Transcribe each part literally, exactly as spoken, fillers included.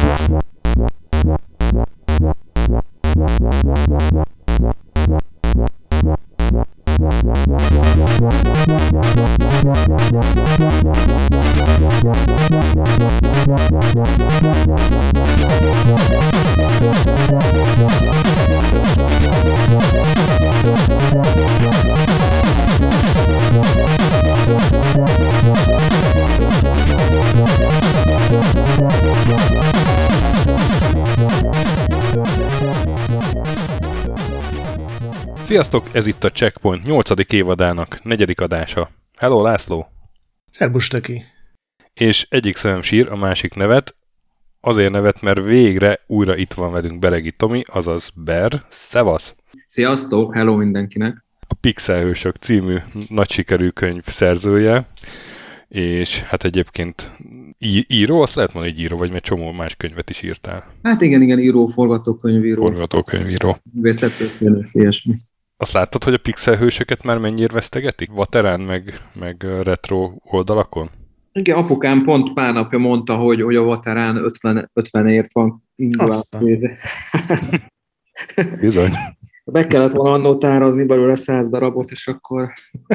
Sziasztok, ez itt a Checkpoint nyolcadik évadának negyedik adása. Hello, László! Szerbus, Töki! És egyik szemem sír, a másik nevet. Azért nevet, mert végre újra itt van velünk Beregi Tomi, azaz Ber. Szevasz! Sziasztok, hello mindenkinek! A Pixelhősök című nagy sikerű könyv szerzője, és hát egyébként í- író, azt lehet mondani, hogy író, vagy mert csomó más könyvet is írtál. Hát igen, igen, író, forgatókönyvíró. Forgatókönyvíró. Vészettőkérdés, ilyesmi. Azt láttad, hogy a Pixelhősöket már mennyire vesztegetik? Vaterán, meg, meg retro oldalakon? Igen, apukám pont pár napja mondta, hogy, hogy a Vaterán ötven, ötvenért van indulás. Bizony. Be kellett volna annó tárazni belőle száz darabot, és akkor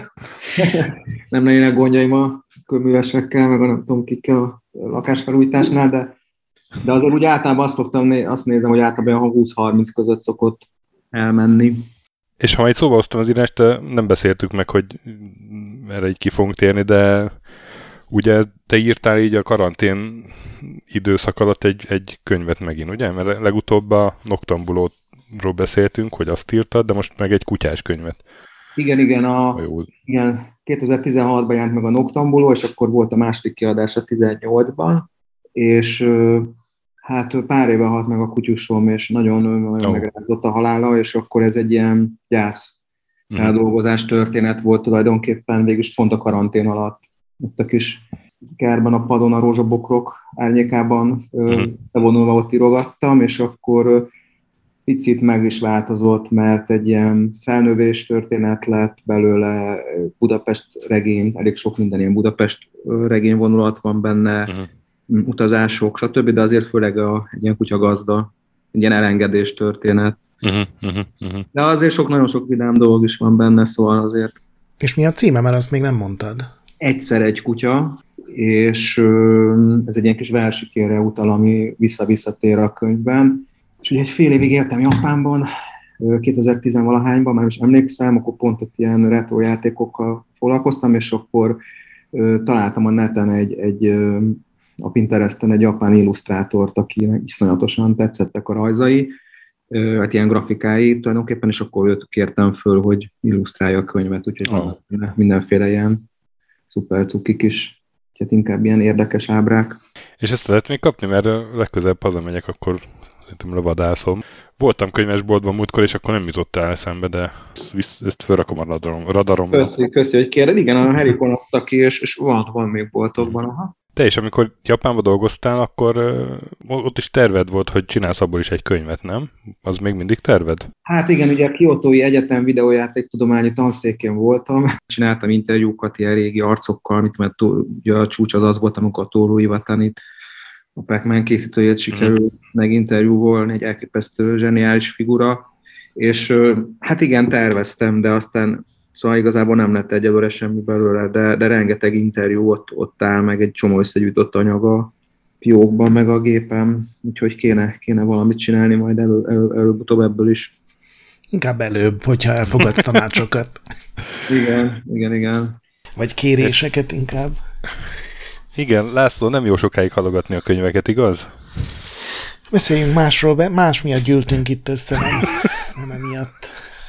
nem lennének gondjaim a kőművesekkel, meg a nem tudom kikkel a lakásfelújításnál, de, de azért úgy általában azt szoktam, azt nézem, hogy általában húsz-harminc között szokott elmenni. És ha majd szóba hoztam az írást, nem beszéltük meg, hogy erre így ki fogunk térni, de ugye te írtál így a karantén időszak alatt egy, egy könyvet megint, ugye? Mert legutóbb a Noctambulóról beszéltünk, hogy azt írtad, de most meg egy kutyás könyvet. Igen, igen, a, igen, kétezer-tizenhatban jelent meg a Noctambuló, és akkor volt a második kiadása tizennyolcban, és hát pár éve halt meg a kutyusom, és nagyon, nagyon oh. megrázott a halála, és akkor ez egy ilyen gyász mm. eldolgozás történet volt tulajdonképpen, végülis pont a karantén alatt. Ott a kis kertben a padon a rózsabokrok árnyékában mm. vonulva ott írogattam, és akkor picit meg is változott, mert egy ilyen felnövés történet lett belőle, Budapest regény, elég sok minden ilyen Budapest regény vonulat van benne, mm. utazások, stb., de azért főleg a, egy ilyen kutyagazda, egy ilyen elengedés történet. Uh-huh, uh-huh, uh-huh. De azért sok, nagyon sok vidám dolog is van benne, szóval azért... És mi a címe, mert azt még nem mondtad? Egyszer egy kutya, és ez egy ilyen kis versikére utal, ami vissza-visszatér a könyvben. És ugye egy fél évig éltem Japánban, kétezer-tíz-valahányban, már is emlékszem, akkor pont ott ilyen retro játékokkal foglalkoztam, és akkor találtam a neten egy, egy a Pinteresten egy japán illusztrátort, akinek iszonyatosan tetszettek a rajzai, hát ilyen grafikái tulajdonképpen, és akkor őt kértem föl, hogy illusztrálja a könyvet, úgyhogy oh. mindenféle ilyen szuper cukik is, hát inkább ilyen érdekes ábrák. És ezt lehet még kapni, mert legközelebb hazamegyek, akkor szerintem levadászom. Voltam könyvesboltban múltkor, és akkor nem jutottál eszembe, de ezt felrakom a radarom, radaromra. Köszi, köszi, hogy kérded. Igen, a Herikon adta ki, és, és van, van még boltokban. Aha. Te is, amikor Japánban dolgoztál, akkor uh, ott is terved volt, hogy csinálsz abból is egy könyvet, nem? Az még mindig terved? Hát igen, ugye a Kiotói Egyetem videójátéktudományi tanszékén voltam. Csináltam interjúkat ilyen régi arcokkal, mit mert ugye a csúcs az az volt, amikor a Toru Iwatanit, a Pac-Man készítőjét sikerült hmm. meginterjúvolni, egy elképesztő zseniális figura. És hát igen, terveztem, de aztán szóval igazából nem lett egyelőre semmi belőle, de, de rengeteg interjú ott, ott áll, meg egy csomó összegyűjtött anyag a fiókban, meg a gépen, úgyhogy kéne, kéne valamit csinálni majd elő, elő, előbb-utóbb ebből is. Inkább előbb, hogyha elfogadsz tanácsokat. Igen, igen, igen. Vagy kéréseket inkább. Igen, László, nem jó sokáig halogatni a könyveket, igaz? Beszéljünk másról, be. Más miatt gyűltünk itt össze, nem, nem emiatt.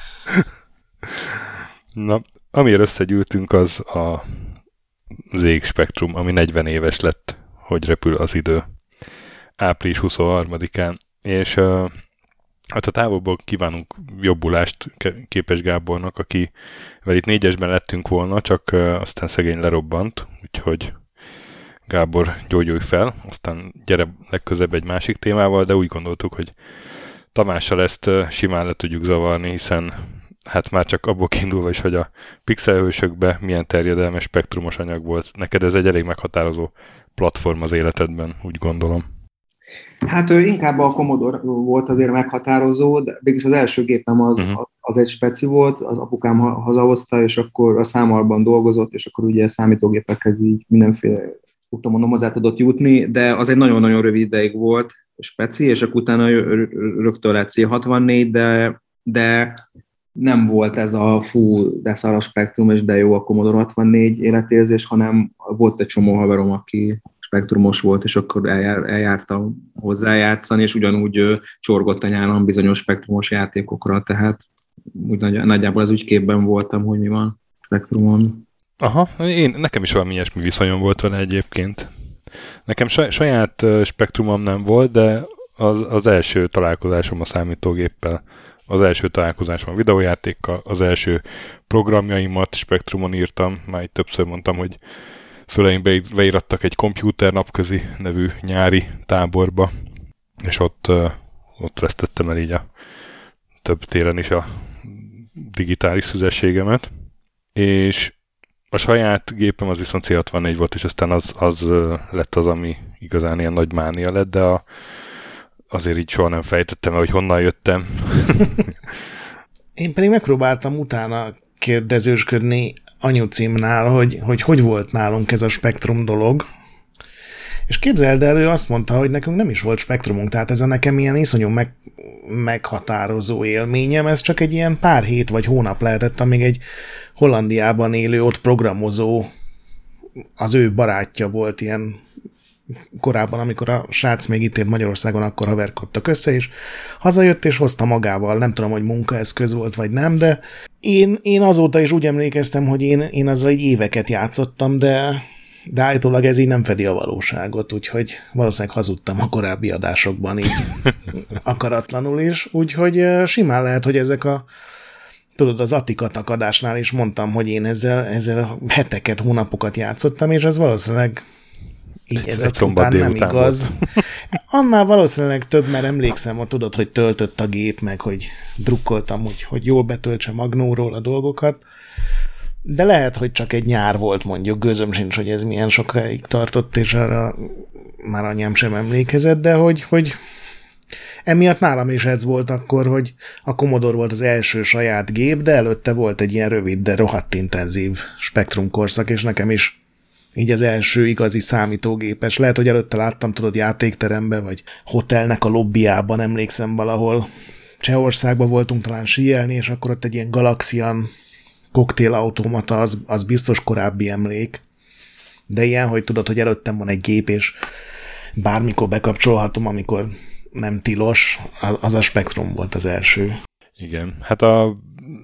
Na, amiért összegyűltünk, az a zé iksz Spectrum, ami negyven éves lett, hogy repül az idő. április huszonharmadikán. És uh, hát a távolból kívánunk jobbulást Képes Gábornak, akivel itt négyesben lettünk volna, csak uh, aztán szegény lerobbant, úgyhogy Gábor, gyógyulj fel, aztán gyere legközebb egy másik témával, de úgy gondoltuk, hogy Tamással ezt uh, simán le tudjuk zavarni, hiszen hát már csak abból kiindulva is, hogy a Pixelhősökben milyen terjedelmes spektrumos anyag volt. Neked ez egy elég meghatározó platform az életedben, úgy gondolom. Hát ő inkább a Commodore volt azért meghatározó, de mégis az első gépem az, uh-huh. az egy speci volt, az apukám hazahozta, és akkor a számolban dolgozott, és akkor ugye számítógépekhez így mindenféle utamon hozzá tudott jutni, de az egy nagyon-nagyon rövid ideig volt speci, és akkor utána rögtön lett cé hatvannégy, de, de nem volt ez a fú, de szar a Spektrum, és de jó a Commodore hatvannégy életérzés, hanem volt egy csomó haverom, aki spektrumos volt, és akkor eljár, eljártam hozzájátszani, és ugyanúgy ö, csorgott a nyálam bizonyos spektrumos játékokra, tehát úgy nagy, nagyjából az úgy képben voltam, hogy mi van spektrumon. Aha, én, nekem is valami ilyesmi viszonyom volt vele egyébként. Nekem saj, saját uh, spektrumom nem volt, de az, az első találkozásom a számítógéppel, az első találkozásom a videójátékkal, az első programjaimat spektrumon írtam, már így többször mondtam, hogy szüleim beirattak egy komputer napközi nevű nyári táborba, és ott, uh, ott vesztettem el így a több téren is a digitális szüzességemet, és a saját gépem az viszont cé hatvannégy volt, és aztán az, az uh, lett az, ami igazán ilyen nagy mánia lett, de a, azért így soha nem fejtettem el, hogy honnan jöttem. Én pedig megpróbáltam utána kérdezősködni anyucimnál, hogy, hogy hogy volt nálunk ez a spektrum dolog, és képzeld el, ő azt mondta, hogy nekünk nem is volt spektrumunk, tehát ez a nekem ilyen iszonyú meg, meghatározó élményem, ez csak egy ilyen pár hét vagy hónap lehetett, amíg egy Hollandiában élő, ott programozó, az ő barátja volt ilyen korábban, amikor a srác még itt élt Magyarországon, akkor haverkodtak össze, és hazajött, és hozta magával, nem tudom, hogy munkaeszköz volt, vagy nem, de én, én azóta is úgy emlékeztem, hogy én, én azzal egy éveket játszottam, de, de állítólag ez így nem fedi a valóságot, úgyhogy valószínűleg hazudtam a korábbi adásokban így akaratlanul is, úgyhogy simán lehet, hogy ezek a tudod, az Attika takadásnál is mondtam, hogy én ezzel, ezzel heteket, hónapokat játszottam, és ez valószínűleg így ez után nem igaz. Annál valószínűleg több, mert emlékszem, hogy tudod, hogy töltött a gép, meg hogy drukkoltam, hogy, hogy jól betöltse Magnóról a dolgokat, de lehet, hogy csak egy nyár volt mondjuk, gőzöm sincs, hogy ez milyen sokáig tartott, és arra már anyám sem emlékezett, de hogy, hogy emiatt nálam is ez volt akkor, hogy a Commodore volt az első saját gép, de előtte volt egy ilyen rövid, de rohadt intenzív spektrum korszak, és nekem is így az első igazi számítógépes. Lehet, hogy előtte láttam, tudod, játékterembe, vagy hotelnek a lobbyjában, emlékszem valahol. Csehországban voltunk talán síelni, és akkor ott egy ilyen Galaxian koktélautomata, az, az biztos korábbi emlék. De ilyen, hogy tudod, hogy előttem van egy gép, és bármikor bekapcsolhatom, amikor nem tilos, az a Spektrum volt az első. Igen, hát a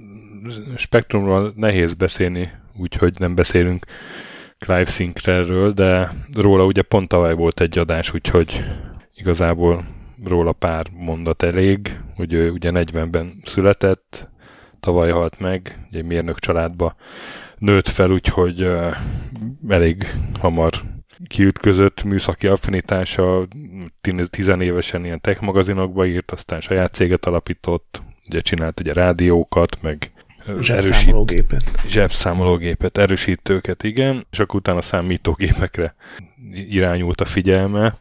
Spektrumról nehéz beszélni, úgyhogy nem beszélünk Clive Sinclairről, de róla ugye pont tavaly volt egy adás, úgyhogy igazából róla pár mondat elég, hogy ő ugye negyvenben született, tavaly halt meg, egy mérnök családba nőtt fel, úgyhogy uh, elég hamar kiütközött műszaki affinitása, tizenévesen ilyen tech magazinokba írt, aztán saját céget alapított, ugye csinált ugye rádiókat, meg zsebszámológépet. Zsebszámológépet, erősítőket, igen, és akkor utána számítógépekre irányult a figyelme.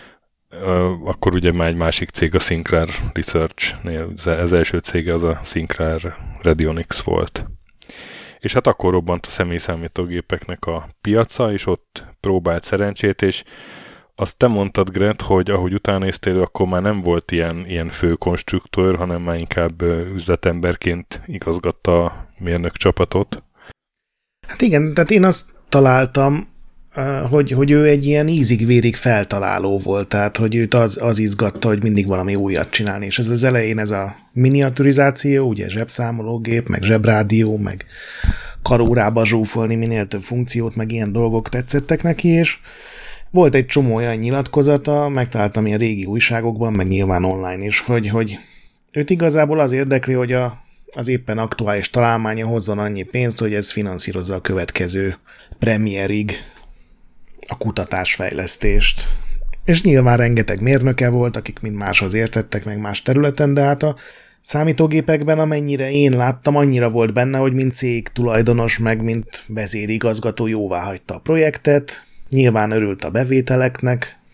Akkor ugye már egy másik cég, a Sinclair Research-nél, az első cége az a Sinclair Radionics volt. És hát akkor robbant a személyszámítógépeknek a piaca, és ott próbált szerencsét, és azt te mondtad, Grant, hogy ahogy utána néztél, akkor már nem volt ilyen, ilyen fő konstruktőr, hanem már inkább üzletemberként igazgatta a mérnök csapatot. Hát igen, tehát én azt találtam, hogy, hogy ő egy ilyen ízig-vérig feltaláló volt, tehát hogy őt az, az izgatta, hogy mindig valami újat csinálni, és ez az elején ez a miniaturizáció, ugye zsebszámológép, meg zsebrádió, meg karórába zsúfolni minél több funkciót, meg ilyen dolgok tetszettek neki, és volt egy csomó olyan nyilatkozata, megtaláltam ilyen régi újságokban, meg nyilván online is, hogy, hogy őt igazából az érdekli, hogy a, az éppen aktuális találmánya hozzon annyi pénzt, hogy ez finanszírozza a következő premierig a kutatásfejlesztést. És nyilván rengeteg mérnöke volt, akik mind máshoz értettek, meg más területen, de hát a számítógépekben, amennyire én láttam, annyira volt benne, hogy mint cég tulajdonos, meg mint vezérigazgató jóvá hagyta a projektet, nyilván örült a bevételeknek,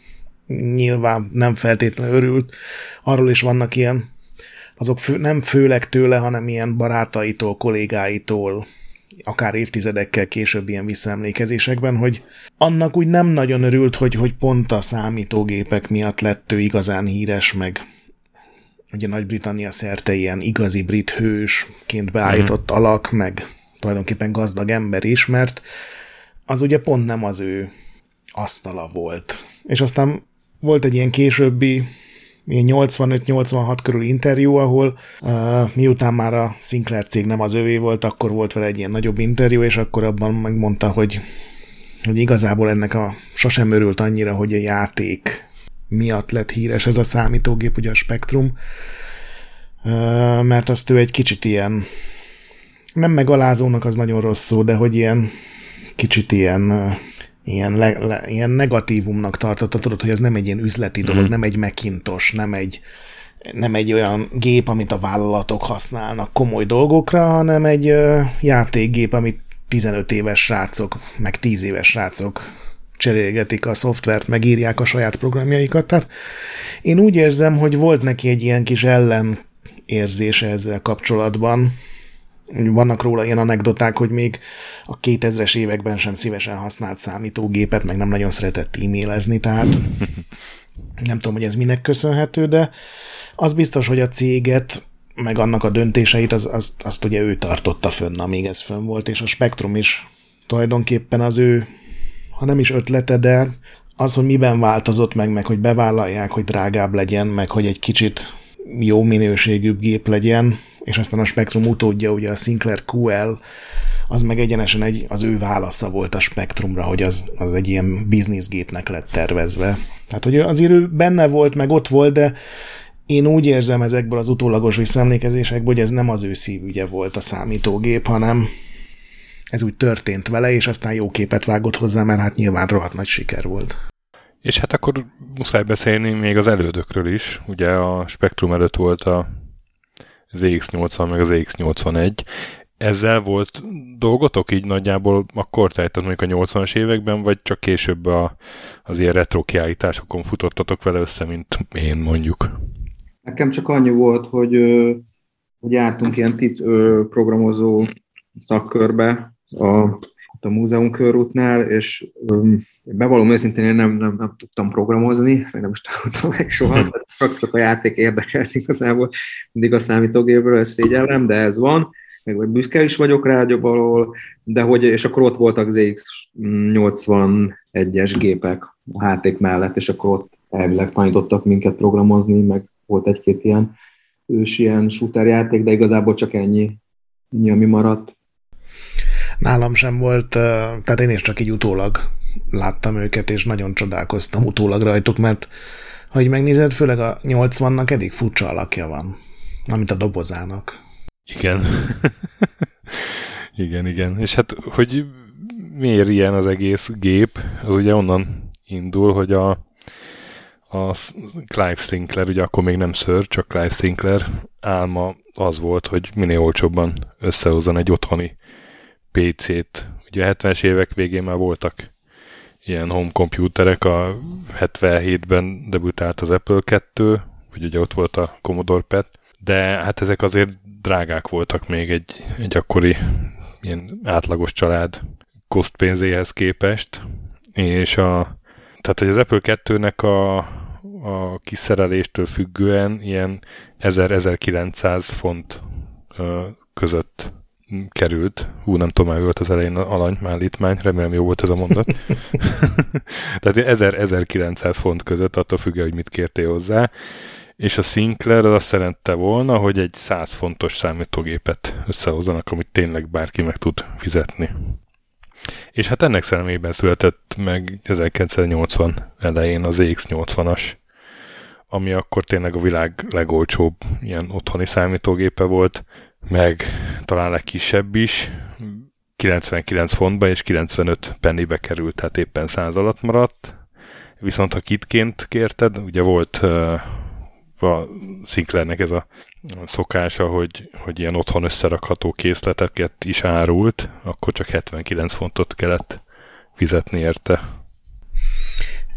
nyilván nem feltétlenül örült. Arról is vannak ilyen, azok fő, nem főleg tőle, hanem ilyen barátaitól, kollégáitól, akár évtizedekkel később ilyen visszaemlékezésekben, hogy annak úgy nem nagyon örült, hogy, hogy pont a számítógépek miatt lett ő igazán híres, meg ugye Nagy-Britannia szerte ilyen igazi brit hősként beállított mm-hmm. alak, meg tulajdonképpen gazdag ember is, mert az ugye pont nem az ő asztala volt. És aztán volt egy ilyen későbbi ilyen nyolcvanöt-nyolcvanhat körül interjú, ahol uh, miután már a Sinclair cég nem az övé volt, akkor volt vele egy ilyen nagyobb interjú, és akkor abban megmondta, hogy, hogy igazából ennek a sosem örült annyira, hogy a játék miatt lett híres ez a számítógép, ugye a Spectrum, uh, mert azt ő egy kicsit ilyen, nem megalázónak, az nagyon rossz szó, de hogy ilyen kicsit ilyen uh, Ilyen, le, le, ilyen negatívumnak tartotta, tudod, hogy ez nem egy ilyen üzleti dolog, mm. nem egy Macintosh, nem egy, nem egy olyan gép, amit a vállalatok használnak komoly dolgokra, hanem egy ö, játékgép, amit tizenöt éves srácok, meg tíz éves srácok cserélgetik a szoftvert, meg írják a saját programjaikat. Tehát én úgy érzem, hogy volt neki egy ilyen kis ellenérzése ezzel kapcsolatban. Vannak róla ilyen anekdoták, hogy még a kétezres években sem szívesen használt számítógépet, meg nem nagyon szeretett e-mailezni, tehát nem tudom, hogy ez minek köszönhető, de az biztos, hogy a céget, meg annak a döntéseit, az, azt, azt ugye ő tartotta fönn, amíg ez fönn volt, és a Spectrum is tulajdonképpen az ő, ha nem is ötlete, de az, hogy miben változott meg, meg hogy bevállalják, hogy drágább legyen, meg hogy egy kicsit jó minőségűbb gép legyen, és aztán a Spectrum utódja, ugye a Sinclair kú el, az meg egyenesen egy, az ő válasza volt a Spectrumra, hogy az, az egy ilyen bizniszgépnek lett tervezve. Tehát, hogy azért ő benne volt, meg ott volt, de én úgy érzem ezekből az utólagos visszaemlékezésekből, hogy ez nem az ő szívügye volt a számítógép, hanem ez úgy történt vele, és aztán jó képet vágott hozzá, mert hát nyilván rohadt nagy siker volt. És hát akkor muszáj beszélni még az elődökről is. Ugye a Spectrum előtt volt a zé iksz nyolcvan, meg az zé iksz nyolcvanegy. Ezzel volt dolgotok így nagyjából akkor, tehát mondjuk a nyolcvanas években, vagy csak később a, az ilyen retro kiállításokon futottatok vele össze, mint én mondjuk? Nekem csak annyi volt, hogy, hogy jártunk ilyen tit programozó szakkörbe a, a múzeum körútnál, és bevallom őszintén, én nem, nem, nem tudtam programozni, vagy nem is tanultam meg soha, csak, csak a játék érdekelt igazából, mindig a számítógépről, ezt szégyellem, de ez van, meg vagy büszke is vagyok rá valahol, de hogy, és akkor ott voltak zé iksz nyolcvanegyes gépek a háték mellett, és akkor ott elvileg tanítottak minket programozni, meg volt egy-két ilyen ős ilyen shooter játék, de igazából csak ennyi, ennyi ami maradt. Nálam sem volt, tehát én is csak így utólag láttam őket, és nagyon csodálkoztam utólag rajtuk, mert ha így megnézed, főleg a nyolcvannak eddig furcsa alakja van, amit a dobozának. Igen. igen, igen. És hát, hogy miért ilyen az egész gép, az ugye onnan indul, hogy a, a Clive Sinclair, ugye akkor még nem Sir, csak Clive Sinclair álma az volt, hogy minél olcsóbban összehozzon egy otthoni pé cét. Ugye a hetvenes évek végén már voltak ilyen home computerek, a hetvenhétben debütált az Apple kettő, vagy ugye ott volt a Commodore pé e té, de hát ezek azért drágák voltak még egy, egy akkori ilyen átlagos család kosztpénzéhez képest, és a, tehát hogy az Apple kettőnek a, a kiszereléstől függően ilyen ezer-ezerkilencszáz font ö, között került. Hú, nem tudom, már volt az elején alanymállítmány, remélem jó volt ez a mondat. Tehát ezer-ezerkilencszáz font között, attól függően, hogy mit kértél hozzá, és a Sinclair az azt jelentette volna, hogy egy száz fontos számítógépet összehozzanak, amit tényleg bárki meg tud fizetni. És hát ennek szellemében született meg ezerkilencszáznyolcvan elején az zé iksz nyolcvanas, ami akkor tényleg a világ legolcsóbb ilyen otthoni számítógépe volt, meg talán legkisebb is, kilencvenkilenc fontba és kilencvenöt pennibe került, tehát éppen száz alatt maradt. Viszont ha kitként kérted, ugye volt uh, a Sinclairnek ez a szokása, hogy, hogy ilyen otthon összerakható készleteket is árult, akkor csak hetvenkilenc fontot kellett fizetni érte.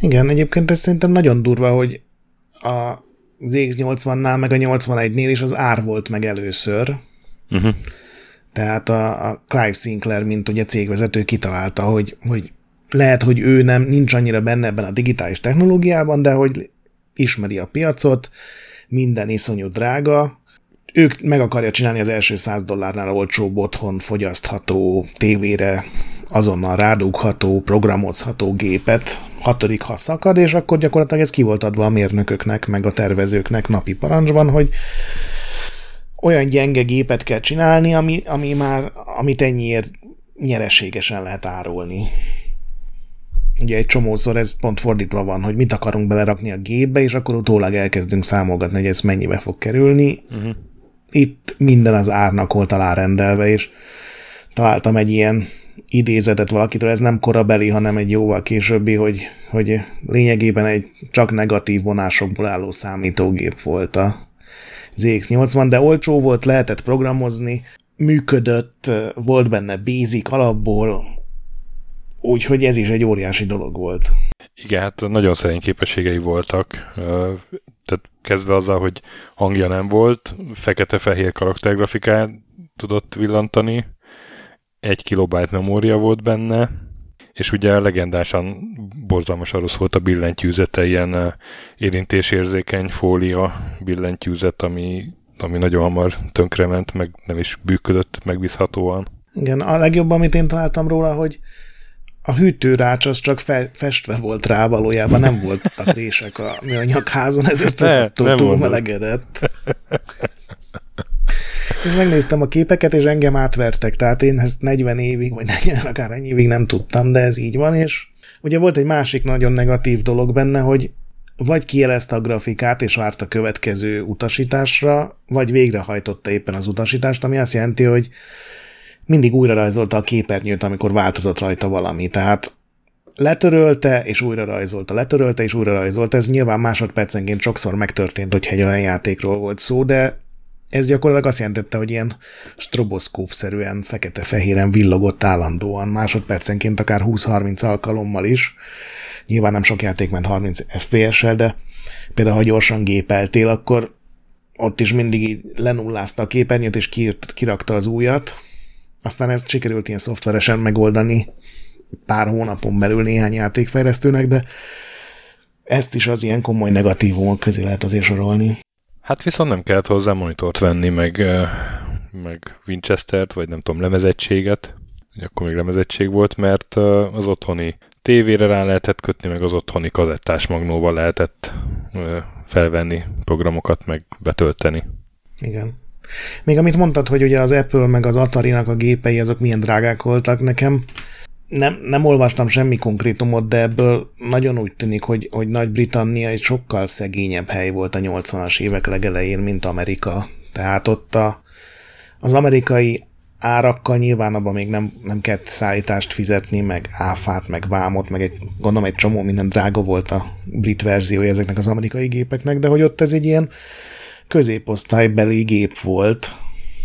Igen, egyébként ez szerintem nagyon durva, hogy a zé iksz nyolcvannál meg a nyolcvanegynél is az ár volt meg először. Uh-huh. Tehát a, a Clive Sinclair, mint ugye cégvezető kitalálta, hogy, hogy lehet, hogy ő nem nincs annyira benne ebben a digitális technológiában, de hogy ismeri a piacot, minden iszonyú drága, ők meg akarja csinálni az első száz dollárnál olcsóbb otthon fogyasztható, tévére azonnal rádugható, programozható gépet, hatodik ha szakad, és akkor gyakorlatilag ez ki volt adva a mérnököknek, meg a tervezőknek napi parancsban, hogy olyan gyenge gépet kell csinálni, ami, ami már, amit ennyiért nyereségesen lehet árulni. Ugye egy csomószor ez pont fordítva van, hogy mit akarunk belerakni a gépbe, és akkor utólag elkezdünk számolgatni, hogy ez mennyibe fog kerülni. Uh-huh. Itt minden az árnak volt alárendelve, és találtam egy ilyen idézetet valakitől, ez nem korabeli, hanem egy jóval későbbi, hogy, hogy lényegében egy csak negatív vonásokból álló számítógép volt a zé iksz nyolcvan, de olcsó volt, lehetett programozni, működött, volt benne basic alapból, úgyhogy ez is egy óriási dolog volt. Igen, hát nagyon szerény képességei voltak. Tehát kezdve azzal, hogy hangja nem volt, fekete-fehér karaktergrafikát tudott villantani, egy kilobájt memória volt benne, és ugye legendásan borzalmasan rossz volt a billentyűzete, ilyen érintésérzékeny fólia billentyűzet, ami, ami nagyon hamar tönkrement, meg nem is működött megbízhatóan. Igen, a legjobb, amit én találtam róla, hogy a hűtőrács az csak fe, festve volt rá, valójában nem voltak rések a műanyagházon, ezért ne, túl, túl melegedett. És megnéztem a képeket, és engem átvertek, tehát én ezt negyven évig, vagy negyven, akár ennyi évig nem tudtam, de ez így van, és ugye volt egy másik nagyon negatív dolog benne, hogy vagy kijelezte a grafikát, és várt a következő utasításra, vagy végrehajtotta éppen az utasítást, ami azt jelenti, hogy mindig újra rajzolta a képernyőt, amikor változott rajta valami. Tehát letörölte, és újra rajzolta, letörölte, és újra rajzolta. Ez nyilván másodpercenként sokszor megtörtént, hogyha egy olyan játékról volt szó, de ez gyakorlatilag azt jelentette, hogy ilyen stroboszkópszerűen, fekete-fehéren villogott állandóan, másodpercenként akár húsz-harminc alkalommal is. Nyilván nem sok játék ment harminc ef pé es-sel, de például, ha gyorsan gépeltél, akkor ott is mindig így lenullázta a képernyőt, és kiírt, kirakta az újat. Aztán ezt sikerült ilyen szoftveresen megoldani pár hónapon belül néhány játékfejlesztőnek, de ezt is az ilyen komoly negatívumok közé lehet azért sorolni. Hát viszont nem kellett hozzá monitort venni, meg, meg Winchestert, vagy nem tudom, lemezegységet. Akkor még lemezegység volt, mert az otthoni tévére rá lehetett kötni, meg az otthoni kazettás magnóval lehetett felvenni programokat, meg betölteni. Igen. Még amit mondtad, hogy ugye az Apple meg az Atari-nak a gépei, azok milyen drágák voltak nekem, nem, nem olvastam semmi konkrétumot, de ebből nagyon úgy tűnik, hogy, hogy Nagy-Britannia egy sokkal szegényebb hely volt a nyolcvanas évek legelején, mint Amerika. Tehát ott a, az amerikai árakkal nyilván abban még nem, nem kellett szállítást fizetni, meg áfát, meg vámot, meg egy, gondolom egy csomó minden drága volt a brit verziója ezeknek az amerikai gépeknek, de hogy ott ez egy ilyen középosztálybeli gép volt,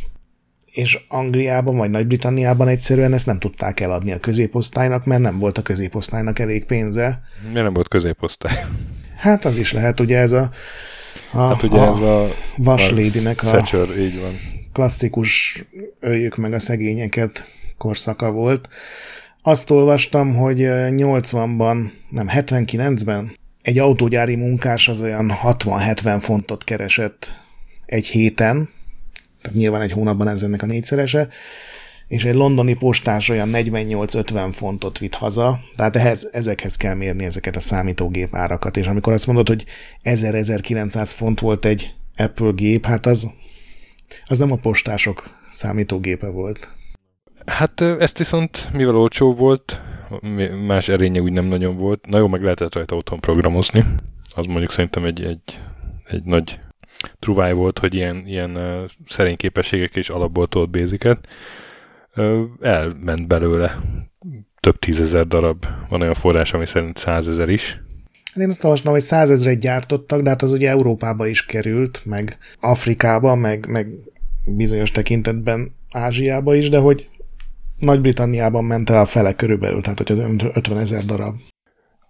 és Angliában vagy Nagy-Britanniában egyszerűen ezt nem tudták eladni a középosztálynak, mert nem volt a középosztálynak elég pénze. Miért nem volt középosztály? Hát az is lehet, ugye ez a, a, hát ugye a ez a vaslédinek a, Thatcher, így van. klasszikus öljük meg a szegényeket korszaka volt. Azt olvastam, hogy nyolcvanban, nem hetvenkilencben egy autógyári munkás az olyan hatvan-hetven fontot keresett egy héten, tehát nyilván egy hónapban ez ennek a négyszerese, és egy londoni postás olyan negyvennyolc-ötven fontot vitt haza, tehát ehhez, ezekhez kell mérni ezeket a számítógép árakat, és amikor azt mondod, hogy ezer-ezerkilencszáz font volt egy Apple gép, hát az, az nem a postások számítógépe volt. Hát ezt viszont, mivel olcsó volt, más erénye úgy nem nagyon volt, na jó, meg lehetett rajta otthon programozni, az mondjuk szerintem egy, egy, egy nagy truváj volt, hogy ilyen, ilyen uh, szerény képességek és alapból tolt basicet. Uh, elment belőle több tízezer darab. Van olyan forrás, ami szerint százezer is. Én azt olvastam, hogy százezret gyártottak, de hát az ugye Európába is került, meg Afrikába, meg, meg bizonyos tekintetben Ázsiába is, de hogy Nagy-Britanniában ment el a fele körülbelül, tehát hogy az ötvenezer darab.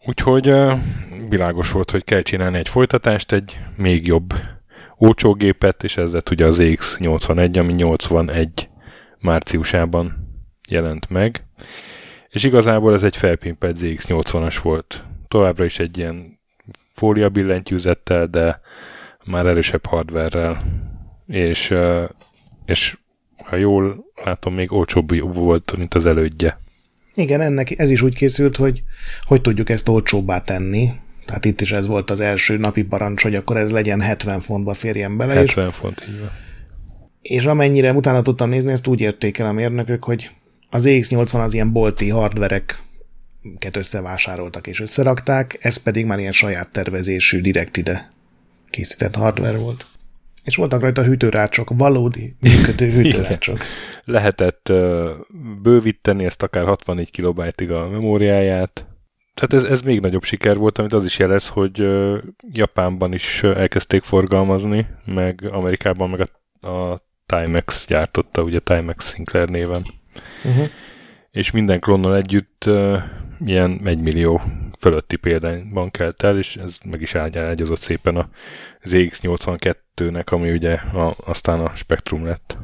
Úgyhogy uh, világos volt, hogy kell csinálni egy folytatást, egy még jobb olcsó gépet, és ezzel ugye az zé iksz nyolcvanegy, ami nyolcvanegy márciusában jelent meg. És igazából ez egy felpimpelt zé iksz nyolcvanas volt. Továbbra is egy ilyen fólia billentyűzettel, de már erősebb hardverrel. És, és ha jól látom, még olcsóbb volt, mint az elődje. Igen, ennek ez is úgy készült, hogy hogy tudjuk ezt olcsóbbá tenni. Tehát itt is ez volt az első napi parancs, hogy akkor ez legyen hetven fontba férjen bele. hetven font, így van. És amennyire utána tudtam nézni, ezt úgy érték el a mérnökök, hogy az zé iksz nyolcvan az ilyen bolti hardvereket összevásároltak és összerakták, ez pedig már ilyen saját tervezésű, direkt ide készített hardware volt. És voltak rajta hűtőrácsok, valódi működő hűtőrácsok. Lehetett uh, bővíteni ezt akár hatvannégy kilobájtig a memóriáját. Tehát ez, ez még nagyobb siker volt, amit az is jelez, hogy uh, Japánban is elkezdték forgalmazni, meg Amerikában meg a, a Timex gyártotta, ugye Timex Sinclair néven. Uh-huh. És minden klónnal együtt uh, ilyen egymillió fölötti példányban kelt el, és ez meg is ágyazott szépen a zé iksz nyolcvankettőnek, ami ugye a, aztán a Spectrum lett.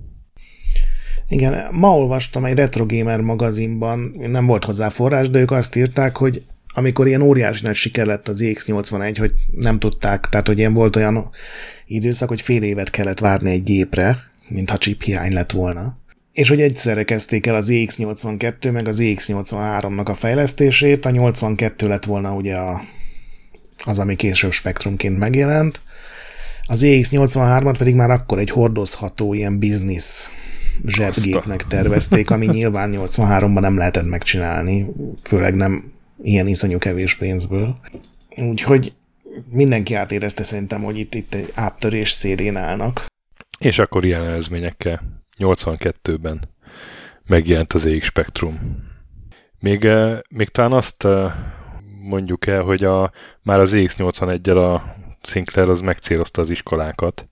Igen, ma olvastam egy Retro Gamer magazinban, nem volt hozzá forrás, de ők azt írták, hogy amikor ilyen óriási nagy siker lett az zé iksz nyolcvanegy, hogy nem tudták, tehát hogy ilyen volt olyan időszak, hogy fél évet kellett várni egy gépre, mintha chip hiány lett volna. És hogy egyszerre kezdték el a zé iksz nyolcvankettő meg a zé iksz nyolcvanháromnak a fejlesztését, a nyolcvankettő lett volna ugye a, az, ami később Spectrumként megjelent, a zé iksz nyolcvanhármat pedig már akkor egy hordozható ilyen business zsebgépnek tervezték, ami nyilván nyolcvanháromban nem lehetett megcsinálni, főleg nem ilyen iszonyú kevés pénzből. Úgyhogy mindenki átérezte szerintem, hogy itt, itt egy áttörés szélén állnak. És akkor ilyen előzményekkel nyolcvankettőben megjelent az zé iksz Spectrum. Még, még talán azt mondjuk el, hogy a, már az zé iksz nyolcvaneggyel a Sinclair az megcélozta az iskolákat,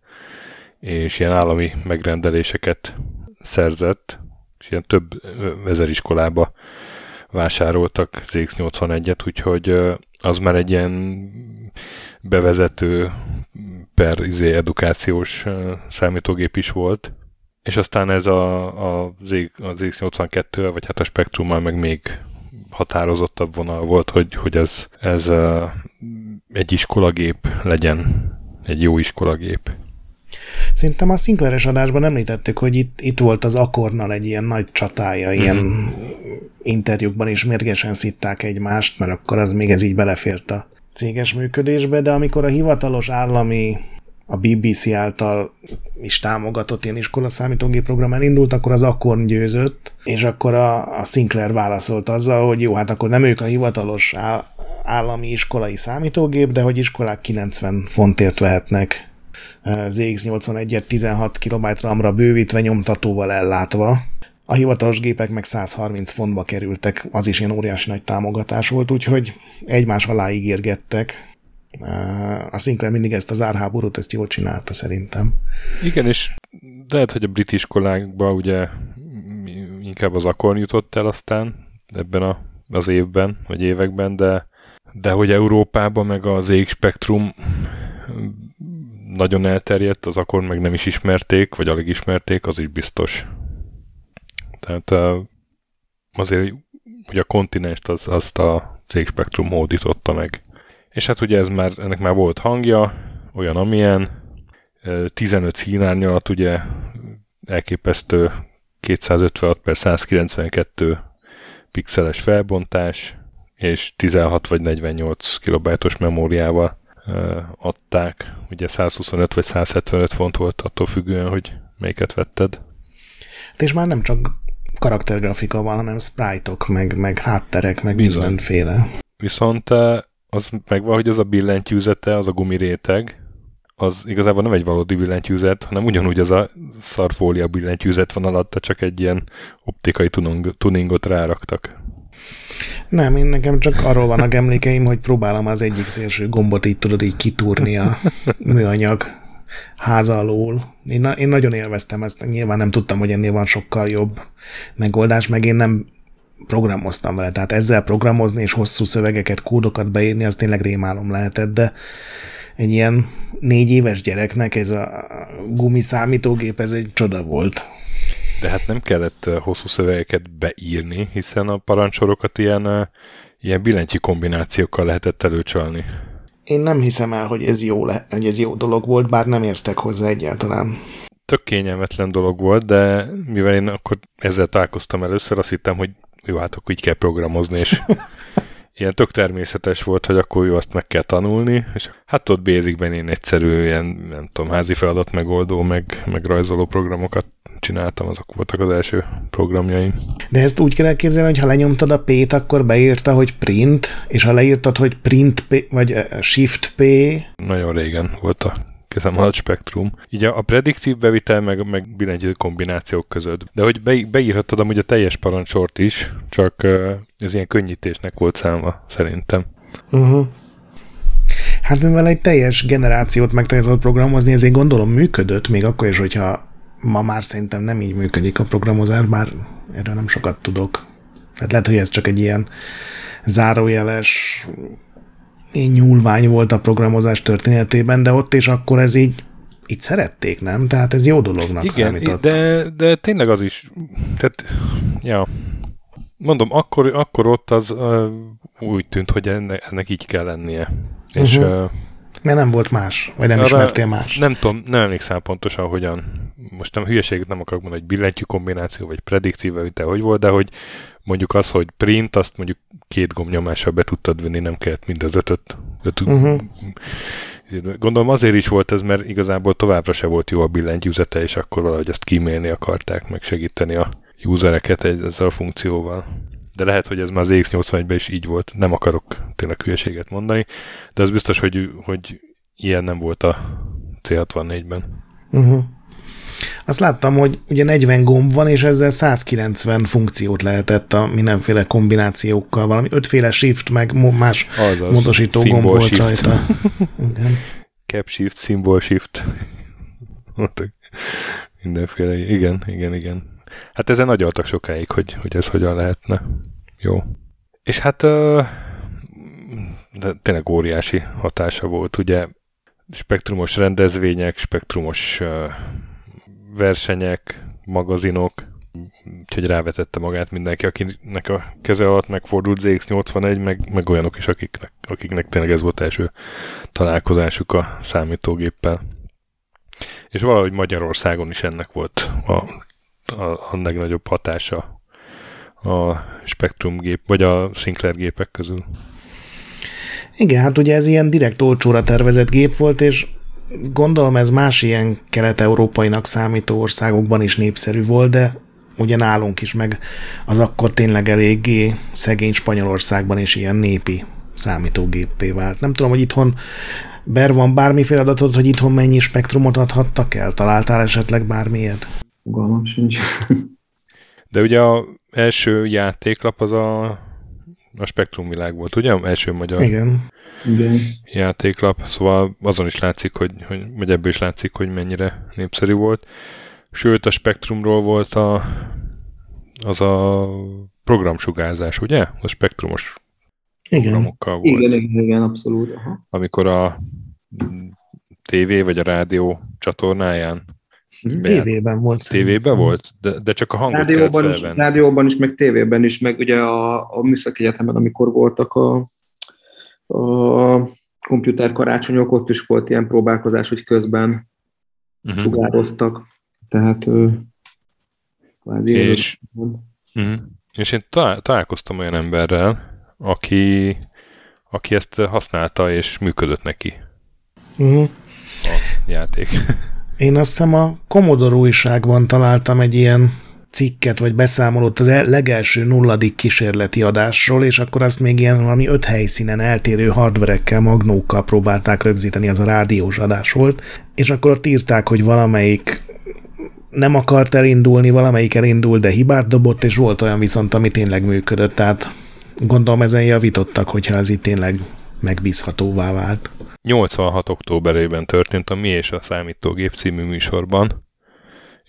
és ilyen állami megrendeléseket szerzett, és ilyen több ezer iskolába vásároltak zé iksz nyolcvanegyet, úgyhogy az már egy ilyen bevezető per izé, edukációs számítógép is volt. És aztán ez a, a az zé iksz nyolcvankettő, vagy hát a Spectrummal meg még határozottabb vonal volt, hogy, hogy ez, ez uh, egy iskolagép legyen, egy jó iskolagép. Szerintem a Sinclair-es adásban említettük, hogy itt, itt volt az Acornnal egy ilyen nagy csatája, mm-hmm. ilyen interjúkban is mérgesen szitták egymást, mert akkor az még ez így belefért a céges működésbe, de amikor a hivatalos állami, a bé bé cé által is támogatott ilyen iskolaszámítógép program elindult, akkor az Acorn győzött, és akkor a, a Sinclair válaszolt azzal, hogy jó, hát akkor nem ők a hivatalos áll, állami iskolai számítógép, de hogy iskolák kilencven fontért vehetnek zé iksz nyolcvanegyet tizenhat kilobájt RAM-ra bővítve, nyomtatóval ellátva. A hivatalos gépek meg száz harminc fontba kerültek, az is ilyen óriási nagy támogatás volt, úgyhogy egymás alá ígérgettek. A Sinclair mindig ezt az árháborút, ezt jól csinálta szerintem. Igen, és lehet, hogy a brit iskolákban ugye inkább az Acorn jutott el aztán ebben a, az évben, vagy években, de, de hogy Európában meg az zé iksz Spectrum nagyon elterjedt, az Acorn meg nem is ismerték, vagy alig ismerték, az is biztos. Tehát azért, hogy a kontinenst az, azt a zé iksz Spectrum hódította meg. És hát ugye ez már, ennek már volt hangja, olyan amilyen, tizenöt színárnyalat, ugye elképesztő kétszázötvenhat per százkilencvenkettő pixeles felbontás, és tizenhat vagy negyvennyolc kilobájtos memóriával adták. Ugye százhuszonöt vagy százhetvenöt font volt, attól függően, hogy melyiket vetted. És már nem csak karaktergrafika van, hanem sprite-ok, meg, meg hátterek, meg bizony mindenféle. Viszont az megvan, hogy az a billentyűzete, az a gumiréteg, az igazából nem egy valódi billentyűzet, hanem ugyanúgy az a szarfólia billentyűzet van alatta, csak egy ilyen optikai tuning, tuningot ráraktak. Nem, én nekem csak arról vannak emlékeim, hogy próbálom az egyik szélső gombot így tudod így kitúrni a műanyag háza alól. Én, én nagyon élveztem ezt, nyilván nem tudtam, hogy ennél van sokkal jobb megoldás, meg én nem programoztam vele, tehát ezzel programozni és hosszú szövegeket, kódokat beírni, az tényleg rémálom lehetett, de egy ilyen négy éves gyereknek ez a gumiszámítógép, ez egy csoda volt. De hát nem kellett hosszú szövegeket beírni, hiszen a parancsorokat ilyen, ilyen billentyű kombinációkkal lehetett előcsalni. Én nem hiszem el, hogy ez jó, le, hogy ez jó dolog volt, bár nem értek hozzá egyáltalán. Tök kényelmetlen dolog volt, de mivel én akkor ezzel találkoztam először, azt hittem, hogy jó, hát akkor így kell programozni, és ilyen tök természetes volt, hogy akkor jó, azt meg kell tanulni, és hát ott Basicben én egyszerű ilyen, nem tudom, házi feladat megoldó, meg, meg rajzoló programokat csináltam, azok voltak az első programjaim. De ezt úgy kell elképzelni, hogy ha lenyomtad a P-t, akkor beírta, hogy print, és ha leírtad, hogy print P, vagy shift P. Nagyon régen volt a kezem alatt spektrum. Így a, a prediktív bevitel meg, meg billentyű kombinációk között. De hogy be, beírhattad amúgy a teljes parancsort is, csak uh, ez ilyen könnyítésnek volt számva, szerintem. Uh-huh. Hát mivel egy teljes generációt meg tudod programozni, ezért gondolom működött, még akkor is, hogyha ma már szerintem nem így működik a programozás, bár erről nem sokat tudok. Tehát lehet, hogy ez csak egy ilyen zárójeles nyúlvány volt a programozás történetében, de ott és akkor ez így, így szerették, nem? Tehát ez jó dolognak igen, számított. De, de tényleg az is, tehát, ja, mondom, akkor, akkor ott az uh, úgy tűnt, hogy ennek, ennek így kell lennie. Uh-huh. És, uh, mert nem volt más, vagy nem ismertél más. Nem tudom, nem emlékszem pontosan, hogyan. Most nem hülyeséget nem akarok mondani, hogy billentyű kombináció, vagy prediktív, de hogy volt, de hogy mondjuk az, hogy print, azt mondjuk két gombnyomással be tudtad venni, nem kellett mind az ötöt. ötöt. Uh-huh. Gondolom azért is volt ez, mert igazából továbbra se volt jó a billentyűzete, és akkor valahogy ezt kímélni akarták, meg segíteni a usereket ezzel a funkcióval. De lehet, hogy ez már az E X nyolcvanegyben is így volt. Nem akarok tényleg hülyeséget mondani, de az biztos, hogy, hogy ilyen nem volt a C hatvannégyben. Uh-huh. Azt láttam, hogy ugye negyven gomb van, és ezzel százkilencven funkciót lehetett a mindenféle kombinációkkal, valami ötféle shift, meg más azaz, módosító gomb volt shift. Rajta. Igen. Cap shift, symbol shift. Mindenféle, igen, igen, igen. Hát ezen agyaltak sokáig, hogy, hogy ez hogyan lehetne. Jó. És hát de tényleg óriási hatása volt, ugye spektrumos rendezvények, spektrumos versenyek, magazinok, úgyhogy rávetette magát mindenki, akinek a keze alatt megfordult az E X nyolcvanegy, meg, meg olyanok is, akiknek, akiknek tényleg ez volt első találkozásuk a számítógéppel. És valahogy Magyarországon is ennek volt a, a, a legnagyobb hatása a Spectrum gép, vagy a Sinclair gépek közül. Igen, hát ugye ez ilyen direkt olcsóra tervezett gép volt, és gondolom ez más ilyen kelet-európainak számító országokban is népszerű volt, de ugye nálunk is, meg az akkor tényleg eléggé szegény Spanyolországban is ilyen népi számítógéppé vált. Nem tudom, hogy itthon Ber van bármiféle adatot, hogy itthon mennyi spektrumot adhattak el? Találtál esetleg bármilyet? Fogalmam sincs. De ugye az első játéklap az a, a Spektrum világ volt, ugye? Első magyar Igen. Igen. játéklap, szóval azon is látszik, hogy, hogy, vagy ebből is látszik, hogy mennyire népszerű volt. Sőt, a Spektrumról volt a, az a programsugárzás, ugye? A spektrumos igen. programokkal volt. Igen, igen, igen, abszolút. Aha. Amikor a tévé vagy a rádió csatornáján tévében volt. Tévében volt? De, de csak a hangot rádióban kellett is, felvenni. rádióban is, meg tévében is, meg ugye a, a Műszaki Egyetemen, amikor voltak a, a komputerkarácsonyok, ott is volt ilyen próbálkozás, hogy közben uh-huh. sugároztak. Tehát kvázi és, uh-huh. és én talál, találkoztam olyan emberrel, aki, aki ezt használta, és működött neki uh-huh. a játék. Én azt hiszem a Commodore újságban találtam egy ilyen cikket, vagy beszámolót az legelső nulladik kísérleti adásról, és akkor azt még ilyen valami öt helyszínen eltérő hardverekkel, magnókkal próbálták rögzíteni, az a rádiós adás volt, és akkor ott írták, hogy valamelyik nem akart elindulni, valamelyik elindult, de hibát dobott, és volt olyan viszont, ami tényleg működött, tehát gondolom ezen javítottak, hogyha ez itt tényleg megbízhatóvá vált. nyolcvanhat októberében történt a Mi és a számítógép című műsorban,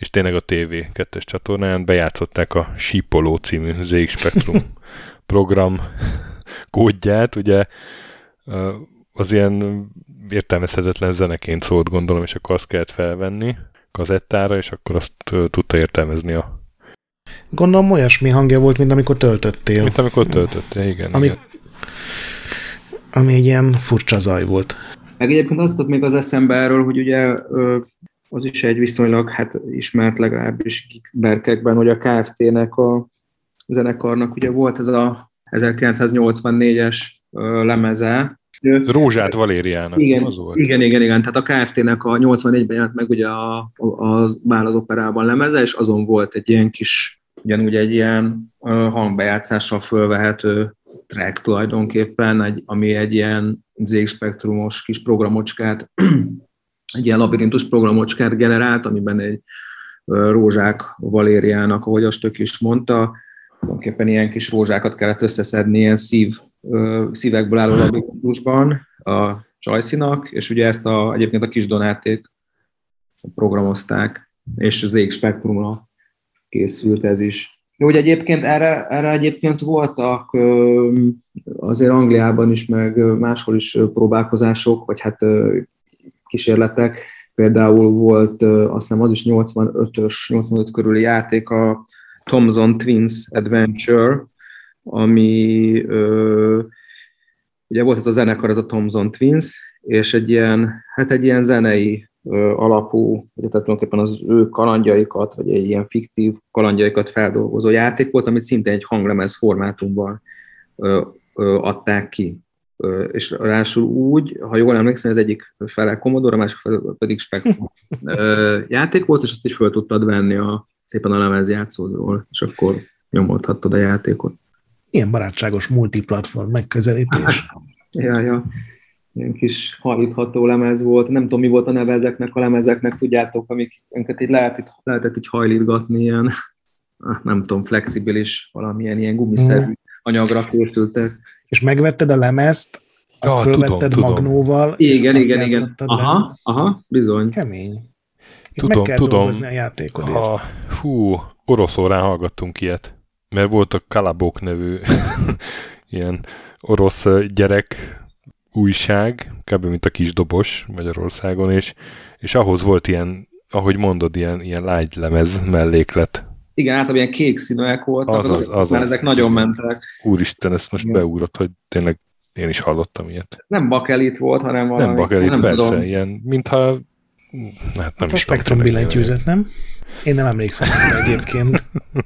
és tényleg a té vé kettes csatornán bejátszották a Sípoló című zé iksz Spectrum program kódját, ugye az ilyen értelmezhetetlen zeneként szólt, gondolom, és akkor azt kellett felvenni kazettára, és akkor azt tudta értelmezni a... Gondolom olyasmi hangja volt, mint amikor töltöttél. Mint amikor töltöttél, igen. Ami, igen. ami egy ilyen furcsa zaj volt. Meg egyébként azt tudod még az eszembe erről, hogy ugye az is egy viszonylag hát ismert legalábbis berkekben, hogy a ká ef té-nek a zenekarnak ugye volt ez a ezerkilencszáznyolcvannégyes lemeze. Rózsát Valériának. Igen, az volt. igen, igen, igen. Tehát a ká ef té-nek a nyolcvannégyben jelent meg ugye a, a, a Bál az operában lemeze, és azon volt egy ilyen kis, ugyanúgy egy ilyen hangbejátszással fölvehető track tulajdonképpen, egy, ami egy ilyen zé iksz Spectrumos kis programocskát, egy ilyen labirintus programocskát generált, amiben egy Rózsák Valériának, ahogy azt tök is mondta, tulajdonképpen ilyen kis rózsákat kellett összeszedni ilyen szív, szívekből álló labirintusban a Joyce-nak, és ugye ezt a, egyébként a Kis Donáték programozták, és az zé iksz Spectrumra készült ez is. Jó, hogy egyébként erre, erre egyébként voltak azért Angliában is, meg máshol is próbálkozások, vagy hát kísérletek. Például volt, azt hiszem az is nyolcvanötös, nyolcvanöt körüli játék, a Thomson Twins Adventure, ami ugye volt ez a zenekar, ez a Thomson Twins, és egy ilyen, hát egy ilyen zenei alapú, tehát tulajdonképpen az ő kalandjaikat, vagy egy ilyen fiktív kalandjaikat feldolgozó játék volt, amit szintén egy hanglemez formátumban ö, ö, adták ki. Ö, és ráadásul úgy, ha jól emlékszem, az egyik fele Commodore, a másik fele pedig Spectrum ö, játék volt, és azt is föl tudtad venni a, szépen a lemezjátszódról, és akkor nyomolhattad a játékot. Ilyen barátságos multiplatform megközelítés. ja, ja. Ilyen kis hajlítható lemez volt. Nem tudom, mi volt a neve ezeknek a lemezeknek, tudjátok, amiket így lehet, lehetett így hajlítgatni, ilyen, nem tudom, flexibilis, valamilyen ilyen gumiszerű anyagra készültek. És megvetted a lemezt, azt ja, fölvetted tudom, magnóval, tudom. Igen, igen, igen. Aha, aha, bizony. Kemény. Itt tudom, meg kell tudom. dolgozni a játékodért. A, hú, orosz órán hallgattunk ilyet, mert volt a Kalabok nevű ilyen orosz gyerek újság, kb. Mint a Kis Dobos Magyarországon, és, és ahhoz volt ilyen, ahogy mondod, ilyen, ilyen lágy lemez melléklet. Igen, általában ilyen kék színűek voltak, az, az, az, az, ezek az, nagyon mentek. Úristen, ezt most igen. Beugrott, hogy tényleg én is hallottam ilyet. Nem bakelit volt, hanem valami... Nem bakelit, nem persze, tudom. Ilyen, mintha... Hát nem a Spektrum billentyűzet, nem? Én nem emlékszem egyébként.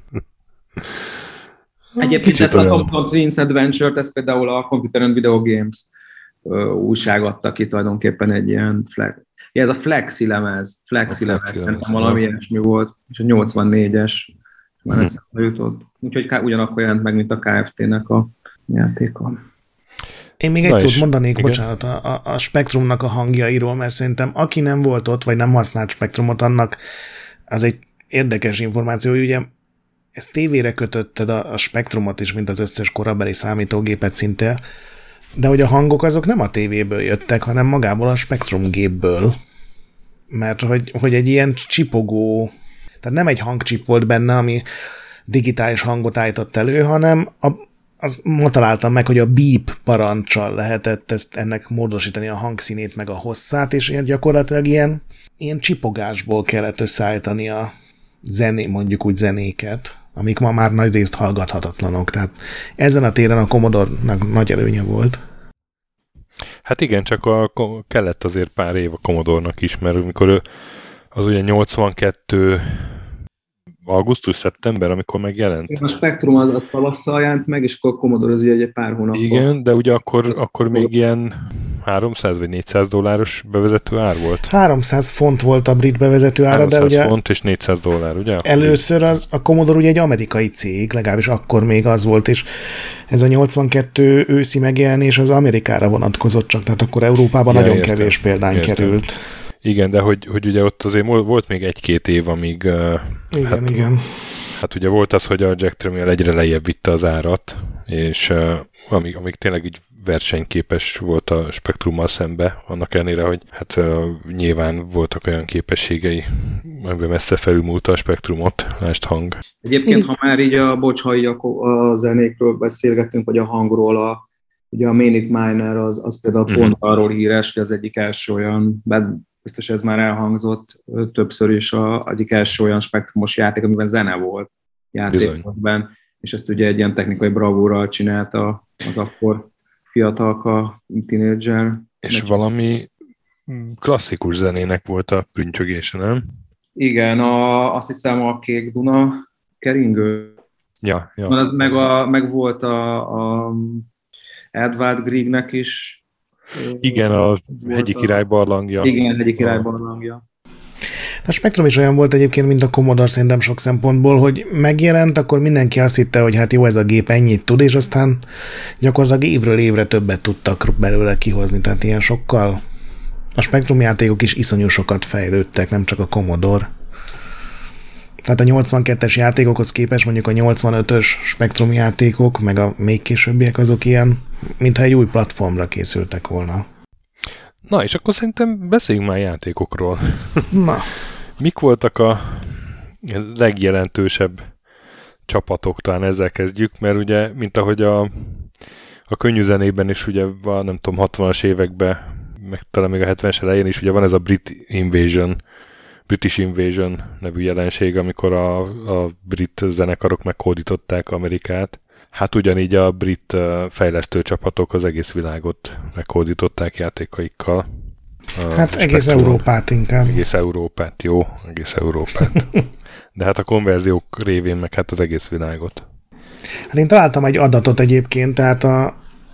Egyébként ezt a Thomson Twins Adventure-t, ezt például a Computer and Video Games újság adta ki tulajdonképpen egy ilyen flex. Ja, ez a flexi lemez, flexi lemez, nem valami ilyesmi volt, és a nyolcvannégyes már eszembe jutott. Úgyhogy ugyanakkor jelent meg, mint a ká ef té-nek a játéka. Én még egy Na szót is, mondanék, igen. bocsánat, a, a Spectrumnak a hangjairól, mert szerintem aki nem volt ott, vagy nem használt Spectrumot, annak az egy érdekes információ, hogy ugye ezt tévére kötötted a, a Spectrumot is, mint az összes korabeli számítógépet szinte, de hogy a hangok azok nem a tévéből jöttek, hanem magából a Spectrum gépből. Mert hogy, hogy egy ilyen csipogó, tehát nem egy hangcsip volt benne, ami digitális hangot állított elő, hanem a, az, ma találtam meg, hogy a beep parancsal lehetett ezt, ennek módosítani a hangszínét meg a hosszát, és ilyen gyakorlatilag ilyen, ilyen csipogásból kellett összeállítani a zené, mondjuk úgy zenéket, amik ma már nagy részt hallgathatatlanok. Tehát ezen a téren a Commodore-nak nagy előnye volt. Hát igen, csak a, kellett azért pár év a Commodore-nak is, mert amikor az ugye nyolcvankettő augusztus-szeptember, amikor megjelent. A Spectrum az, az tavasszal jelent meg, és akkor a Commodore az ugye egy pár hónapban. Igen, de ugye akkor, akkor még ilyen háromszáz vagy négyszáz dolláros bevezető ár volt. háromszáz font volt a brit bevezető ára, háromszáz de ugye... font és négyszáz dollár, ugye? Először az, a Commodore ugye egy amerikai cég, legalábbis akkor még az volt, és ez a nyolcvankettő őszi megjelenés az Amerikára vonatkozott csak, tehát akkor Európában ja, nagyon értem, kevés példány értem. került. Igen, de hogy, hogy ugye ott azért volt még egy-két év, amíg... Igen, hát, igen. Hát ugye volt az, hogy a Jack Tramiel egyre lejjebb vitte az árat, és uh, amíg, amíg tényleg így versenyképes volt a Spectrummal szembe, annak ellenére, hogy hát uh, nyilván voltak olyan képességei ebben messze felülmúlta a spektrumot, lásd hang. Egyébként, ha már így a, bocs, ha így a, a zenékről beszélgettünk, vagy a hangról, a, ugye a Main It Miner az, az például uh-huh. pont arról híres, hogy az egyik első olyan, biztos ez már elhangzott többször is, az egyik első olyan spektrumos játék, amiben zene volt játékokban, és ezt ugye egy ilyen technikai bravúrral csinálta az akkor fiatalka, tínédzser. És Meg... valami klasszikus zenének volt a prüntjögése, nem? Igen, a, azt hiszem a Kék Duna keringő. Ja, ja. Az meg, a, meg volt a, a Edvard Griegnek is. Igen, a Hegyi Király barlangja. Igen, Hegyi Király barlangja. A Spektrum is olyan volt egyébként, mint a Commodore szerintem sok szempontból, hogy megjelent, akkor mindenki azt hitte, hogy hát jó, ez a gép ennyit tud, és aztán gyakorlatilag évről évre többet tudtak belőle kihozni, tehát ilyen sokkal. A Spektrum játékok is iszonyú sokat fejlődtek, nem csak a Commodore. Tehát a nyolcvankettes játékokhoz képest mondjuk a nyolcvanötös Spektrum játékok, meg a még későbbiek azok ilyen, mintha egy új platformra készültek volna. Na, és akkor szerintem beszéljünk már játékokról. Na. Mik voltak a legjelentősebb csapatok, talán ezzel kezdjük, mert ugye, mint ahogy a, a könnyű zenében is ugye van, nem tudom, hatvanas években, meg talán még a hetvenes elején is, ugye van ez a Brit Invasion, British Invasion nevű jelenség, amikor a, a brit zenekarok megkódították Amerikát. Hát ugyanígy a brit fejlesztő csapatok az egész világot megkódították játékaikkal. Hát egész Európát inkább. Egész Európát, jó, egész Európát. De hát a konverziók révén meg hát az egész világot. Hát én találtam egy adatot egyébként, tehát a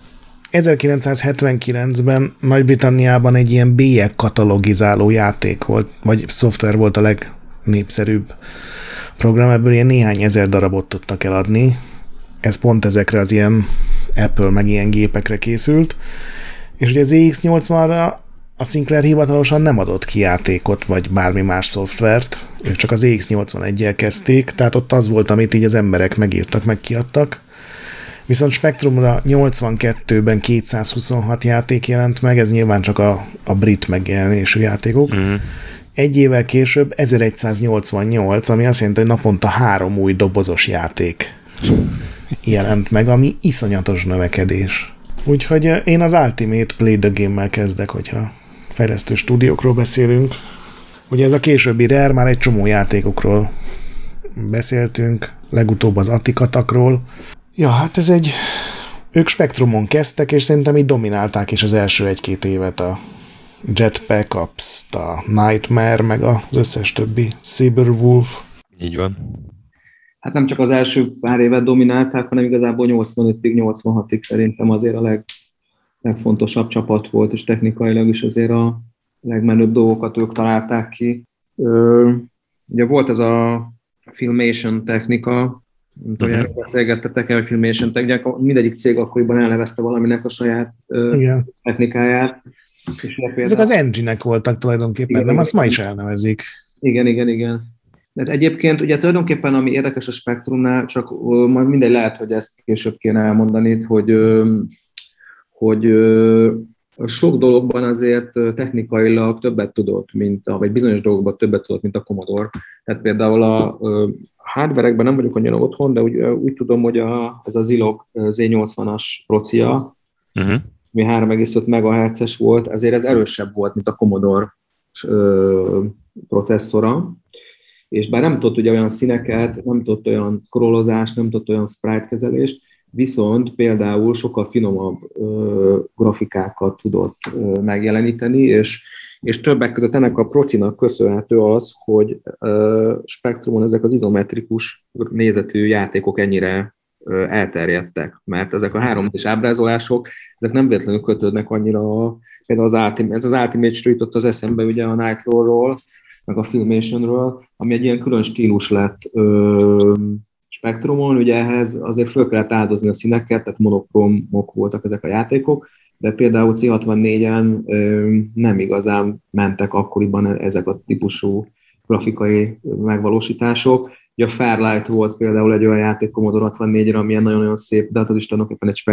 ezerkilencszázhetvenkilencben Nagy-Britanniában egy ilyen bélyeg katalogizáló játék volt, vagy szoftver volt a legnépszerűbb program, ebből ilyen néhány ezer darabot tudtak eladni. Ez pont ezekre az ilyen Apple meg ilyen gépekre készült. És ugye az zé iksz nyolcvanra a Sinclair hivatalosan nem adott ki játékot, vagy bármi más szoftvert. Ők csak az zé iksz nyolcvanegyel kezdték, tehát ott az volt, amit így az emberek megírtak, meg kiadtak. Viszont Spektrumra nyolcvankettőben kétszázhuszonhat játék jelent meg, ez nyilván csak a, a brit megjelenésű játékok. Mm. Egy évvel később ezeregyszáznyolcvannyolc, ami azt jelenti, hogy naponta három új dobozos játék jelent meg, ami iszonyatos növekedés. Úgyhogy én az Ultimate Play the Game-mel kezdek, hogyha fejlesztő stúdiókról beszélünk. Ugye ez a későbbi Rare, már egy csomó játékokról beszéltünk, legutóbb az Attic-atakról. Ja, hát ez egy... Ők Spektrumon kezdtek, és szerintem így dominálták is az első egy-két évet a Jetpack, a Psst, a Nightmare, meg az összes többi Cyberwolf. Így van. Hát nem csak az első pár évet dominálták, hanem igazából nyolcvanötig, nyolcvanhatig szerintem azért a leg, legfontosabb csapat volt, és technikailag is azért a legmenőbb dolgokat ők találták ki. Ö, ugye volt ez a Filmation technika, mint uh-huh. olyan beszélgettetek el, Filmation technika, mindegyik cég akkoriban elnevezte valaminek a saját ö, technikáját. És ezek az engine-ek voltak tulajdonképpen, igen, nem? Igen, azt ma is elnevezik. Igen, igen, igen. De egyébként ugye tulajdonképpen ami érdekes a Spektrumnál, csak uh, majd mindegy lehet, hogy ezt később kéne elmondani, hogy, uh, hogy uh, sok dologban azért technikailag többet tudott, mint a, vagy bizonyos dolgokban többet tudott, mint a Commodore. Tehát például a uh, hardware-ekben nem vagyok annyira otthon, de úgy, uh, úgy tudom, hogy a, ez a Zilog zé nyolcvanas procia, uh-huh. ami három egész öt megahertzes volt, ezért ez erősebb volt, mint a Commodore uh, processzora. És bár nem tudott ugye olyan színeket, nem tudott olyan scrollozást, nem tudott olyan sprite kezelést, viszont például sokkal finomabb ö, grafikákat tudott ö, megjeleníteni, és, és többek között ennek a procinak köszönhető az, hogy ö, Spektrumon ezek az izometrikus nézetű játékok ennyire ö, elterjedtek, mert ezek a három dés ábrázolások, ezek nem véletlenül kötődnek annyira, a, például az Ultimate, ez az Ultimate Street ott az eszembe ugye a Nightclaw-ról, meg a Filmationről, ami egy ilyen külön stílus lett ö, Spektrumon, ugye ehhez azért föl kellett áldozni a színeket, tehát monokromok voltak ezek a játékok, de például cé hatvannégyen ö, nem igazán mentek akkoriban ezek a típusú grafikai megvalósítások. Ugye a Fairlight volt például egy olyan játék Commodore hatvannégyre, ami nagyon-nagyon szép, de hát az is tulajdonképpen egy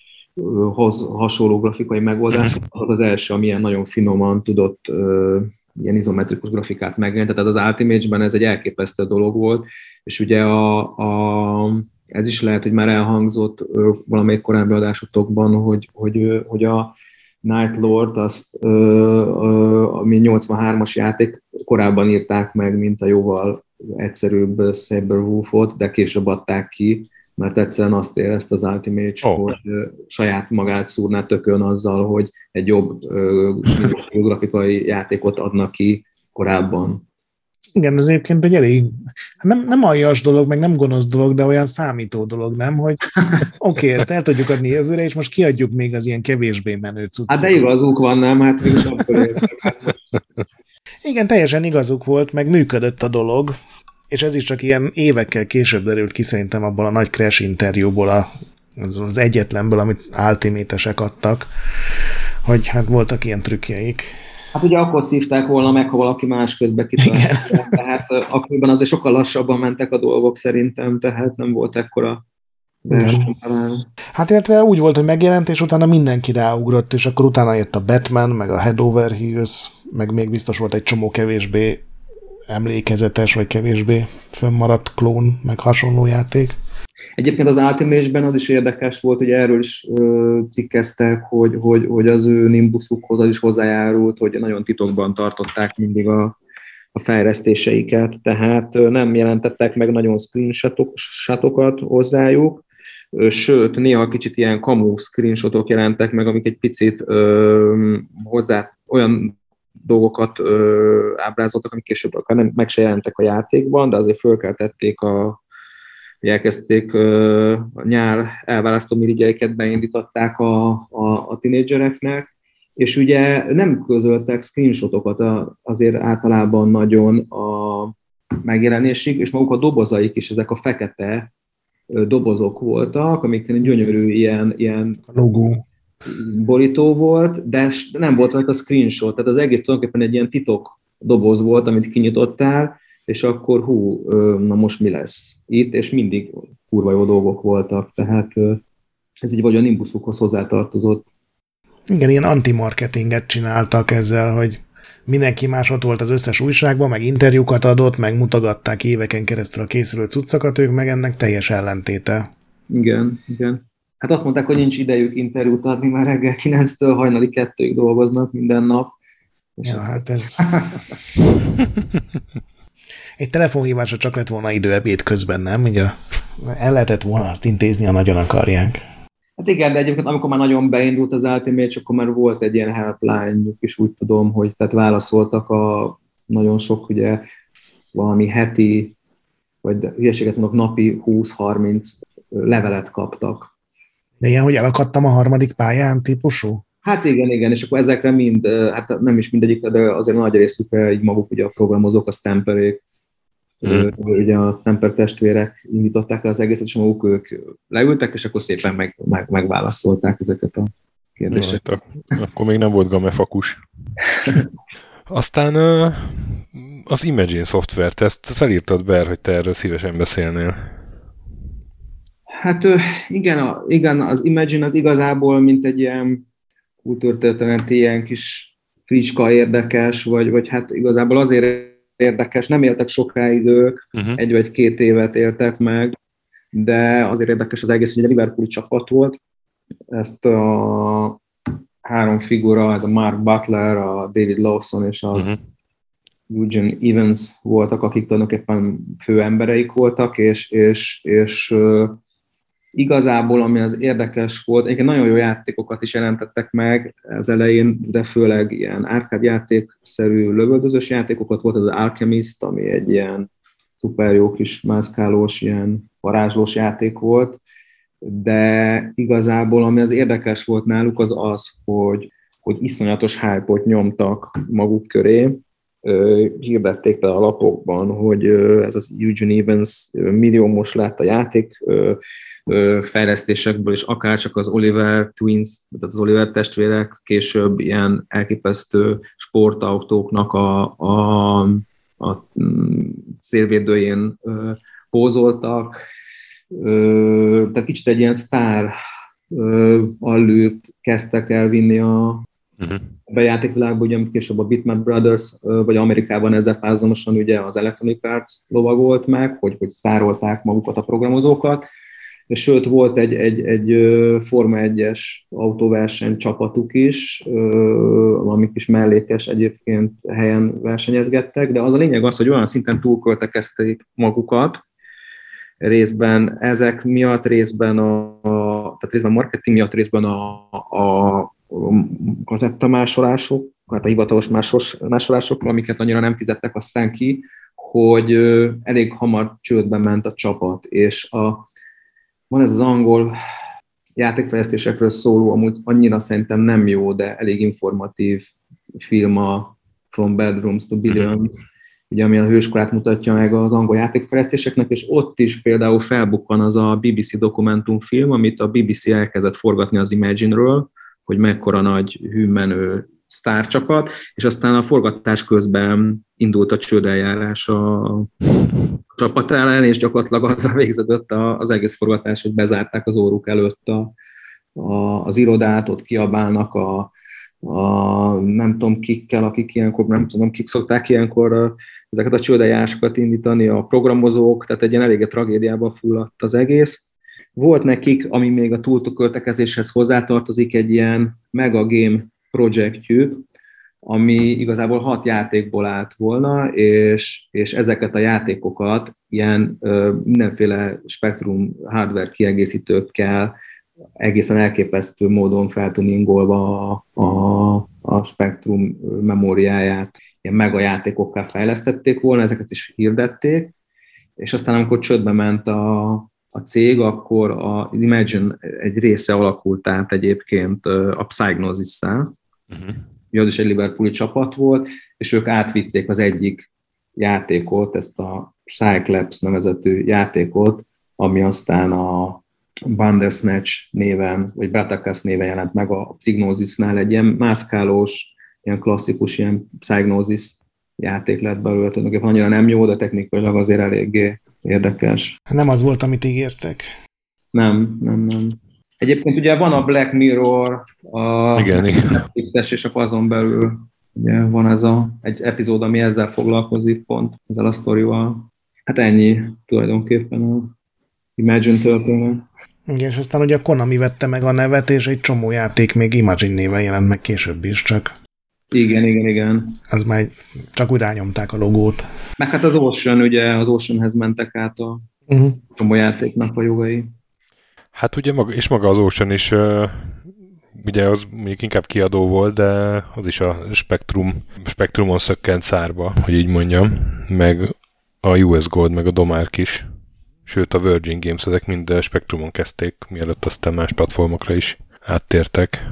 Spektrumhoz hasonló grafikai megoldás. Az az első, ami ilyen nagyon finoman tudott ö, ilyen izometrikus grafikát megjelent, tehát az Ultimate-ben ez egy elképesztő dolog volt, és ugye a, a, ez is lehet, hogy már elhangzott valamelyik korábbi adásotokban, hogy, hogy, hogy a Night Lord, azt, ami nyolcvanhármas játék, korábban írták meg, mint a jóval egyszerűbb Saberwolfot, de később adták ki, mert egyszerűen azt érezte az Ultimate, oh. hogy saját magát szúrná tökön azzal, hogy egy jobb grafikai játékot adnak ki korábban. Igen, ez egyébként egy elég, nem, nem aljas dolog, meg nem gonosz dolog, de olyan számító dolog, nem? Hogy oké, okay, ezt el tudjuk adni jövőre, és most kiadjuk még az ilyen kevésbé menő cuccot. Hát de igazuk van, nem? Hát mégis akkor értek. Igen, teljesen igazuk volt, meg működött a dolog, és ez is csak ilyen évekkel később derült ki szerintem abból a nagy Crash interjúból, a, az, az egyetlenből, amit Ultimate-esek adtak, hogy hát voltak ilyen trükkjeik. Hát ugye akkor szívták volna meg, ha valaki más közbe kitalálta. Tehát akkoriban azért sokkal lassabban mentek a dolgok szerintem, tehát nem volt ekkora verseny. Hát illetve úgy volt, hogy megjelent, és utána mindenki ráugrott, és akkor utána jött a Batman, meg a Head Over Heels, meg még biztos volt egy csomó kevésbé emlékezetes, vagy kevésbé fönnmaradt klón, meg hasonló játék. Egyébként az Ultimate-ben az is érdekes volt, hogy erről is ö, cikkeztek, hogy, hogy, hogy az ő Nimbusukhoz az is hozzájárult, hogy nagyon titokban tartották mindig a, a fejlesztéseiket, tehát ö, nem jelentettek meg nagyon screenshotokat hozzájuk, ö, sőt, néha kicsit ilyen kamu screenshotok jelentek meg, amik egy picit ö, hozzá olyan dolgokat ö, ábrázoltak, amik később nem, meg se jelentek a játékban, de azért fölkeltették a elkezdték uh, a nyár elválasztó mirigyeiket beindították a, a, a tinédzsereknek, és ugye nem közöltek screenshotokat a, azért általában nagyon a megjelenésig, és maguk a dobozaik is, ezek a fekete dobozok voltak, amiken gyönyörű ilyen, ilyen logó borító volt, de nem volt rajta screenshot, tehát az egész tulajdonképpen egy ilyen titok doboz volt, amit kinyitottál, és akkor hú, na most mi lesz itt, és mindig kurva jó dolgok voltak, tehát ez így vagy a Nimbusukhoz hozzátartozott. Igen, ilyen anti-marketinget csináltak ezzel, hogy mindenki más ott volt az összes újságban, meg interjúkat adott, meg mutogatták éveken keresztül a készülő cuccokat, ők meg ennek teljes ellentéte. Igen, igen. Hát azt mondták, hogy nincs idejük interjút adni, már reggel kilenctől hajnali kettőig dolgoznak minden nap. Ja, hát ez... Egy telefonhívásra csak lett volna idő ebéd közben, nem? Ugye el lehetett volna azt intézni, ha nagyon akarják. Hát igen, de egyébként amikor már nagyon beindult az Ultimate, akkor már volt egy ilyen helpline-juk is, úgy tudom, hogy tehát válaszoltak a nagyon sok, ugye valami heti, vagy hülyeséget mondok, napi húsz-harminc levelet kaptak. De ilyen, hogy elakadtam a harmadik pályán típusú? Hát igen, igen, és akkor ezekre mind, hát nem is mindegyikre, de azért nagy részükre így maguk ugye a programozók, a Stamperék, mm. ugye a Stamper testvérek indították el az egészet, és maguk ők leültek, és akkor szépen meg, meg, megválaszolták ezeket a kérdéseket. No, akkor még nem volt gamefakus. Aztán az Imagine szoftvert, ezt felírtad be, hogy te erről szívesen beszélnél. Hát igen, igen, az Imagine az igazából mint egy ilyen kultúrtörténeti ilyen kis fricska érdekes, vagy, vagy hát igazából azért érdekes, nem éltek sokáig ők, uh-huh. egy vagy két évet éltek meg, de azért érdekes az egész, hogy egy Liverpooli csapat volt. Ezt a három figura, ez a Mark Butler, a David Lawson és az uh-huh. Eugene Evans voltak, akik tulajdonképpen fő embereik voltak, és, és, és igazából, ami az érdekes volt, egyébként nagyon jó játékokat is jelentettek meg az elején, de főleg ilyen arcade játékszerű lövöldözős játékokat volt, az Alchemist, ami egy ilyen szuper jó kis mászkálós, ilyen varázslós játék volt, de igazából, ami az érdekes volt náluk, az az, hogy, hogy iszonyatos hype-ot nyomtak maguk köré, hirdették be a lapokban, hogy ez az Eugene Evans milliómos lett a játék fejlesztésekből, és akár csak az Oliver Twins, tehát az Oliver testvérek később ilyen elképesztő sportautóknak a, a, a szélvédőjén pózoltak. Tehát kicsit egy ilyen sztár allőt kezdtek elvinni a, uh-huh. ebben a játékvilágban, ugye, amit később a Bitmap Brothers, vagy Amerikában ezzel párhuzamosan ugye az Electronic Arts lovagolt meg, hogy, hogy sztárolták magukat a programozókat, és sőt, volt egy, egy, egy Forma egyes autóverseny csapatuk is, amik is mellékes egyébként helyen versenyezgettek, de az a lényeg az, hogy olyan szinten túlköltekezték magukat, részben ezek miatt, részben a, tehát részben marketing miatt, részben a, a kazettamásolások, hát a hivatalos másos, másolások, amiket annyira nem fizettek aztán ki, hogy elég hamar csődbe ment a csapat, és a van ez az angol játékfejlesztésekről szóló, amúgy annyira szerintem nem jó, de elég informatív film a From Bedrooms to Billions, ugye, ami a hőskorát mutatja meg az angol játékfejlesztéseknek, és ott is például felbukkan az a bé bé cé dokumentumfilm, amit a bé bé cé elkezdett forgatni az Imagine-ről, hogy mekkora nagy hűmenő sztárcsapat, és aztán a forgatás közben indult a csődeljárás a csapat ellen, és gyakorlatilag azzal végződött az egész forgatás, hogy bezárták az óruk előtt a, a, az irodát, ott kiabálnak a, a nem tudom kikkel, akik ilyenkor, nem tudom, kik szokták ilyenkor ezeket a csődeljárásokat indítani, a programozók, tehát egy ilyen eléggé tragédiába fulladt az egész. Volt nekik, ami még a túlköltekezéshez hozzátartozik, egy ilyen mega game projektjük, ami igazából hat játékból állt volna, és, és ezeket a játékokat ilyen ö, mindenféle Spectrum hardware kiegészítőkkel egészen elképesztő módon feltuningolva a, a, a Spectrum memóriáját ilyen mega játékokkal fejlesztették volna, ezeket is hirdették, és aztán amikor csődbe ment a, a cég, akkor a Imagine egy része alakult át egyébként a Psygnosis-szel, uh-huh. Az is egy liverpooli csapat volt, és ők átvitték az egyik játékot, ezt a Cyclops nevezetű játékot, ami aztán a Bandersnatch néven, vagy Bratakas néven jelent meg a Psygnosis-nál, egy ilyen mászkálós, ilyen klasszikus, ilyen Psygnosis játék lett belőle, tulajdonképpen annyira nem jó, de technikailag azért eléggé érdekes. Nem az volt, amit ígértek. Nem, nem, nem. Egyébként ugye van a Black Mirror, a igen, igen. és azon belül ugye van ez a, egy epizód, ami ezzel foglalkozik pont, ezzel a sztorival. Hát ennyi tulajdonképpen a Imagine történet. Igen, és aztán ugye a Konami vette meg a nevet, és egy csomó játék még Imagine néven jelent meg később is, csak... Igen, igen, igen. Az már csak úgy rányomták a logót. Meg hát az Ocean, ugye az Oceanhez mentek át a uh-huh. csomó játéknak a jogai. Hát ugye maga, és maga az Ocean is uh, ugye az még inkább kiadó volt, de az is a Spectrum, Spectrumon szökkent szárba, hogy így mondjam, meg a u es Gold, meg a Domark is. Sőt, a Virgin Games, ezek mind Spectrumon kezdték, mielőtt aztán más platformokra is áttértek.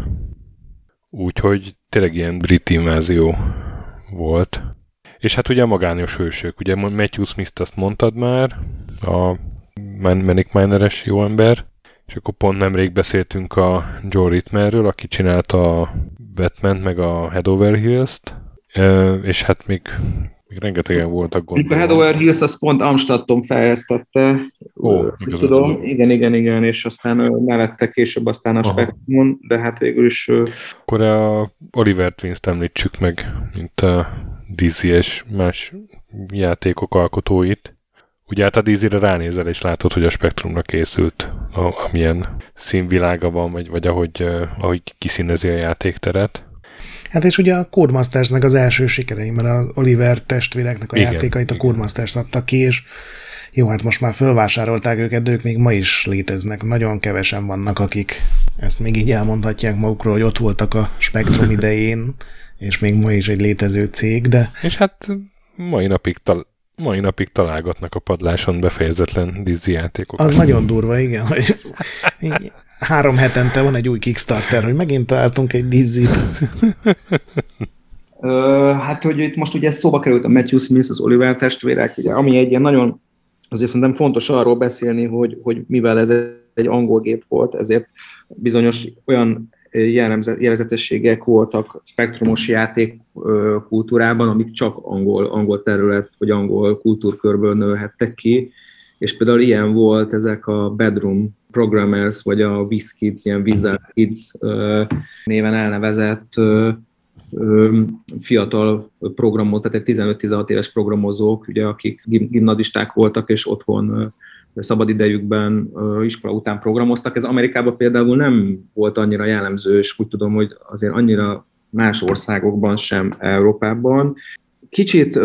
Úgyhogy tényleg ilyen brit invázió volt. És hát ugye a magányos hősök, ugye Matthew Smith-t azt mondtad már, a Manic Miner-es jó ember, és akkor pont nemrég beszéltünk a Joe Ritmerről, aki csinálta a Batman meg a Head Over Heels-t, és hát még, még rengetegen voltak gondolom. A Head Over Heels azt pont Amsterdam fejlesztette. Ó, tudom, igen, igen, igen, és aztán mellette később aztán a Spectrumon, de hát végül is... Akkor a Oliver Twins-t említsük meg, mint a dé zé és más játékok alkotóit. Ugye hát a dé zére ránézel, és látod, hogy a Spectrumra készült, a, amilyen színvilága van, vagy, vagy ahogy, uh, ahogy kiszínezi a játékteret. Hát és ugye a Codemastersnek az első sikerei, mert az Oliver testvéreknek a igen, játékait a Codemasters adta ki, és jó, hát most már fölvásárolták őket, de ők még ma is léteznek. Nagyon kevesen vannak, akik ezt még így elmondhatják magukról, hogy ott voltak a Spectrum idején, és még ma is egy létező cég, de... És hát mai napig tal- mai napig találgatnak a padláson befejezetlen Dizzy játékokat. Az nagyon durva, igen, hogy három hetente van egy új Kickstarter, hogy megint találtunk egy Dizzy-t. Hát, hogy itt most ugye szóba került a Matthew Smith, az Oliver testvérek, ugye, ami egy ilyen nagyon, azért szerintem fontos arról beszélni, hogy, hogy mivel ez egy angol gép volt, ezért bizonyos olyan jellegzetességek voltak spektrumos játék kultúrában, amik csak angol, angol terület, vagy angol kultúrkörből nőhettek ki, és például ilyen volt ezek a Bedroom Programmers, vagy a WizKids, ilyen Wizard Kids néven elnevezett fiatal programot, tehát egy tizenöt-tizenhat éves programozók, ugye, akik gimnazisták voltak, és otthon szabadidejükben iskola után programoztak. Ez Amerikában például nem volt annyira jellemző, és úgy tudom, hogy azért annyira más országokban sem, Európában. Kicsit,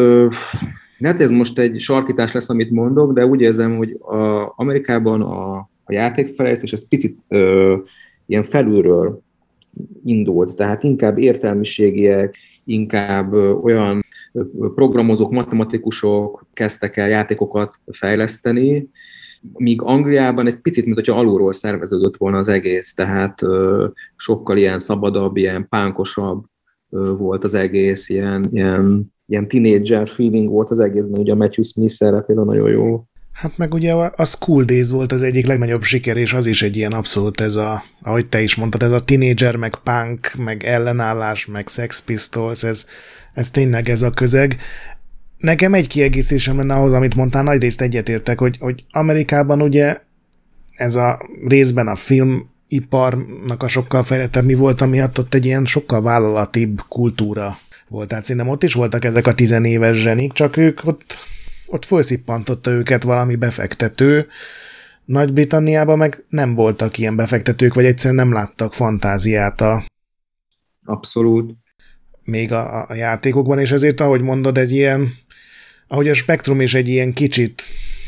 hát ez most egy sarkítás lesz, amit mondok, de úgy érzem, hogy a Amerikában a, a játékfejlesztés ez picit ö, ilyen felülről indult, tehát inkább értelmiségiek, inkább ö, olyan programozók, matematikusok kezdtek el játékokat fejleszteni, míg Angliában egy picit, mint hogyha alulról szerveződött volna az egész, tehát ö, sokkal ilyen szabadabb, ilyen pánkosabb ö, volt az egész, ilyen, ilyen, ilyen teenager feeling volt az egészben, ugye a Matthew Smith szerepével nagyon jó. Hát meg ugye a School Days volt az egyik legnagyobb siker, és az is egy ilyen abszolút ez a, ahogy te is mondtad, ez a teenager, meg punk, meg ellenállás, meg Sex Pistols, ez, ez tényleg ez a közeg. Nekem egy kiegészítésem lenne ahhoz, amit mondtál, nagyrészt egyetértek, hogy, hogy Amerikában ugye ez a részben a filmiparnak a sokkal fejlettebb mi volt, amiatt ott egy ilyen sokkal vállalatibb kultúra volt. Tehát szerintem ott is voltak ezek a tizenéves zsenik, csak ők ott, ott felszippantotta őket valami befektető. Nagy-Britanniában meg nem voltak ilyen befektetők, vagy egyszerűen nem láttak fantáziát a... Abszolút. Még a, a játékokban, és ezért, ahogy mondod, egy ilyen, ahogy a Spektrum is egy ilyen kicsit,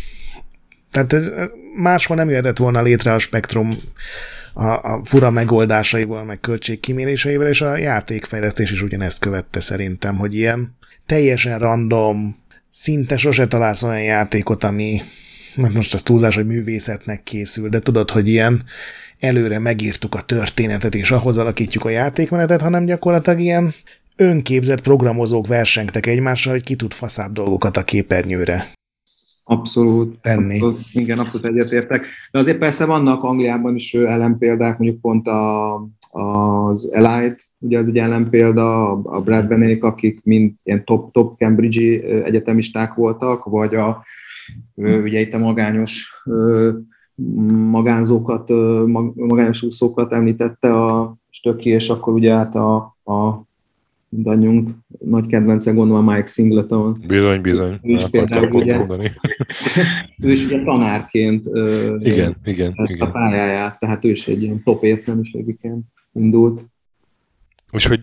tehát ez, máshol nem jöhetett volna létre a Spektrum a, a fura megoldásaival, meg költségkiméréseivel, és a játékfejlesztés is ugyanezt követte szerintem, hogy ilyen teljesen random, szinte sose találsz olyan játékot, ami, most az túlzás, hogy művészetnek készül, de tudod, hogy ilyen előre megírtuk a történetet, és ahhoz alakítjuk a játékmenetet, hanem gyakorlatilag ilyen önképzett programozók versengtek egymással, hogy ki tud faszább dolgokat a képernyőre. Abszolút. Tenni. Abszolút, igen, abszolút egyetértek. De azért persze vannak Angliában is ellenpéldák, mondjuk pont a, az Elite, ugye az egy ellenpélda, a Bradbenék, akik mind ilyen top-top Cambridge-i egyetemisták voltak, vagy a, ugye itt a magányos magánzókat, magányos úszókat említette a Stöki, és akkor ugye hát a, a mindannyiunk nagy kedvence, gondolom Mike Singleton. Bizony, bizony. Ő is például ugye, ő is ugye tanárként igen, igen, a igen. pályáját, tehát ő is egy ilyen top értelmiségiként indult. És hogy,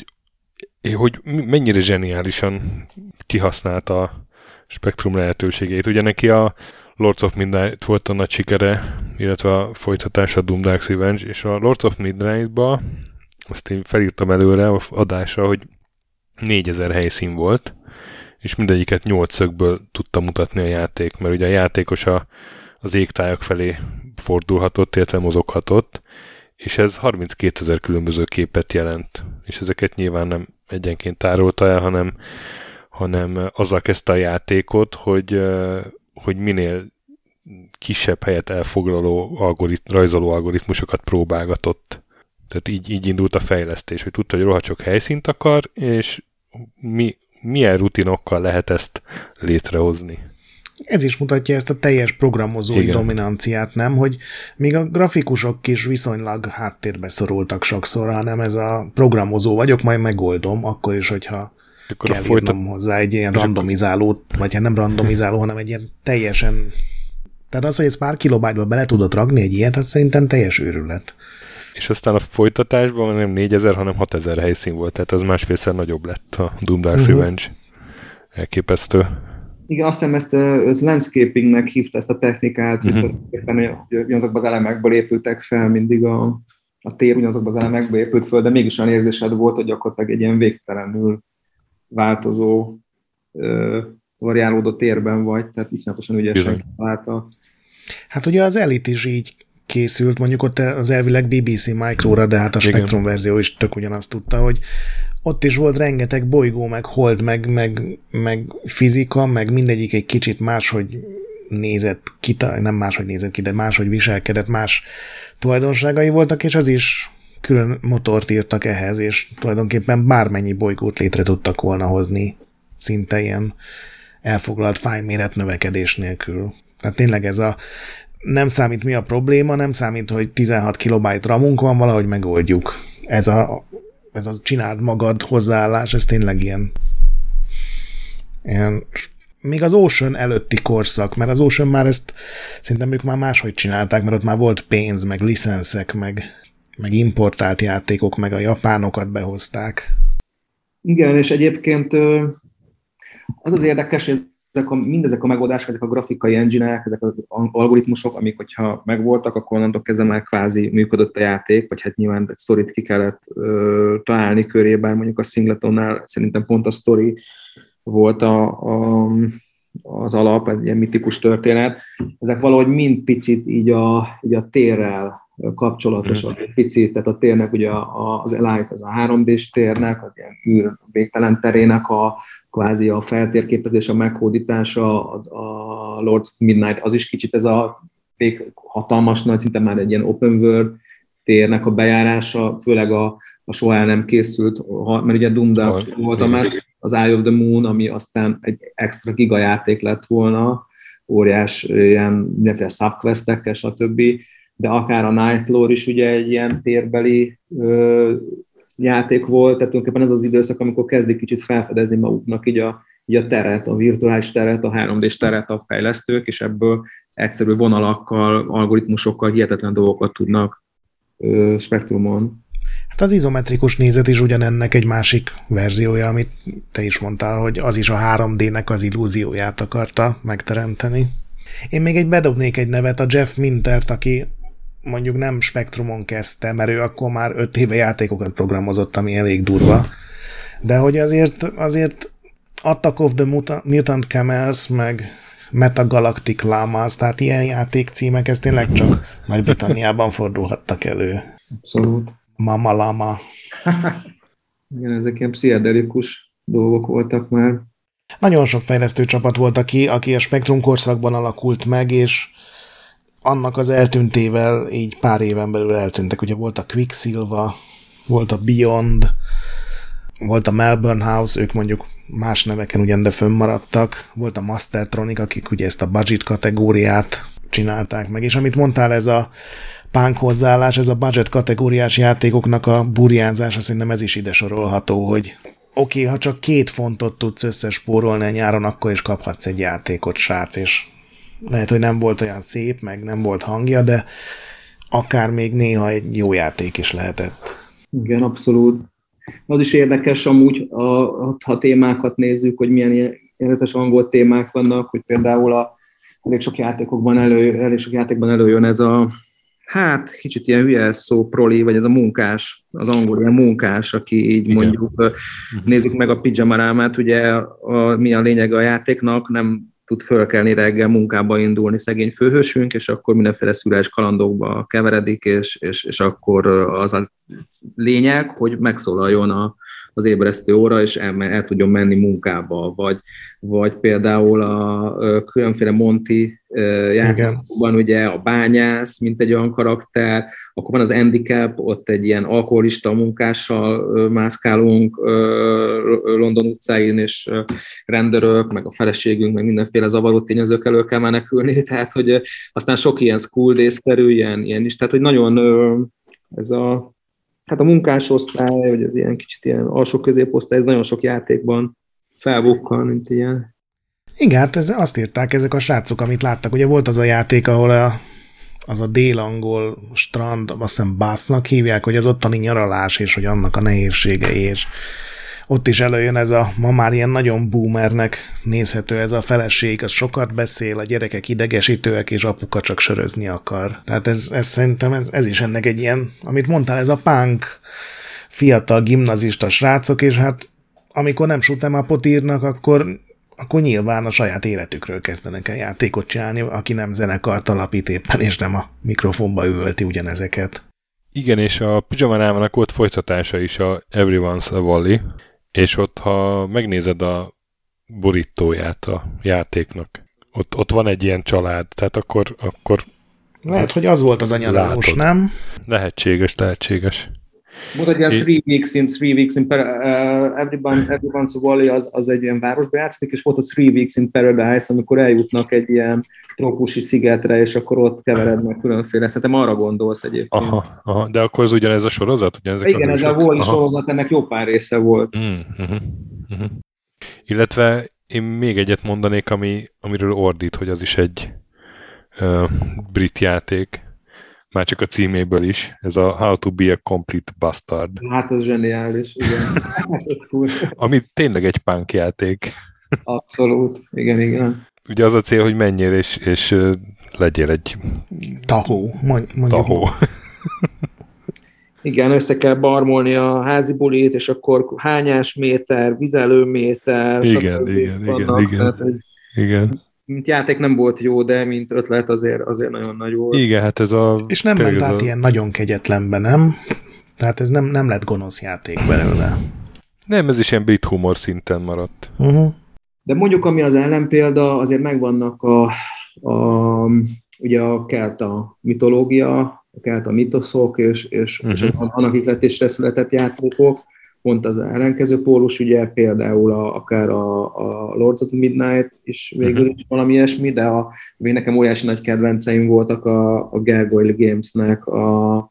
hogy mennyire zseniálisan kihasználta a Spektrum lehetőségeit. Ugye neki a Lords of Midnight volt a nagy sikere, illetve a folytatása a Doom Dark's Revenge, és a Lords of Midnight-ba azt én felírtam előre a adásra, hogy négyezer helyszín volt, és mindegyiket nyolc szögből tudta mutatni a játék, mert ugye a játékos a, az égtájak felé fordulhatott, illetve mozoghatott, és ez harminckétezer különböző képet jelent, és ezeket nyilván nem egyenként tárolta el, hanem, hanem azzal kezdte a játékot, hogy, hogy minél kisebb helyet elfoglaló algorit, rajzoló algoritmusokat próbálgatott. Tehát így, így indult a fejlesztés, hogy tudta, hogy rohadt sok helyszínt akar, és mi, milyen rutinokkal lehet ezt létrehozni. Ez is mutatja ezt a teljes programozói Igen. dominanciát, nem? Hogy még a grafikusok is viszonylag háttérbe szorultak sokszor, hanem ez a programozó vagyok, majd megoldom, akkor is, hogyha akkor kell folytat... írnom hozzá egy ilyen randomizálót, vagy hát nem randomizáló, hanem egy ilyen teljesen... Tehát az, hogy ezt pár kilobájtba bele tudod rakni egy ilyet, az szerintem teljes őrület. És aztán a folytatásban nem négyezer, hanem hatezer helyszín volt, tehát az másfélszer nagyobb lett a Doom Dark's uh-huh. Revenge. Elképesztő. Igen, azt hiszem ezt a landscapingnek hívta ezt a technikát, uh-huh. hogy ugyanazokban az elemekből épültek fel mindig a, a tér, ugyanazokban az elemekből épült föl, de mégis olyan érzésed volt, hogy gyakorlatilag egy ilyen végtelenül változó, uh, variálódó térben vagy, tehát iszonyatosan ügyesen találta. Hát ugye az Elite is így készült, mondjuk ott az elvileg bé bé cé Micro-ra, de hát a Spektrum verzió is tök ugyanazt tudta, hogy ott is volt rengeteg bolygó, meg hold, meg, meg, meg fizika, meg mindegyik egy kicsit máshogy nézett ki, nem máshogy nézett ki, de máshogy viselkedett, más tulajdonságai voltak, és az is külön motort írtak ehhez, és tulajdonképpen bármennyi bolygót létre tudtak volna hozni, szinte ilyen elfoglalt fájlméret növekedés nélkül. Tehát tényleg ez a nem számít mi a probléma, nem számít, hogy tizenhat kilobájt ramunk van, valahogy megoldjuk. Ez a ez az csináld magad hozzáállás, ez tényleg ilyen, ilyen még az Ocean előtti korszak, mert az Ocean már ezt szerintem ők már máshogy csinálták, mert ott már volt pénz, meg licenszek, meg, meg importált játékok, meg a japánokat behozták. Igen, és egyébként az az érdekes, hogy ezek a, mindezek a megoldások, ezek a grafikai engine-ek, ezek az algoritmusok, amik, hogyha megvoltak, akkor onnantól kezdve már kvázi működött a játék, vagy hát nyilván egy sztorit ki kellett ö, találni körében, mondjuk a Singletonnál szerintem pont a sztori volt a, a, az alap, egy ilyen mitikus történet. Ezek valahogy mind picit így a, így a térrel kapcsolatosak, egy picit, tehát a térnek ugye az Elite, az a három dés térnek, az ilyen űr végtelen terének a kvázi a feltérképezés, a meghódítása, a, a Lords of Midnight, az is kicsit ez a hatalmas nagy, szinte már egy ilyen open world térnek a bejárása, főleg a, a soha el nem készült, mert ugye Doom Dark volt a más, az Eye of the Moon, ami aztán egy extra gigajáték lett volna, óriás ilyen mindenféle subquestekkel, stb. De akár a Nightlore is ugye egy ilyen térbeli ö, játék volt, tehát tulajdonképpen ez az időszak, amikor kezdik kicsit felfedezni maguknak így a, így a teret, a virtuális teret, a három dés teret a fejlesztők, és ebből egyszerű vonalakkal, algoritmusokkal hihetetlen dolgokat tudnak ö, Spectrumon. Hát az izometrikus nézet is ugyanennek egy másik verziója, amit te is mondtál, hogy az is a három dé-nek az illúzióját akarta megteremteni. Én még egy bedobnék egy nevet, a Jeff Mintert, aki mondjuk nem Spectrumon kezdte, mert ő akkor már öt éve játékokat programozott, ami elég durva. De hogy azért, azért Attack of the Mutant Camels, meg Metagalactic Llamas, tehát ilyen játékcímek, ez tényleg csak Nagy-Britanniában fordulhattak elő. Abszolút. Mama Lama. Igen, ezek ilyen pszichedelikus dolgok voltak már. Nagyon sok fejlesztő csapat volt, aki, aki a Spectrum korszakban alakult meg, és annak az eltűntével így pár éven belül eltűntek. Ugye volt a Quicksilva, volt a Beyond, volt a Melbourne House, ők mondjuk más neveken ugyan, de fönnmaradtak. Volt a Mastertronic, akik ugye ezt a budget kategóriát csinálták meg. És amit mondtál, ez a punk hozzáállás, ez a budget kategóriás játékoknak a burjánzása, szerintem ez is ide sorolható, hogy oké, okay, ha csak két fontot tudsz összespórolni a nyáron, akkor is kaphatsz egy játékot, srác, és lehet, hogy nem volt olyan szép, meg nem volt hangja, de akár még néha egy jó játék is lehetett. Igen, abszolút. Az is érdekes amúgy, ha témákat nézzük, hogy milyen érdekes angol témák vannak, hogy például a elég sok játékokban elő, elég sok játékban előjön ez a, hát kicsit ilyen hülye szó, proli, vagy ez a munkás, az angol ilyen munkás, aki így igen. Mondjuk, uh-huh. Nézzük meg a pijamarámát, ugye a, mi a lényeg a játéknak, nem tud fölkelni reggel munkába indulni szegény főhősünk, és akkor mindenféle szüles kalandokba keveredik, és, és, és akkor az a lényeg, hogy megszólaljon a, az ébresztő óra, és el, el tudjon menni munkába, vagy, vagy például a, a különféle Monty játékokban ugye a bányász, mint egy olyan karakter, akkor van az handicap, ott egy ilyen alkoholista munkással mászkálunk London utcáin, és rendőrök, meg a feleségünk, meg mindenféle zavaró tényezők elől kell menekülni, tehát hogy aztán sok ilyen school days-szerű, ilyen, ilyen is, tehát hogy nagyon ez a hát a munkásosztály, vagy az ilyen kicsit ilyen alsó középosztály, ez nagyon sok játékban felbukkan, mint ilyen. Igen, hát ez, azt írták ezek a srácok, amit láttak. Ugye volt az a játék, ahol a, az a dél-angol strand, azt hiszem Bathnak hívják, hogy az ottani nyaralás, és hogy annak a nehézségei, és ott is előjön ez a ma már ilyen nagyon boomernek nézhető ez a feleség, az sokat beszél, a gyerekek idegesítőek, és apuka csak sörözni akar. Tehát ez, ez szerintem ez, ez is ennek egy ilyen, amit mondtál, ez a punk fiatal gimnazista srácok, és hát amikor nem shoot'em upot írnak, akkor, akkor nyilván a saját életükről kezdenek el játékot csinálni, aki nem zenekart alapít éppen, és nem a mikrofonba üvölti ugyanezeket. Igen, és a Pijamarámának volt folytatása is, a Everyone's a Valley, és ott, ha megnézed a borítóját a játéknak, ott, ott van egy ilyen család, tehát akkor... akkor lehet, hogy az volt az a nyaralós, nem? Lehetséges, lehetséges. Volt egy ilyen Three Weeks in, Three Weeks in uh, Everyone, Everyone's Valley, az, az egy ilyen városba játszik, és volt a Three Weeks in Paradise, amikor eljutnak egy ilyen trópusi szigetre, és akkor ott keverednek különféle. Szerintem arra gondolsz egyébként. Aha, aha, de akkor az ugyanez a sorozat? Ugyanezek igen, ez a Wall-E sorozat, ennek jó pár része volt. Mm, uh-huh, uh-huh. Illetve én még egyet mondanék, ami, amiről ordít, hogy az is egy uh, brit játék. Már csak a címéből is. Ez a How to be a Complete Bastard. Hát ez zseniális, igen. Hát ez cool. Ami tényleg egy punk játék. Abszolút, igen, igen. Ugye az a cél, hogy menjél és, és uh, legyél egy tahó. Mondjuk. tahó. Igen, össze kell barmolni a házi bulit, és akkor hányás méter, vizelőméter, igen, igen, igen, igen, egy, igen. Mint játék nem volt jó, de mint ötlet azért, azért nagyon nagy volt. Igen, hát ez a... És nem ment át a... ilyen nagyon kegyetlenbe, nem? Tehát ez nem, nem lett gonosz játék belőle. Nem, ez is ilyen brit humor szinten maradt. Uh-huh. De mondjuk, ami az ellenpélda, azért megvannak a, a ugye a kelta mitológia, a kelta mitoszok, és, és, uh-huh. és annak ihletésre született játékok. Pont az ellenkező pólus, ugye például a, akár a, a Lords of Midnight is végül uh-huh. is valami ilyesmi, de a, nekem óriási nagy kedvenceim voltak a, a Gargoyle Games-nek a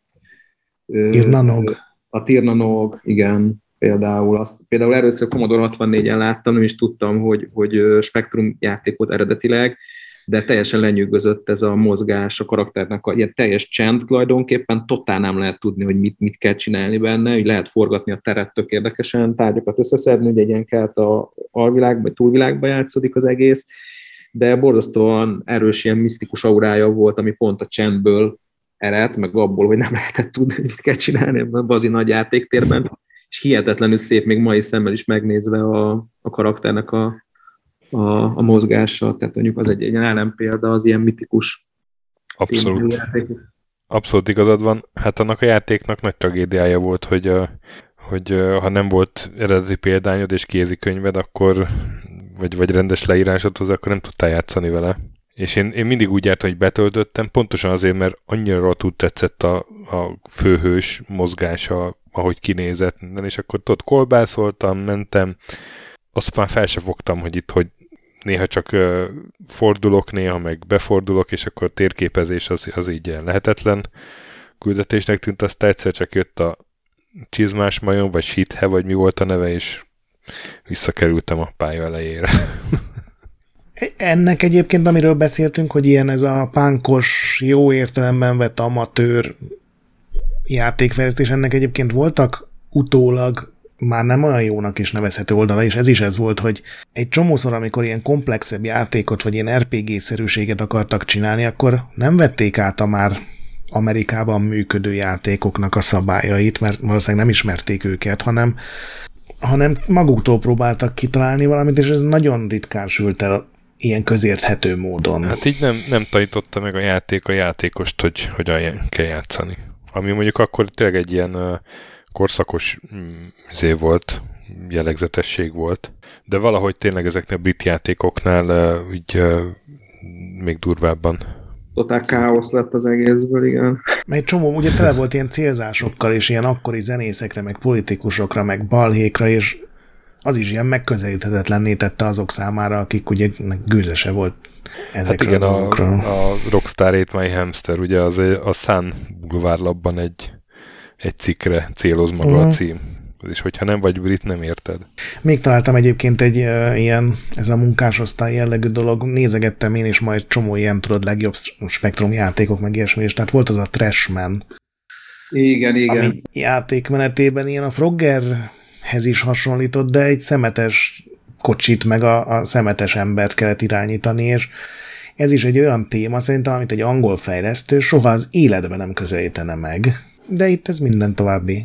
Tirnanog. A Tirnanog, igen, például. Azt, például először Commodore hatvannégyen láttam, nem is tudtam, hogy, hogy Spectrum játék volt eredetileg, de teljesen lenyűgözött ez a mozgás, a karakternek a ilyen teljes csend tulajdonképpen, totál nem lehet tudni, hogy mit, mit kell csinálni benne, hogy lehet forgatni a teret tök érdekesen, tárgyakat összeszedni, hogy egy ilyen kelt a alvilágba, vagy túlvilágba játszódik az egész, de borzasztóan erős ilyen misztikus aurája volt, ami pont a csendből ered, meg abból, hogy nem lehetett tudni, hogy mit kell csinálni ebben a bazi nagy játéktérben, és hihetetlenül szép még mai szemmel is megnézve a, a karakternek a A, a mozgása, tehát mondjuk az egy, egy ellenpélda az ilyen mitikus Abszolút. Abszolút igazad van. Hát annak a játéknak nagy tragédiája volt, hogy, hogy ha nem volt eredeti példányod és kézikönyved, akkor vagy, vagy rendes leírásodhoz, akkor nem tudtál játszani vele. És én, én mindig úgy jártam, hogy betöltöttem, pontosan azért, mert annyira rosszul tetszett a, a főhős mozgása, ahogy kinézett minden, és akkor ott kolbászoltam, mentem, azt már fel se fogtam, hogy itt, hogy néha csak uh, fordulok, néha meg befordulok, és akkor térképezés az, az így ilyen lehetetlen küldetésnek tűnt, aztán egyszer csak jött a csizmás majom, vagy sithe, vagy mi volt a neve, és visszakerültem a pálya elejére. Ennek egyébként, amiről beszéltünk, hogy ilyen ez a pánkos, jó értelemben vett amatőr játékfejlesztés, ennek egyébként voltak utólag már nem olyan jónak is nevezhető oldala, és ez is ez volt, hogy egy csomószor, amikor ilyen komplexebb játékot, vagy ilyen er pé gé-szerűséget akartak csinálni, akkor nem vették át a már Amerikában működő játékoknak a szabályait, mert valószínűleg nem ismerték őket, hanem, hanem maguktól próbáltak kitalálni valamit, és ez nagyon ritkán sült el ilyen közérthető módon. Hát így nem, nem tanította meg a játék a játékost, hogy hogyan kell játszani. Ami mondjuk akkor tényleg egy ilyen uh, korszakos zé volt, jellegzetesség volt, de valahogy tényleg ezeknél a brit játékoknál uh, így uh, még durvábban. Totál káosz lett az egészből, igen. Mert csomó, ugye tele volt ilyen célzásokkal, és ilyen akkori zenészekre, meg politikusokra, meg balhékra, és az is ilyen megközelíthetetlenné tette azok számára, akik ugye gőzese volt ezekről hát igen, a dolgokról. A, a Rockstar Ate My Hamster, ugye az a Sun bulvárlapban egy, egy cikkre céloz maga uh-huh. a cím. És hogyha nem vagy brit, nem érted. Még találtam egyébként egy uh, ilyen, ez a munkásosztály jellegű dolog, nézegettem én is majd csomó ilyen, tudod, legjobb spektrum játékok, meg ilyesmi, és tehát volt az a Trashman. Igen, igen. Ami játékmenetében ilyen a Froggerhez is hasonlított, de egy szemetes kocsit, meg a, a szemetes embert kellett irányítani, és ez is egy olyan téma szerintem, amit egy angol fejlesztő soha az életben nem közelítene meg. De itt ez minden további.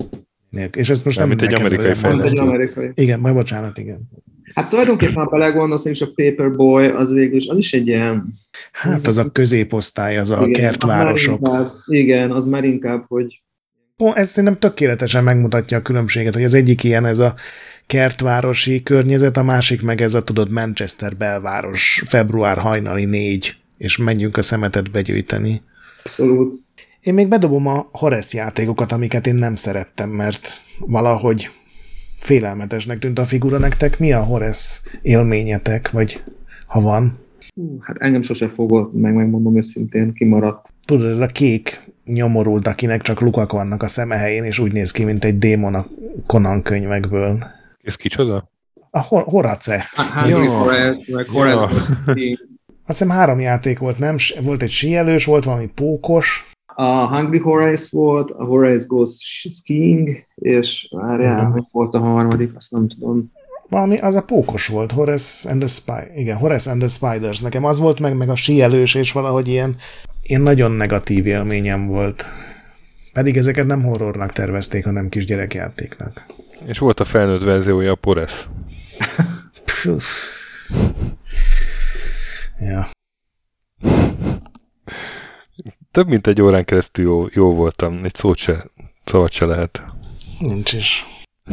És ezt most nem, nem mint egy amerikai fejlesztő. Igen, majd bocsánat, igen. Hát tulajdonképpen, ha belegondolsz, és a Paperboy, az végül is, az is egy ilyen... Hát az a középosztály, az a igen, kertvárosok. Az inkább, igen, az már inkább, hogy... Ez szerintem tökéletesen megmutatja a különbséget, hogy az egyik ilyen ez a kertvárosi környezet, a másik meg ez a, tudod, Manchester belváros, február hajnali négy, és menjünk a szemetet begyűjteni. Abszolút. Én még bedobom a Horace játékokat, amiket én nem szerettem, mert valahogy félelmetesnek tűnt a figura. Nektek mi a Horace élményetek, vagy ha van? Hát engem sose fogott, meg megmondom őszintén, kimaradt. Tudod, ez a kék nyomorult, akinek csak lukak vannak a szeme helyén, és úgy néz ki, mint egy démon a Conan könyvekből. Ez kicsoda? A Hor- Horace. Hungry Horace, meg Horace. Azt hiszem három játék volt, nem? Volt egy síelős, volt valami pókos. A Hungry Horace volt, a Horace Goes Skiing, és várjál, hogy volt a harmadik, azt nem tudom. Valami, az a pókos volt, Horace and the Spy. Igen, Horace and the Spiders. Nekem az volt meg, meg a síelős, és valahogy ilyen, ilyen nagyon negatív élményem volt. Pedig ezeket nem horrornak tervezték, hanem kisgyerekjátéknak. És volt a felnőtt verziója a Poresz. Ja. Több mint egy órán keresztül jó, jó voltam. Egy szót se, szót se lehet. Nincs is.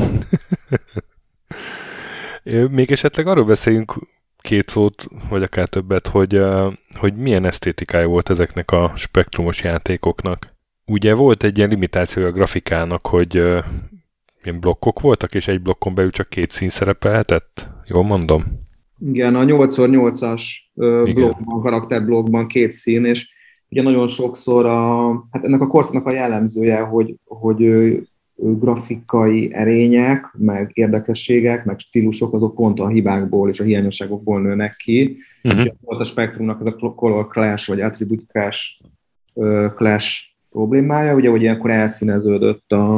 Még esetleg arról beszéljünk két szót, vagy akár többet, hogy, hogy milyen esztétikája volt ezeknek a spektrumos játékoknak. Ugye volt egy ilyen limitációja a grafikának, hogy ilyen blokkok voltak, és egy blokkon belül csak két szín szerepelhetett? Jól mondom? Igen, a nyolc szor nyolcas blokkban, karakterblokkban két szín, és ugye nagyon sokszor a, hát ennek a korszaknak a jellemzője, hogy, hogy grafikai erények, meg érdekességek, meg stílusok, azok pont a hibákból és a hiányosságokból nőnek ki. Uh-huh. Ugye volt a spektrumnak ez a color clash, vagy attribute clash, uh, clash problémája, ugye, hogy ilyenkor elszíneződött a,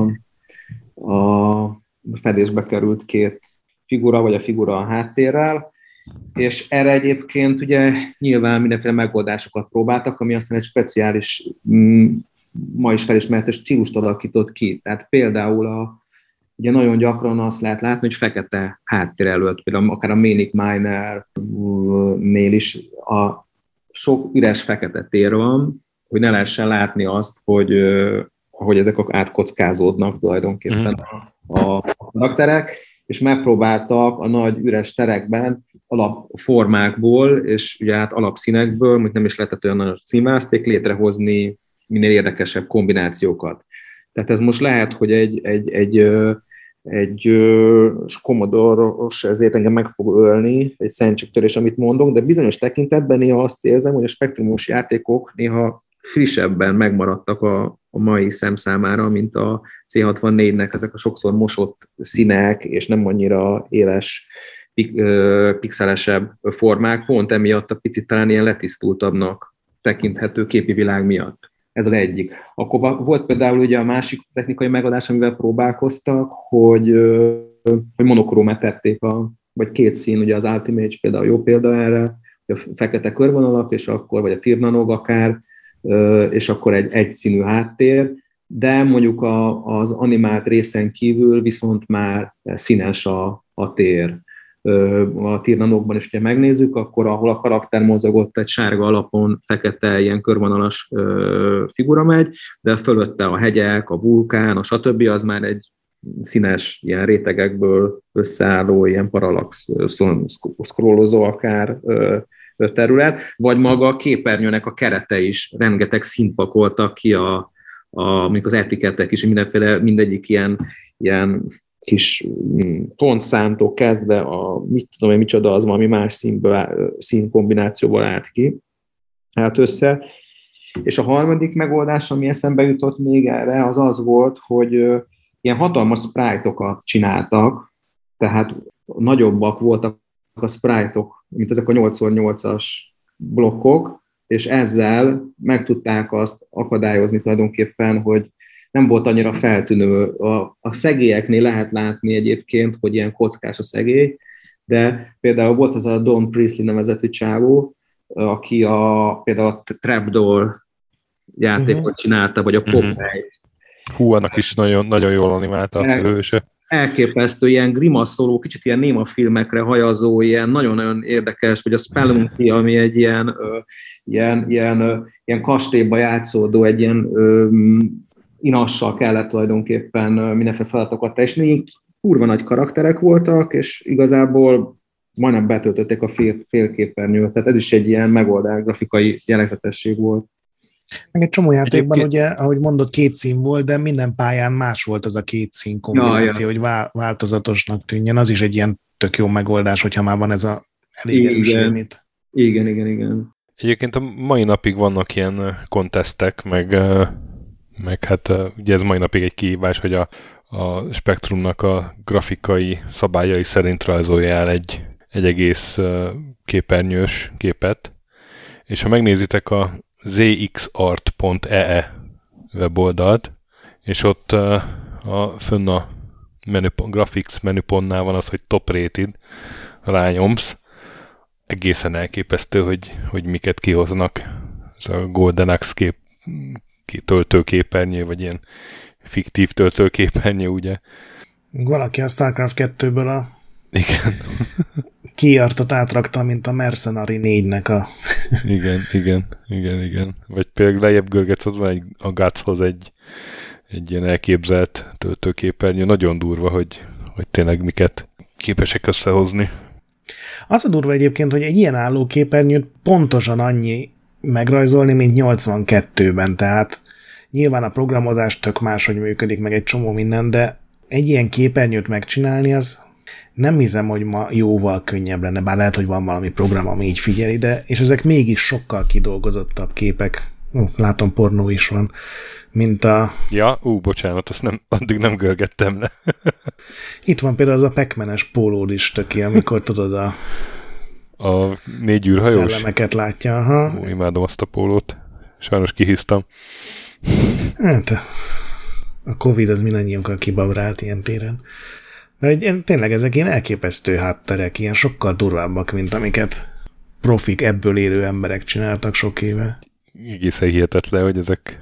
a fedésbe került két figura, vagy a figura a háttérrel, és erre egyébként ugye nyilván mindenféle megoldásokat próbáltak, ami aztán egy speciális, ma is felismerhető stílust alakított ki. Tehát például a, ugye nagyon gyakran azt lehet látni, hogy fekete háttér előtt, például akár a Manic Miner-nél is a sok üres fekete tér van, hogy ne lehessen látni azt, hogy, hogy ezek átkockázódnak tulajdonképpen mm. a, a karakterek, és megpróbáltak a nagy üres terekben alapformákból, és ugye hát alapszínekből, hogy nem is lehetett olyan nagyon színválaszték, létrehozni minél érdekesebb kombinációkat. Tehát ez most lehet, hogy egy, egy, egy, egy, egy Commodore-os, ezért engem meg fog ölni, egy szentségtörés, amit mondok, de bizonyos tekintetben néha azt érzem, hogy a spektrumos játékok néha frissebben megmaradtak a, a mai szem számára, mint a cé hatvannégynek ezek a sokszor mosott színek, és nem annyira éles, pik, pixelesebb formák, pont emiatt a picit talán ilyen letisztultabbnak tekinthető képi világ miatt. Ez az egyik. Akkor volt például ugye a másik technikai megoldás, amivel próbálkoztak, hogy, hogy monokrómát tették, a, vagy két szín, ugye az Ultimate például jó példa erre, a fekete körvonalak, és akkor, vagy a Tirnanog akár, és akkor egy egyszínű háttér, de mondjuk a, az animált részen kívül viszont már színes a, a tér. A Tirnanokban is, hogyha megnézzük, akkor ahol a karakter mozogott, egy sárga alapon fekete, ilyen körvonalas figura megy, de fölötte a hegyek, a vulkán, a stb. Az már egy színes, ilyen rétegekből összeálló, ilyen parallax, scrollozó akár terület, vagy maga a képernyőnek a kerete is, rengeteg színt pakoltak ki, a, a, mondjuk az etikettek is, mindenféle, mindegyik ilyen, ilyen kis pontszántól kezdve a, mit tudom én, micsoda az, ami más színből, színkombinációból állt ki, állt össze. És a harmadik megoldás, ami eszembe jutott még erre, az az volt, hogy ilyen hatalmas sprite-okat csináltak, tehát nagyobbak voltak a sprite-ok, mint ezek a nyolc szor nyolcas blokkok, és ezzel meg tudták azt akadályozni tulajdonképpen, hogy nem volt annyira feltűnő. A, a szegélyeknél lehet látni egyébként, hogy ilyen kockás a szegély, de például volt az a Don Priestley nevezetű csávó, aki a, például a Trapdoor játékot uh-huh. csinálta, vagy a Popeye-t. Uh-huh. Hú, annak is nagyon, nagyon jól animálta a hőse. Elképesztő, ilyen grimasszoló, kicsit ilyen néma filmekre hajazó, ilyen nagyon-nagyon érdekes, vagy a Spelunky, ami egy ilyen, ö, ilyen, ilyen, ö, ilyen kastélyba játszódó, egy ilyen ö, inassal kellett tulajdonképpen mindenféle feladatokat teljesíteni. Kurva nagy karakterek voltak, és igazából majdnem betöltötték a fél, félképernyőt, tehát ez is egy ilyen megoldás, grafikai jellegzetesség volt. Meg egy csomó játékban Egyébként... ugye, ahogy mondod, két szín volt, de minden pályán más volt az a két szín kombináció, ja, ja. hogy változatosnak tűnjen. Az is egy ilyen tök jó megoldás, hogyha már van ez a elég erős limit. Igen, igen, igen. Egyébként a mai napig vannak ilyen kontesztek, meg, meg hát ugye ez mai napig egy kihívás, hogy a, a Spectrumnak a grafikai szabályai szerint rajzolja el egy, egy egész képernyős képet, és ha megnézitek a zxart pont e e weboldalt, és ott a, fönn a menüpon, graphics menüpontnál van az, hogy top rated, rányomsz, egészen elképesztő, hogy, hogy miket kihoznak. Ez a Golden Axe kép, töltőképernyő, vagy ilyen fiktív töltőképernyő, ugye? Valaki a StarCraft kettőből a igen. kiartot átrakta, mint a Mercenary négynek a... igen, igen, igen, igen. Vagy például lejjebb görgetsz, ott van egy, a Gutshoz egy, egy ilyen elképzelt töltőképernyő. Nagyon durva, hogy, hogy tényleg miket képesek összehozni. Az a durva egyébként, hogy egy ilyen állóképernyőt pontosan annyi megrajzolni, mint nyolcvankettőben, tehát nyilván a programozás tök máshogy működik, meg egy csomó minden, de egy ilyen képernyőt megcsinálni, az nem hiszem, hogy ma jóval könnyebb lenne, bár lehet, hogy van valami program, ami így figyeli, de és ezek mégis sokkal kidolgozottabb képek. Ú, látom, pornó is van, mint a... Ja, ú, bocsánat, azt nem, addig nem görgettem le. Itt van például az a Pac-Man-es pólód is töké, amikor tudod a... A négy űrhajós? Szellemeket látja, aha. Ó, imádom azt a pólót. Sajnos kihisztam. Hát, a Covid az mindannyiunkkal kibabrált ilyen téren. De tényleg ezek ilyen elképesztő hátterek, ilyen sokkal durvábbak, mint amiket profik, ebből élő emberek csináltak sok éve. Egészen hihetetlen, hogy ezek...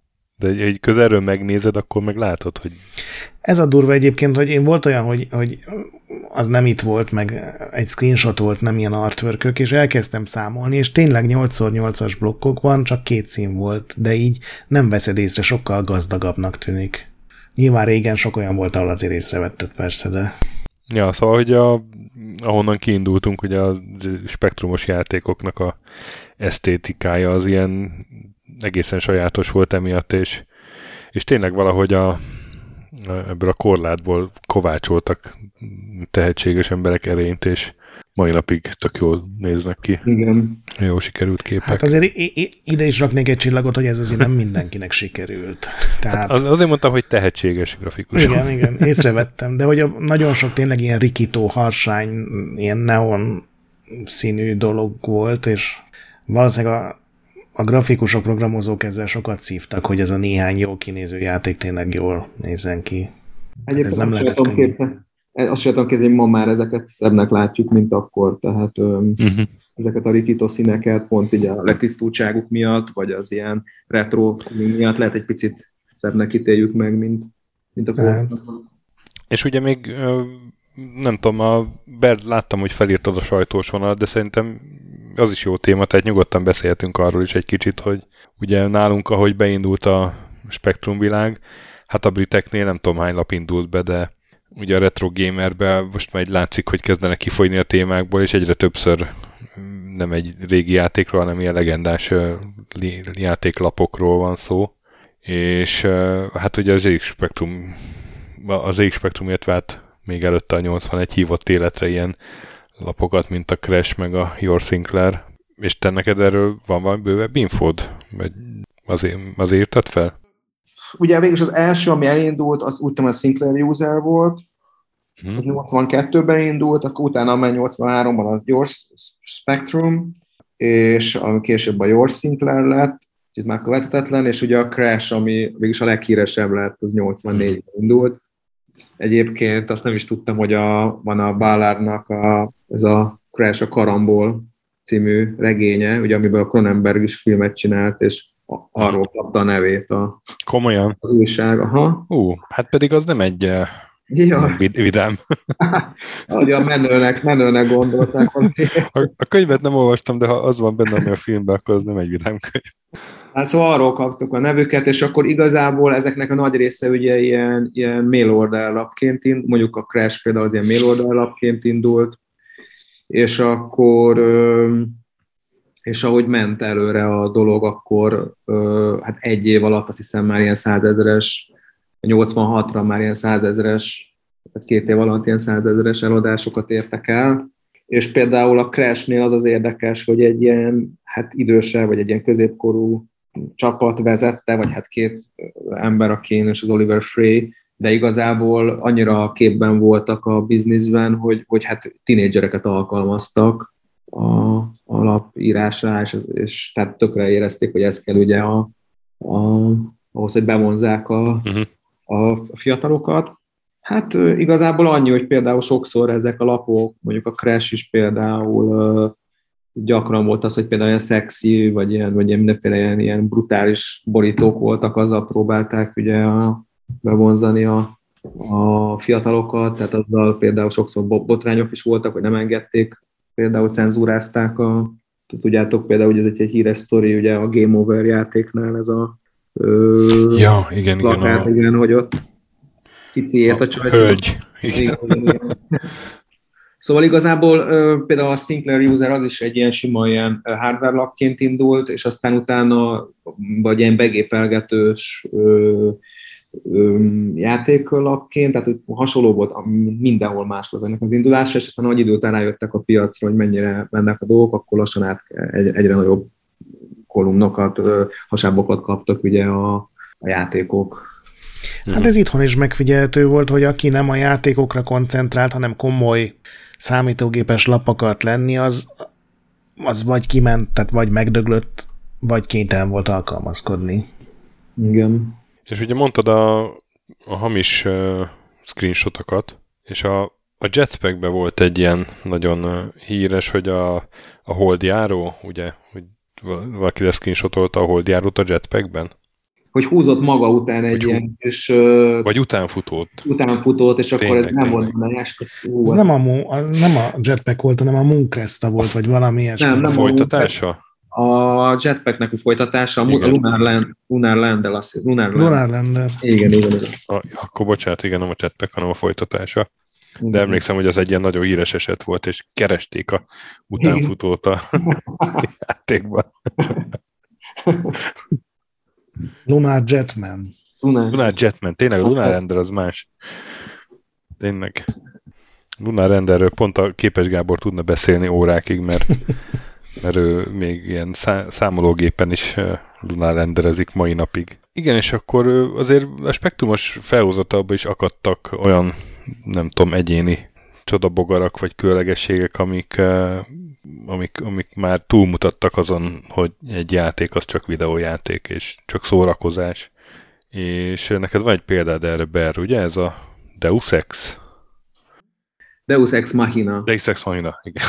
De egy közelről megnézed, akkor meg látod, hogy... Ez a durva egyébként, hogy én volt olyan, hogy, hogy az nem itt volt, meg egy screenshot volt, nem ilyen artworkök, és elkezdtem számolni, és tényleg nyolc szor nyolcas blokkokban csak két szín volt, de így nem veszed észre, sokkal gazdagabbnak tűnik. Nyilván régen sok olyan volt, ahol azért észrevetted persze, de... Ja, szóval, hogy a, ahonnan kiindultunk, hogy a spektrumos játékoknak a esztétikája az ilyen egészen sajátos volt emiatt, és, és tényleg valahogy a, ebből a korlátból kovácsoltak tehetséges emberek erényt, és mai napig tök jól néznek ki. Igen. Jó sikerült képek. Hát azért ide is raknék egy csillagot, hogy ez azért nem mindenkinek sikerült. Tehát... Hát az, azért mondtam, hogy tehetséges grafikus. Igen, igen, észrevettem, de hogy a, nagyon sok tényleg ilyen rikító, harsány, ilyen neon színű dolog volt, és valószínűleg a, a grafikusok, programozók ezzel sokat szívtak, hogy ez a néhány jó kinéző játék tényleg jól nézzen ki. Egyébként ez nem lehet könnyű. Azt sem tudom kézni, ma már ezeket szebbnek látjuk, mint akkor, tehát uh-huh. ezeket a rikító színeket pont így a letisztultságuk miatt, vagy az ilyen retro miatt lehet egy picit szebbnek ítéljük meg, mint, mint a korban. És ugye még nem tudom, a Berd láttam, hogy felírtad a sajtós vonalat, de szerintem az is jó téma, tehát nyugodtan beszélhetünk arról is egy kicsit, hogy ugye nálunk, ahogy beindult a Spektrum világ, hát a briteknél nem tudom hány lap indult be, de ugye a retro gamerben most már látszik, hogy kezdenek kifogyni a témákból, és egyre többször nem egy régi játékról, hanem ilyen legendás játéklapokról van szó. És hát ugye az zé iksz Spectrum, az zé iksz Spectrum, illetve hát még előtte a nyolcvanegy hívott életre ilyen lapokat, mint a Crash, meg a Your Sinclair. És te neked erről van valami bővebb infód? Vagy azért, azért írtad fel? Ugye végülis az első, ami elindult, az úgy tudom, a Sinclair user volt, hmm. az nyolcvankettőben indult, akkor utána amely nyolcvanháromban az Your Spectrum, és ami később a Your Sinclair lett, itt már követhetetlen, és ugye a Crash, ami végülis a leghíresebb lett, az nyolcvannégyben indult. Egyébként azt nem is tudtam, hogy a, van a Ballardnak a, ez a Crash a Karambol című regénye, ugye, amiből a Cronenberg is filmet csinált, és arról kapta a nevét a, komolyan? Az újság. Aha. Ú, hát pedig az nem egy uh, ja. vidám. Ahogy a menőnek, menőnek gondolták. A, a könyvet nem olvastam, de ha az van benne, ami a filmben, akkor az nem egy vidám könyv. Hát szóval arról kaptuk a nevüket, és akkor igazából ezeknek a nagy része ugye ilyen, ilyen mail order lapként indult, mondjuk a Crash például az ilyen mail order lapként indult, és akkor és ahogy ment előre a dolog, akkor hát egy év alatt azt hiszem már ilyen százezeres, nyolcvanhatra már ilyen százezeres, tehát két év alatt ilyen százezeres eladásokat értek el, és például a Crash-nél az az érdekes, hogy egy ilyen hát idősebb, vagy egy ilyen középkorú csapat vezette, vagy hát két ember, a Kane és az Oliver Frey, de igazából annyira képben voltak a bizniszben, hogy, hogy hát tinédzsereket alkalmaztak a alapírásra, és, és tehát tökre érezték, hogy ez kell ugye a, a, ahhoz, hogy bevonzák a, uh-huh. a fiatalokat. Hát igazából annyi, hogy például sokszor ezek a lapok, mondjuk a Crash is például gyakran volt az, hogy például ilyen szexi, vagy ilyen, vagy ilyen mindenféle ilyen, ilyen brutális borítók voltak, azzal próbálták ugye a, bevonzani a, a fiatalokat, tehát azzal például sokszor botrányok is voltak, hogy nem engedték, például cenzúrázták a, tudjátok például, hogy ez egy, egy híres sztori, ugye a Game Over játéknál ez a ö, ja, igen, plakát, igen, a... igen, hogy ott Ciciét a, a csajszor. Hölgy. Igen. Igen, igen. Szóval igazából például a Sinclair User az is egy ilyen sima ilyen hardware lapként indult, és aztán utána vagy ilyen begépelgetős ö, ö, játéklapként, tehát hasonló volt mindenhol máshol ennek az indulása, és aztán nagy idő után rájöttek a piacra, hogy mennyire mennek a dolgok, akkor lassan át egy, egyre nagyobb kolumnokat, hasábokat kaptak ugye a, a játékok. Hát ez itthon is megfigyelhető volt, hogy aki nem a játékokra koncentrált, hanem komoly számítógépes lap akart lenni, az, az vagy kiment, tehát vagy megdöglött, vagy kénytelen volt alkalmazkodni. Igen. És ugye mondtad a, a hamis uh, screenshotokat, és a, a Jetpackben volt egy ilyen nagyon uh, híres, hogy a, a holdjáró, ugye, hogy valaki leszcreenshotolta a holdjárót a Jetpackben. Hogy húzott maga után egy hogy ilyen, és... Vagy utánfutót. Utánfutót, és akkor tényleg, ez nem volt vonás. Ez nem a, nem a Jetpack volt, hanem a Mooncrest volt, vagy valami ilyesmi. Nem, nem folytatása? A Jetpacknek a folytatása, igen. A Lunar Land, Lunar Land-el azt Lunar Land. Lunar Land. Igen, igen. igen. A, akkor bocsánat, igen, nem a Jetpack, hanem a folytatása. De igen. Emlékszem, hogy az egy ilyen nagyon híres eset volt, és keresték a utánfutót a játékban. Lunar Jetman. Lunar, Lunar Jetman, tényleg a Lunar Render az más. Tényleg. Lunar Renderről pont a Képes Gábor tudna beszélni órákig, mert, mert ő még ilyen szá- számológépen is Lunar Renderezik mai napig. Igen, és akkor azért a spektrumos felhozatalban is akadtak olyan, nem tudom, egyéni csodabogarak vagy különlegességek, amik, amik, amik már túlmutattak azon, hogy egy játék az csak videójáték, és csak szórakozás. És neked van egy példád erre, Ber, ugye? Ez a Deus Ex? Deus Ex Machina. Deus Ex Machina, igen.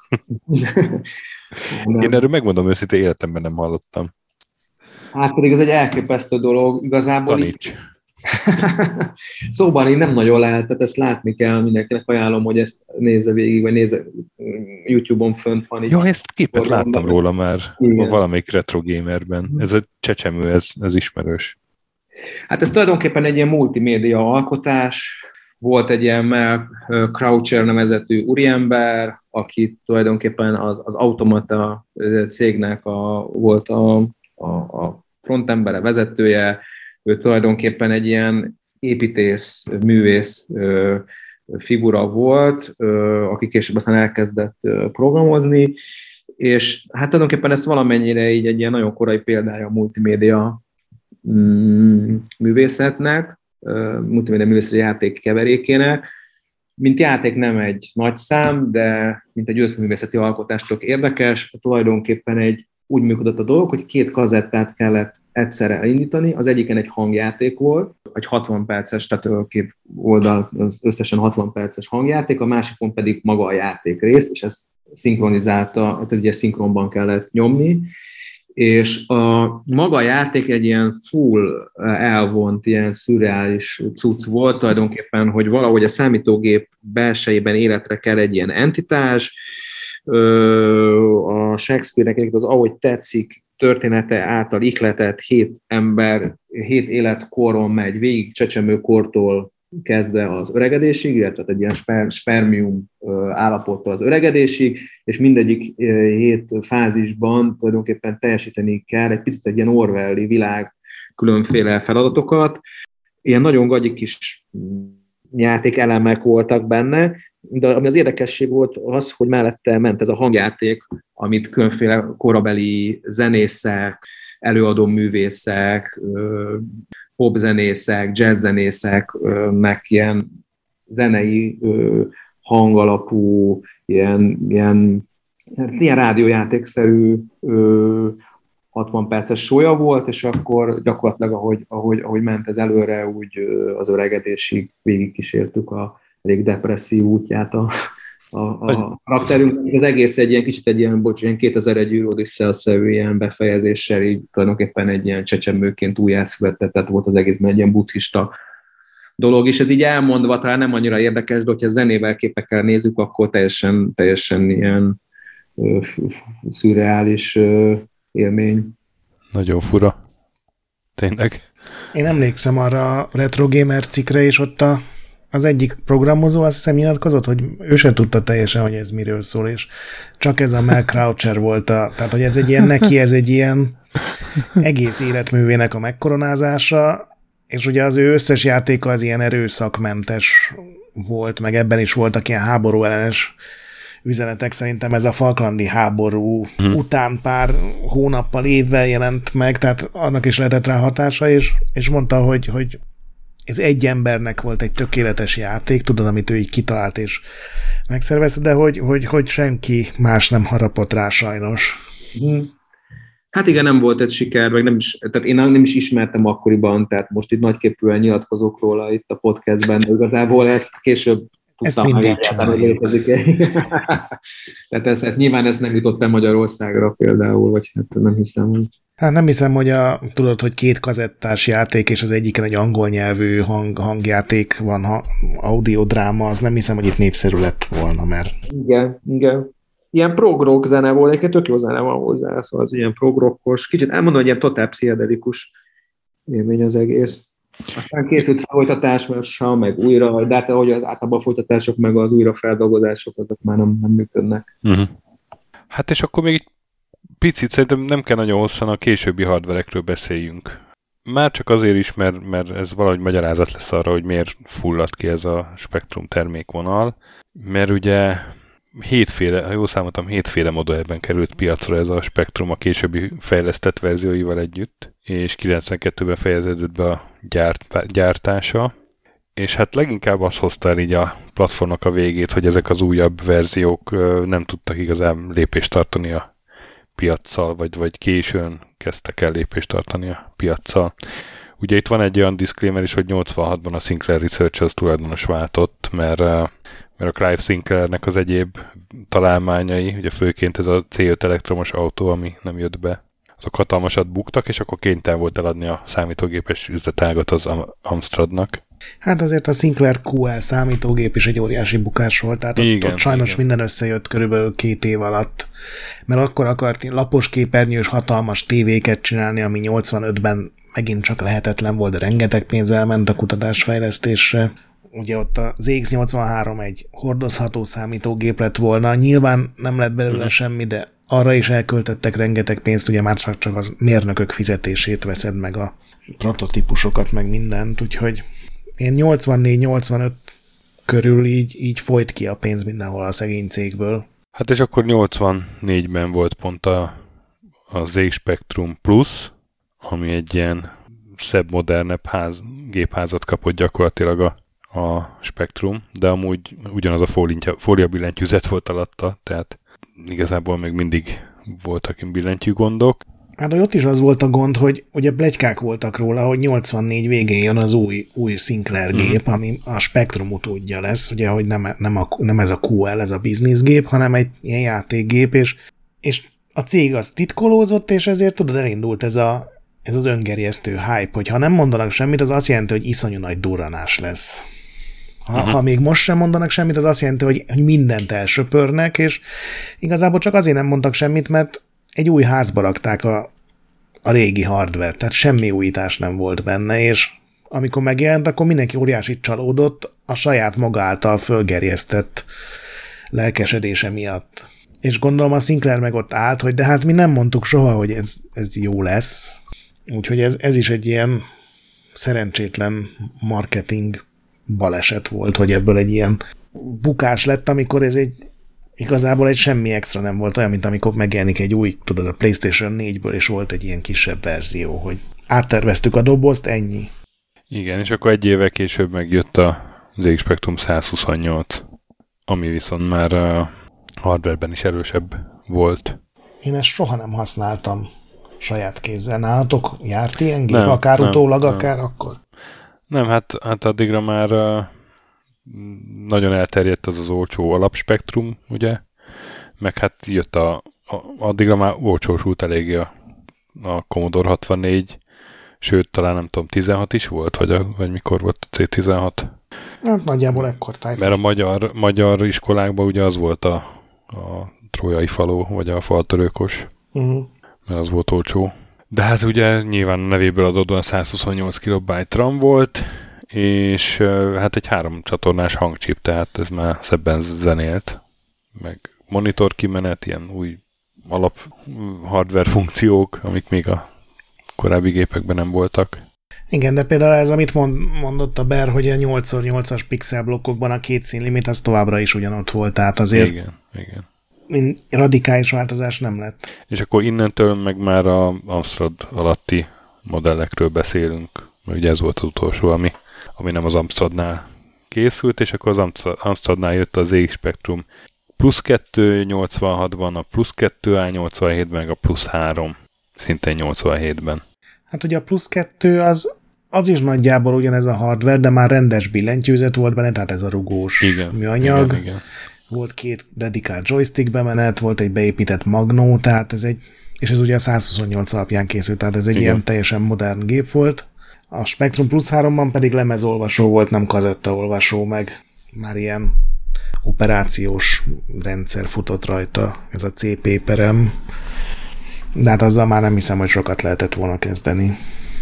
Én erről megmondom őszintén, életemben nem hallottam. Hát pedig ez egy elképesztő dolog. Igazából Taníts. Így... Szóval én nem nagyon lehet, tehát ezt látni kell, mindenkinek ajánlom, hogy ezt nézze végig, vagy nézze YouTube-on fönt van. Jó, ezt képet láttam róla már a valamelyik Retro Gamerben. Ez a csecsemő, ez, ez ismerős. Hát ez tulajdonképpen egy ilyen multimédia alkotás. Volt egy ilyen Mel Croucher nevezetű úriember, aki tulajdonképpen az, az Automata cégnek a, volt a, a, a frontembere, vezetője. Ő tulajdonképpen egy ilyen építész, művész figura volt, aki később aztán elkezdett programozni, és hát tulajdonképpen ez valamennyire így egy ilyen nagyon korai példája a multimédia művészetnek, multimédia művészeti játék keverékének. Mint játék nem egy nagy szám, de mint egy összművészeti alkotás tök érdekes, tulajdonképpen egy úgy működött a dolog, hogy két kazettát kellett egyszerre elindítani. Az egyiken egy hangjáték volt, egy hatvan perces, tehát két oldal, összesen hatvan perces hangjáték, a másikon pedig maga a játék rész, és ezt szinkronizálta, tehát ugye szinkronban kellett nyomni, és a maga a játék egy ilyen full elvont, ilyen szürreális cucc volt tulajdonképpen, hogy valahogy a számítógép belsejében életre kell egy ilyen entitás, a Shakespeare-nek az ahogy tetszik története által ihletett hét ember, hét életkoron megy végig, csecsemőkortól kezdve az öregedésig, illetve egy ilyen sper, spermium állapottól az öregedésig, és mindegyik hét fázisban tulajdonképpen teljesíteni kell egy picit egy ilyen Orwelli világ különféle feladatokat. Ilyen nagyon gagyi kis játékelemek voltak benne, de ami az érdekesség volt az, hogy mellette ment ez a hangjáték, amit különféle korabeli zenészek, előadó művészek, popzenészek, jazzzenészeknek ilyen zenei hangalapú, ilyen, ilyen, ilyen rádiójátékszerű hatvan perces sója volt, és akkor gyakorlatilag, ahogy, ahogy, ahogy ment ez előre, úgy az öregedésig végigkísértük a elég depresszív útját a, a, a karakterünk. Az egész egy ilyen kicsit egy ilyen, bocs, ilyen kétezer-egy Eurodisszel-szerű ilyen befejezéssel, így tulajdonképpen egy ilyen csecsemőként újjászületett, tehát volt az egészben egy ilyen buddhista dolog, és ez így elmondva talán nem annyira érdekes, de hogyha zenével, képekkel nézzük, akkor teljesen, teljesen ilyen szürreális élmény. Nagyon fura. Tényleg. Én emlékszem arra a Retro Gamer cikkre, és ott a, az egyik programozó azt hiszem nyilatkozott, hogy ő sem tudta teljesen, hogy ez miről szól, és csak ez a Mel Croucher volt a, tehát hogy ez egy ilyen neki, ez egy ilyen egész életművének a megkoronázása, és ugye az ő összes játéka az ilyen erőszakmentes volt, meg ebben is voltak ilyen háború ellenes üzenetek. Szerintem ez a falklandi háború hmm. után pár hónappal, évvel jelent meg, tehát annak is lehetett rá hatása, és, és mondta, hogy, hogy ez egy embernek volt egy tökéletes játék, tudod, amit ő így kitalált és megszervezte, de hogy, hogy, hogy senki más nem harapott rá sajnos. Hmm. Hát igen, nem volt egy siker, meg nem is, tehát én nem is ismertem akkoriban, tehát most itt nagyképűen nyilatkozok róla itt a podcastben, de igazából ezt később tudtam, hogy egyáltalán létezik. Tehát ez, ez, nyilván ez nem jutott el Magyarországra például, vagy hát nem hiszem, hogy... Hát nem hiszem, hogy a, tudod, hogy két kazettás játék, és az egyiken egy angol nyelvű hang, hangjáték van, ha, audiodráma, az nem hiszem, hogy itt népszerű lett volna, mert... Igen, igen. Ilyen prog-rock zene volt, egyébként tök jó zene van hozzá, szóval az ilyen prog-rockos, kicsit elmondom, hogy ilyen totál pszichedelikus élmény az egész. Aztán készült folytatása, meg újra, de hát ahogy az általában a folytatások, meg az újrafeldolgozások, azok már nem, nem működnek. Uh-huh. Hát és akkor még egy picit, szerintem nem kell nagyon hosszan a későbbi hardverekről beszéljünk. Már csak azért is, mert, mert ez valahogy magyarázat lesz arra, hogy miért fulladt ki ez a Spectrum termékvonal, mert ugye hétféle, ha jól számoltam, hétféle modellben került piacra ez a Spectrum a későbbi fejlesztett verzióival együtt, és kilencvenkettőben fejeződött be a gyárt, gyártása, és hát leginkább az hozta el így a platformnak a végét, hogy ezek az újabb verziók nem tudtak igazán lépést tartani a piaccal, vagy, vagy későn kezdtek el lépést tartani a piaccal. Ugye itt van egy olyan disclaimer is, hogy nyolcvanhatban a Sinclair Research az tulajdonos váltott, mert, mert a Clive Sinclairnek az egyéb találmányai, ugye főként ez a cé öt elektromos autó, ami nem jött be, azok hatalmasat buktak, és akkor kénytelen volt eladni a számítógépes üzletágat az Amstradnak. Hát azért a Sinclair kú el számítógép is egy óriási bukás volt, tehát igen, ott, ott sajnos igen. minden összejött körülbelül két év alatt, mert akkor akart lapos képernyős hatalmas tévéket csinálni, ami nyolcvanötben megint csak lehetetlen volt, de rengeteg pénz elment a kutatásfejlesztésre. Ugye ott a zé iksz nyolcvanhárom egy hordozható számítógép lett volna, nyilván nem lett belőle mm. semmi, de arra is elköltöttek rengeteg pénzt, ugye már csak, csak az mérnökök fizetését veszed meg a prototípusokat, meg mindent, úgyhogy én nyolcvannégy nyolcvanöt körül így, így folyt ki a pénz mindenhol a szegény cégből. Hát és akkor nyolcvannégyben volt pont a, a Z Spectrum Plus, ami egy ilyen szebb, modernebb ház, gépházat kapott gyakorlatilag a, a Spectrum, de amúgy ugyanaz a fólia, fólia billentyűzet volt alatta, tehát igazából még mindig voltak billentyű gondok. Hát ott is az volt a gond, hogy ugye pletykák voltak róla, hogy nyolcvannégy végén jön az új, új Sinclair gép, mm. ami a Spectrum utódja lesz, ugye, hogy nem, nem, a, nem ez a kú el, ez a business gép, hanem egy ilyen játékgép, és, és a cég az titkolózott, és ezért tudod, elindult ez, a, ez az öngerjesztő hype, hogy ha nem mondanak semmit, az azt jelenti, hogy iszonyú nagy durranás lesz. Ha, uh-huh. ha még most sem mondanak semmit, az azt jelenti, hogy, hogy mindent elsöpörnek, és igazából csak azért nem mondtak semmit, mert egy új házba rakták a, a régi hardware, tehát semmi újítás nem volt benne, és amikor megjelent, akkor mindenki óriásit csalódott a saját maga által fölgerjesztett lelkesedése miatt. És gondolom a Sinclair meg ott állt, hogy de hát mi nem mondtuk soha, hogy ez, ez jó lesz. Úgyhogy ez, ez is egy ilyen szerencsétlen marketing baleset volt, hogy ebből egy ilyen bukás lett, amikor ez egy igazából egy semmi extra nem volt, olyan, mint amikor megjelenik egy új, tudod, a PlayStation négyből, és volt egy ilyen kisebb verzió, hogy átterveztük a dobozt, ennyi. Igen, és akkor egy évvel később megjött a zé iksz Spectrum száz huszonnyolc, ami viszont már a hardwareben is erősebb volt. Én ezt soha nem használtam saját kézzel. Nálatok járt ilyen gép, nem, akár nem, utólag, nem. akár akkor? Nem, hát, hát addigra már uh, nagyon elterjedt az az olcsó alapspektrum, ugye? Meg hát jött a, a addigra már olcsósult eléggé a, a Commodore hatvannégy, sőt, talán nem tudom, tizenhat is volt, vagy, a, vagy mikor volt a cé tizenhat? Hát nagyjából ekkor tájt. Mert a magyar, magyar iskolákban ugye az volt a, a trójai faló, vagy a faltörőkos, uh-huh. mert az volt olcsó. De hát ugye nyilván a nevéből adódóan száz huszonnyolc kilobájt RAM volt, és hát egy három csatornás hangchip, tehát ez már szebben zenélt, meg monitor kimenet, ilyen új alap hardware funkciók, amik még a korábbi gépekben nem voltak. Igen, de például ez, amit mond, mondott a Ber, hogy a nyolc szor nyolcas pixelblokkokban a két színlimit, az továbbra is ugyanott volt, tehát azért igen, igen. radikális változás nem lett. És akkor innentől meg már a Amstrad alatti modellekről beszélünk, mert ugye ez volt az utolsó, ami, ami nem az Amstradnál készült, és akkor az Amstradnál jött a zé iksz Spectrum plusz kettő nyolcvanhatban, a plusz kettő á nyolcvanhétben, meg a plusz három szintén nyolcvanhétben. Hát ugye a plusz kettő az, az is nagyjából ugyanez a hardware, de már rendes billentyűzet volt benne, tehát ez a rugós igen, műanyag. Igen, igen. Volt két dedikált joystick bemenet, volt egy beépített magnó, tehát ez egy, és ez ugye a száz huszonnyolc alapján készült, tehát ez egy igen. ilyen teljesen modern gép volt. A Spectrum Plus háromban pedig lemezolvasó volt, nem kazettaolvasó, meg már ilyen operációs rendszer futott rajta, ez a cé pé perem. De hát azzal már nem hiszem, hogy sokat lehetett volna kezdeni.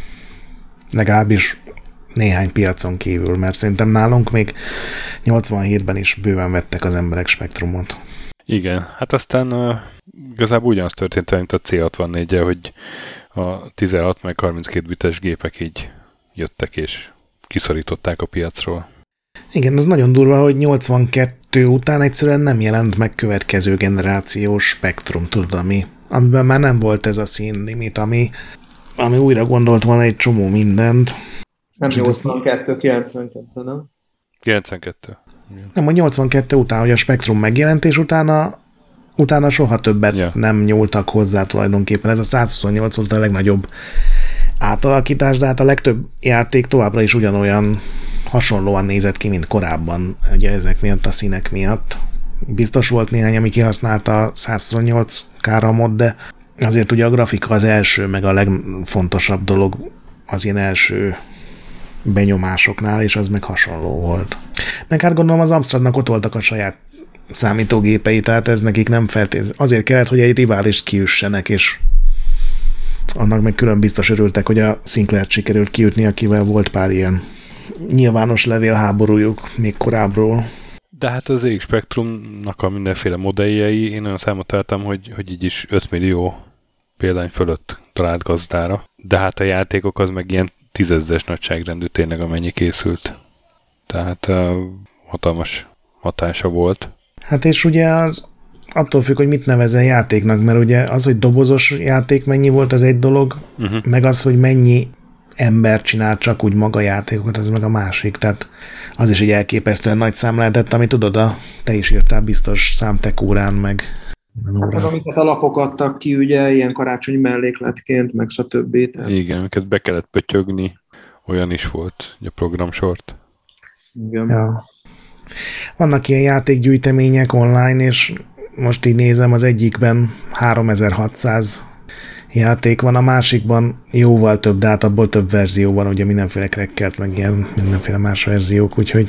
Legalábbis néhány piacon kívül, mert szerintem nálunk még nyolcvanhétben is bőven vettek az emberek Spectrumot. Igen, hát aztán uh, igazából ugyanaz történt, mint a cé hatvannégy-el, hogy a tizenhat meg harminckét bites gépek így jöttek és kiszorították a piacról. Igen, az nagyon durva, hogy nyolcvankettő után egyszerűen nem jelent meg következő generációs Spectrum, tudod, ami, amiben már nem volt ez a színlimit, ami, ami újra gondolt volna egy csomó mindent. Nem nyolcvankettő, kilencvenkettő, nem? kilencvenkettő. Nem, a nyolcvankettő után, hogy a Spectrum megjelentés utána, utána soha többet yeah. nem nyúltak hozzá tulajdonképpen. Ez a száz huszonnyolc volt a legnagyobb átalakítás, de hát a legtöbb játék továbbra is ugyanolyan hasonlóan nézett ki, mint korábban, ugye ezek miatt, a színek miatt. Biztos volt néhány, ami kihasználta a száz huszonnyolc káramot, de azért ugye a grafika az első, meg a legfontosabb dolog az ilyen első benyomásoknál, és az meg hasonló volt. Meg hát gondolom az Amstradnak ott voltak a saját számítógépei, tehát ez nekik nem feltétlenül. Azért kellett, hogy egy riválist kiüssenek, és annak meg külön biztos örültek, hogy a Sinclair sikerült kiütni, akivel volt pár ilyen nyilvános levélháborújuk még korábbról. De hát az zé iksz Spectrumnak a mindenféle modelljei, én olyan számot találtam, hogy, hogy így is öt millió példány fölött talált gazdára. De hát a játékok az meg ilyen tízezres nagyságrendű tényleg, amennyi készült. Tehát uh, hatalmas hatása volt. Hát és ugye az attól függ, hogy mit nevezel játéknak, mert ugye az, hogy dobozos játék mennyi volt, az egy dolog, uh-huh. meg az, hogy mennyi ember csinál csak úgy maga játékokat, az meg a másik. Tehát az is egy elképesztően nagy szám lehetett, ami tudod, a, te is írtál biztos számtekórán meg. Hát az, amiket alapok adtak ki, ugye, ilyen karácsonyi mellékletként, meg stb. Tehát... Igen, amiket be kellett pötyögni, olyan is volt, ugye a programsort. Igen. Ja. Vannak ilyen játékgyűjtemények online, és most így nézem, az egyikben háromezer-hatszáz játék van, a másikban jóval több, de hát abból több verzió van, ugye mindenféle crackert, meg ilyen mindenféle más verziók, úgyhogy...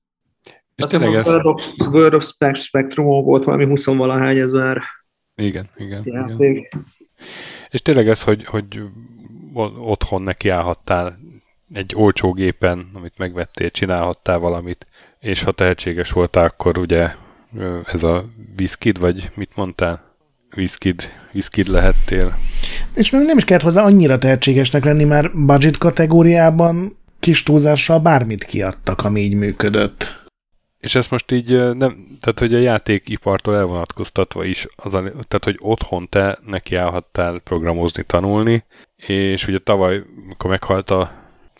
És tényleg ez... World of Spectrum volt valami huszonvalahány ezer igen, igen, játék. Igen. És tényleg ez, hogy, hogy otthon neki állhattál egy olcsó gépen, amit megvettél, csinálhattál valamit, és ha tehetséges voltál, akkor ugye ez a Wizkid, vagy mit mondtál? Wizkid, Wizkid lehettél. És nem is kellett hozzá annyira tehetségesnek lenni, már budget kategóriában kis túlzással bármit kiadtak, ami így működött. És ezt most így nem, tehát hogy a játékipartól elvonatkoztatva is, az a, tehát hogy otthon te nekiállhattál programozni, tanulni, és ugye tavaly, amikor meghalt a,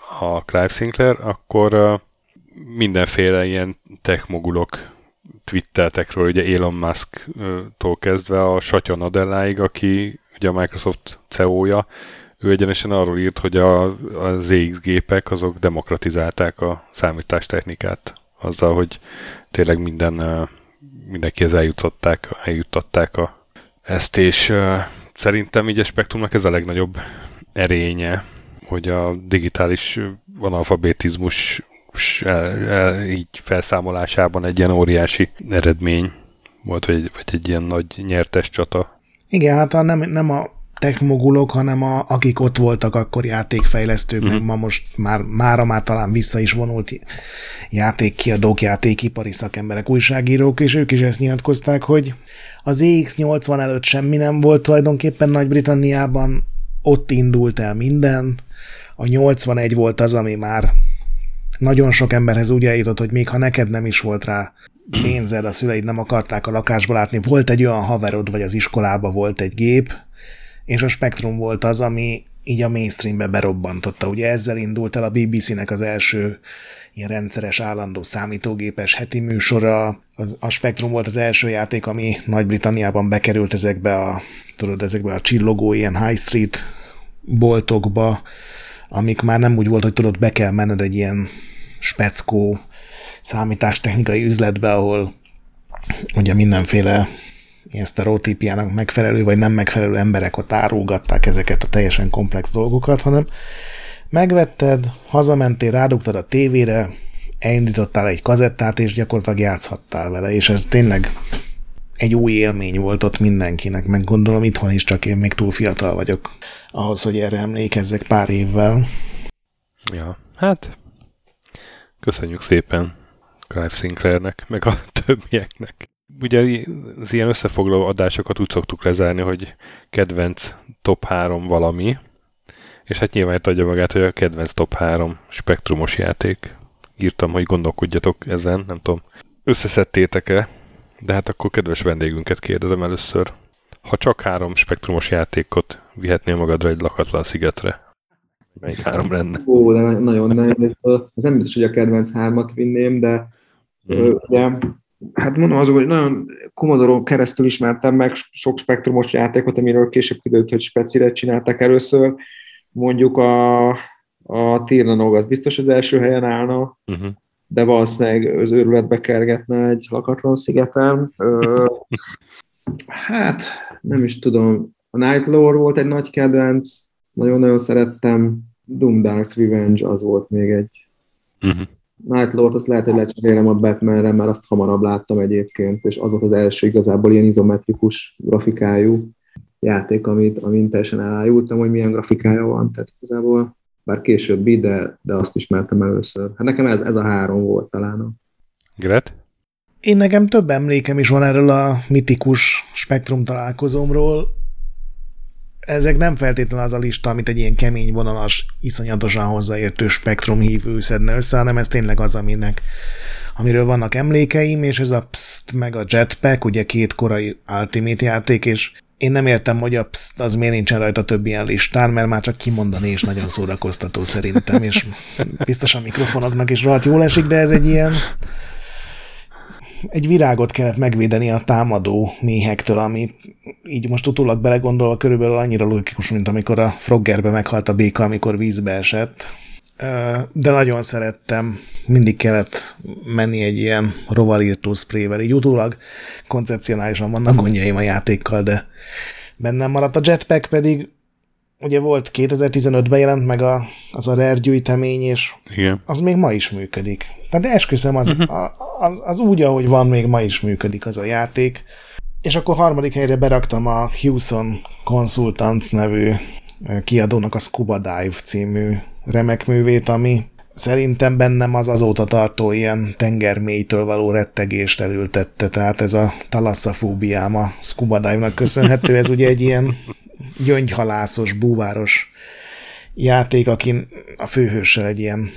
a Clive Sinclair, akkor uh, mindenféle ilyen techmogulok twitteltek róla, ugye Elon Musk-tól kezdve a Satya Nadelláig, aki ugye a Microsoft cé e o-ja, ő egyenesen arról írt, hogy a, a zé iksz gépek azok demokratizálták a számítástechnikát azzal, hogy tényleg minden, mindenkihez eljutották, eljuttatták a, ezt, és uh, szerintem így a Spektrumnak ez a legnagyobb erénye, hogy a digitális analfabetizmus el, el, így felszámolásában egy ilyen óriási eredmény volt, vagy, vagy egy ilyen nagy nyertes csata. Igen, hát a nem, nem a techmogulok, hanem a, akik ott voltak akkor játékfejlesztők, uh-huh. meg ma most már, mára már talán vissza is vonult játékkiadók, játékipari szakemberek, újságírók, és ők is ezt nyilatkozták, hogy az zé iksz nyolcvan előtt semmi nem volt tulajdonképpen Nagy-Britanniában, ott indult el minden, a nyolcvanegy volt az, ami már nagyon sok emberhez úgy eljutott, hogy még ha neked nem is volt rá pénzed, a szüleid nem akarták a lakásba látni, volt egy olyan haverod, vagy az iskolába volt egy gép, és a Spektrum volt az, ami így a mainstreambe berobbantotta. Ugye ezzel indult el a bé bé cé-nek az első ilyen rendszeres, állandó számítógépes heti műsora. Az, a Spektrum volt az első játék, ami Nagy-Britanniában bekerült ezekbe a, tudod, ezekbe a csillogó ilyen high street boltokba, amik már nem úgy volt, hogy tudod, be kell menned egy ilyen speckó számítástechnikai üzletbe, ahol ugye mindenféle ilyen sztereotípiának megfelelő vagy nem megfelelő emberek ott árulgatták ezeket a teljesen komplex dolgokat, hanem megvetted, hazamentél, rádugtad a tévére, elindítottál egy kazettát, és gyakorlatilag játszhattál vele, és ez tényleg egy új élmény volt ott mindenkinek, meg gondolom itthon is, csak én még túl fiatal vagyok ahhoz, hogy erre emlékezzek pár évvel. Ja, hát köszönjük szépen Clive Sinclairnek, meg a többieknek. Ugye az ilyen összefoglaló adásokat úgy szoktuk lezárni, hogy kedvenc top három valami, és hát nyilván itt adja magát, hogy a kedvenc top három spektrumos játék. Írtam, hogy gondolkodjatok ezen, nem tudom, összeszedtétek-e, de hát akkor kedves vendégünket kérdezem először. Ha csak három spektrumos játékot vihetnél magadra egy lakatlan szigetre, melyik három lenne? Ó, de nagyon nehéz. Ez nem biztos, hogy a kedvenc hármat vinném, de hmm. ugye, hát mondom azok, hogy nagyon Commodore-on keresztül ismertem meg sok spektrumos játékot, amiről később kiderült, hogy specire csináltak először. Mondjuk a, a Tirnanog az biztos az első helyen állna, uh-huh. de valószínűleg az őrületbe kergetne egy lakatlan szigeten. Ö, hát, nem is tudom. A Night Lord volt egy nagy kedvenc, nagyon-nagyon szerettem. Doom Dark's Revenge az volt még egy. Uh-huh. Night Lord, azt lehet, hogy lecserélem a Batmanre, mert azt hamarabb láttam egyébként, és az volt az első igazából ilyen izometrikus grafikájú játék, amit, amit teljesen elájultam, hogy milyen grafikája van, tehát igazából bár későbbi, de, de azt ismertem először. Hát nekem ez, ez a három volt talán. Gret? Én nekem több emlékem is van erről a mitikus Spektrum találkozómról. Ezek nem feltétlenül az a lista, amit egy ilyen kemény vonalas, iszonyatosan hozzáértő Spektrum hívő szedne össze, hanem ez tényleg az, aminek, amiről vannak emlékeim, és ez a Psst meg a Jetpack, ugye két korai Ultimate játék, és én nem értem, hogy a Psst az miért nincsen rajta több ilyen listán, mert már csak kimondani is nagyon szórakoztató szerintem, és biztos a mikrofonoknak is rohadt jól esik, de ez egy ilyen egy virágot kellett megvédeni a támadó méhektől, ami így most utólag belegondolva körülbelül annyira logikus, mint amikor a Froggerbe meghalt a béka, amikor vízbe esett. De nagyon szerettem, mindig kellett menni egy ilyen rovarírtó sprével. Így utólag koncepcionálisan vannak gondjaim a játékkal, de bennem maradt. A Jetpack pedig ugye volt kétezer-tizenötben jelent meg a, az a Rare gyűjtemény, és igen. Az még ma is működik. Tehát esküszöm, az, uh-huh. az, az úgy, ahogy van, még ma is működik az a játék. És akkor harmadik helyre beraktam a Hewson Consultants nevű kiadónak a Scuba Dive című remek művét, ami szerintem bennem az azóta tartó ilyen tengermélytől való rettegést elültette, tehát ez a thalasszafóbiám a scuba dive-nak köszönhető, ez ugye egy ilyen gyöngyhalászos, búváros játék, akin a főhőssel egy ilyen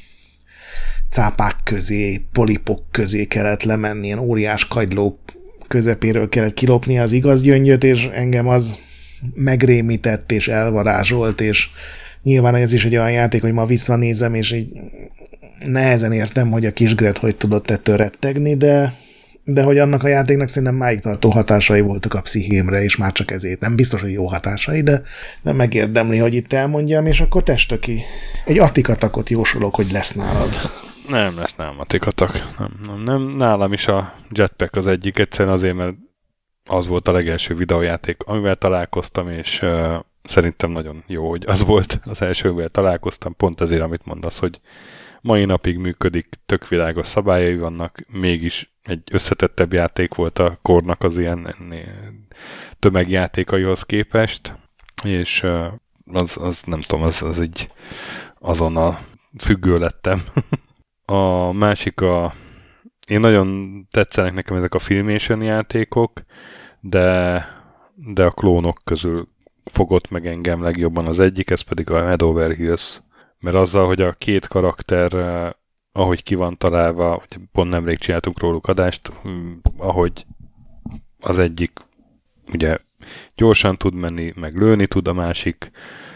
cápák közé, polipok közé kellett lemenni, ilyen óriás kagylók közepéről kellett kilopni az igaz gyöngyöt, és engem az megrémített és elvarázsolt, és nyilván ez is egy olyan játék, hogy ma visszanézem, és így nehezen értem, hogy a kisgret hogy tudott ettől rettegni, de, de hogy annak a játéknak szerintem máig tartó hatásai voltak a pszichémre, és már csak ezért. Nem biztos, hogy jó hatásai, de, de megérdemli, hogy itt elmondjam, és akkor testöki. Egy atikatakot jósolok, hogy lesz nálad. Nem lesz nálam atikatak. Nem, nem, nem. Nálam is a Jetpack az egyik, egyszerűen azért, mert az volt a legelső videójáték, amivel találkoztam, és uh, szerintem nagyon jó, hogy az volt az elsővel találkoztam, pont ezért, amit mondasz, hogy mai napig működik, tök világos szabályai vannak, mégis egy összetettebb játék volt a kornak az ilyen tömegjátékaihoz képest, és uh, az, az nem tudom, az, az egy azonnal függő lettem. A másik a... Én nagyon tetszenek nekem ezek a Filmation játékok, de, de a klónok közül fogott meg engem legjobban az egyik, ez pedig a Head Over Heels. Mert azzal, hogy a két karakter, ahogy ki van találva, pont nemrég csináltunk róluk adást, ahogy az egyik ugye gyorsan tud menni, meg lőni tud, a másik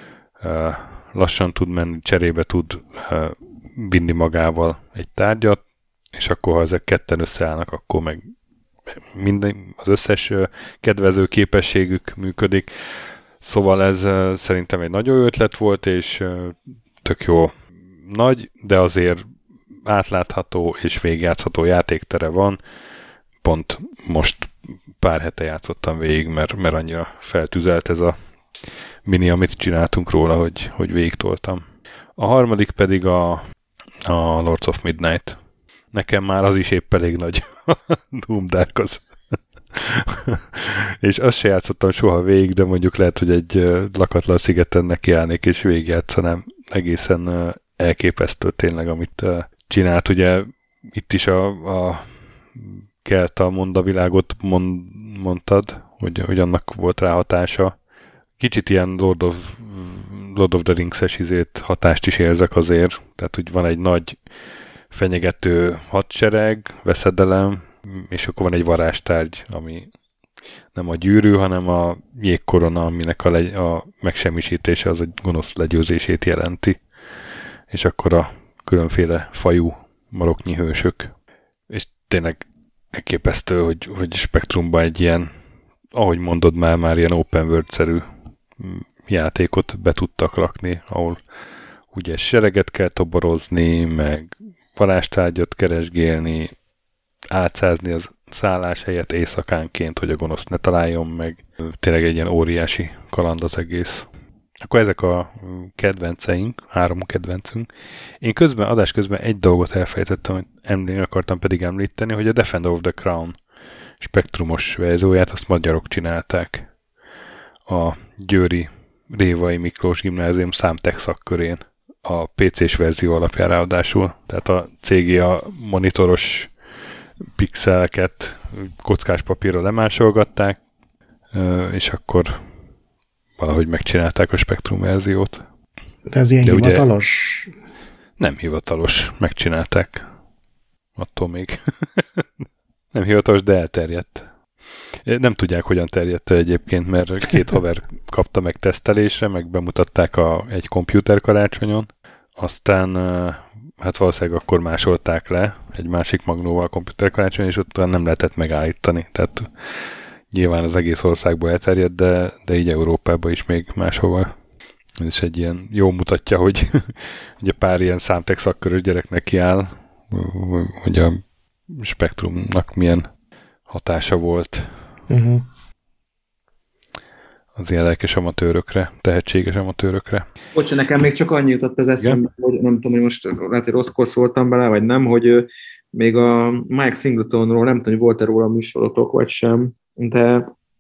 lassan tud menni, cserébe tud vinni magával egy tárgyat, és akkor, ha ezek ketten összeállnak, akkor meg minden, az összes kedvező képességük működik. Szóval ez szerintem egy nagyon jó ötlet volt, és tök jó nagy, de azért átlátható és végigjátszható játéktere van. Pont most pár hete játszottam végig, mert, mert annyira feltüzelt ez a mini, amit csináltunk róla, hogy, hogy végigtoltam. A harmadik pedig a, a Lords of Midnight. Nekem már az is épp elég nagy Doom Dark az. És azt se játszottam soha végig, de mondjuk lehet, hogy egy lakatlan szigeten nekiállnék és végigjátszanám. Egészen elképesztő tényleg, amit csinált. Ugye itt is a, a Kelta mondavilágot mond, mondtad, hogy, hogy annak volt rá hatása. Kicsit ilyen Lord of, Lord of the Rings-es izét hatást is érzek azért. Tehát, hogy van egy nagy fenyegető hadsereg, veszedelem, és akkor van egy varázstárgy, ami nem a gyűrű, hanem a jégkorona, aminek a, legy- a megsemmisítése az a gonosz legyőzését jelenti. És akkor a különféle fajú maroknyi hősök. És tényleg elképesztő, hogy, hogy Spektrumban egy ilyen, ahogy mondod már, már ilyen open world-szerű játékot be tudtak rakni, ahol ugye sereget kell toborozni, meg varázstárgyat keresgélni, átszázni az szállás helyett éjszakánként, hogy a gonosz ne találjon meg. Tényleg egy ilyen óriási kaland az egész. Akkor ezek a kedvenceink, három kedvencünk. Én közben, adás közben egy dolgot elfelejtettem, hogy emlé, akartam pedig említeni, hogy a Defender of the Crown spektrumos verzióját azt magyarok csinálták a győri Révai Miklós Gimnázium számtech szakkörén. A pé cés verzió alapján ráadásul. Tehát a cé gé á monitoros pixeleket kockás papírra lemásolgatták, és akkor valahogy megcsinálták a Spektrum verziót. De ez ilyen De hivatalos? Nem hivatalos, megcsinálták. Attól még. Nem hivatalos, de elterjedt. Nem tudják, hogyan terjedt el egyébként, mert két haver kapta meg tesztelésre, meg bemutatták a, egy komputer karácsonyon, aztán hát valószínűleg akkor másolták le egy másik magnóval a komputer karácsonyon, és ott nem lehetett megállítani. Tehát nyilván az egész országban elterjedt, de, de így Európában is még máshova. Ez is egy ilyen jó mutatja, hogy ugye pár ilyen számtech szakkörös gyereknek kiáll, hogy a Spektrumnak milyen hatása volt. Uh-huh. Az ilyen lelkes amatőrökre, tehetséges amatőrökre. Bocs, nekem még csak annyi jutott az eszembe, hogy nem tudom, hogy most lehet, hogy rosszkor szóltam bele, vagy nem, hogy még a Mike Singletonról nem tudom, hogy volt-e róla műsorotok, vagy sem, de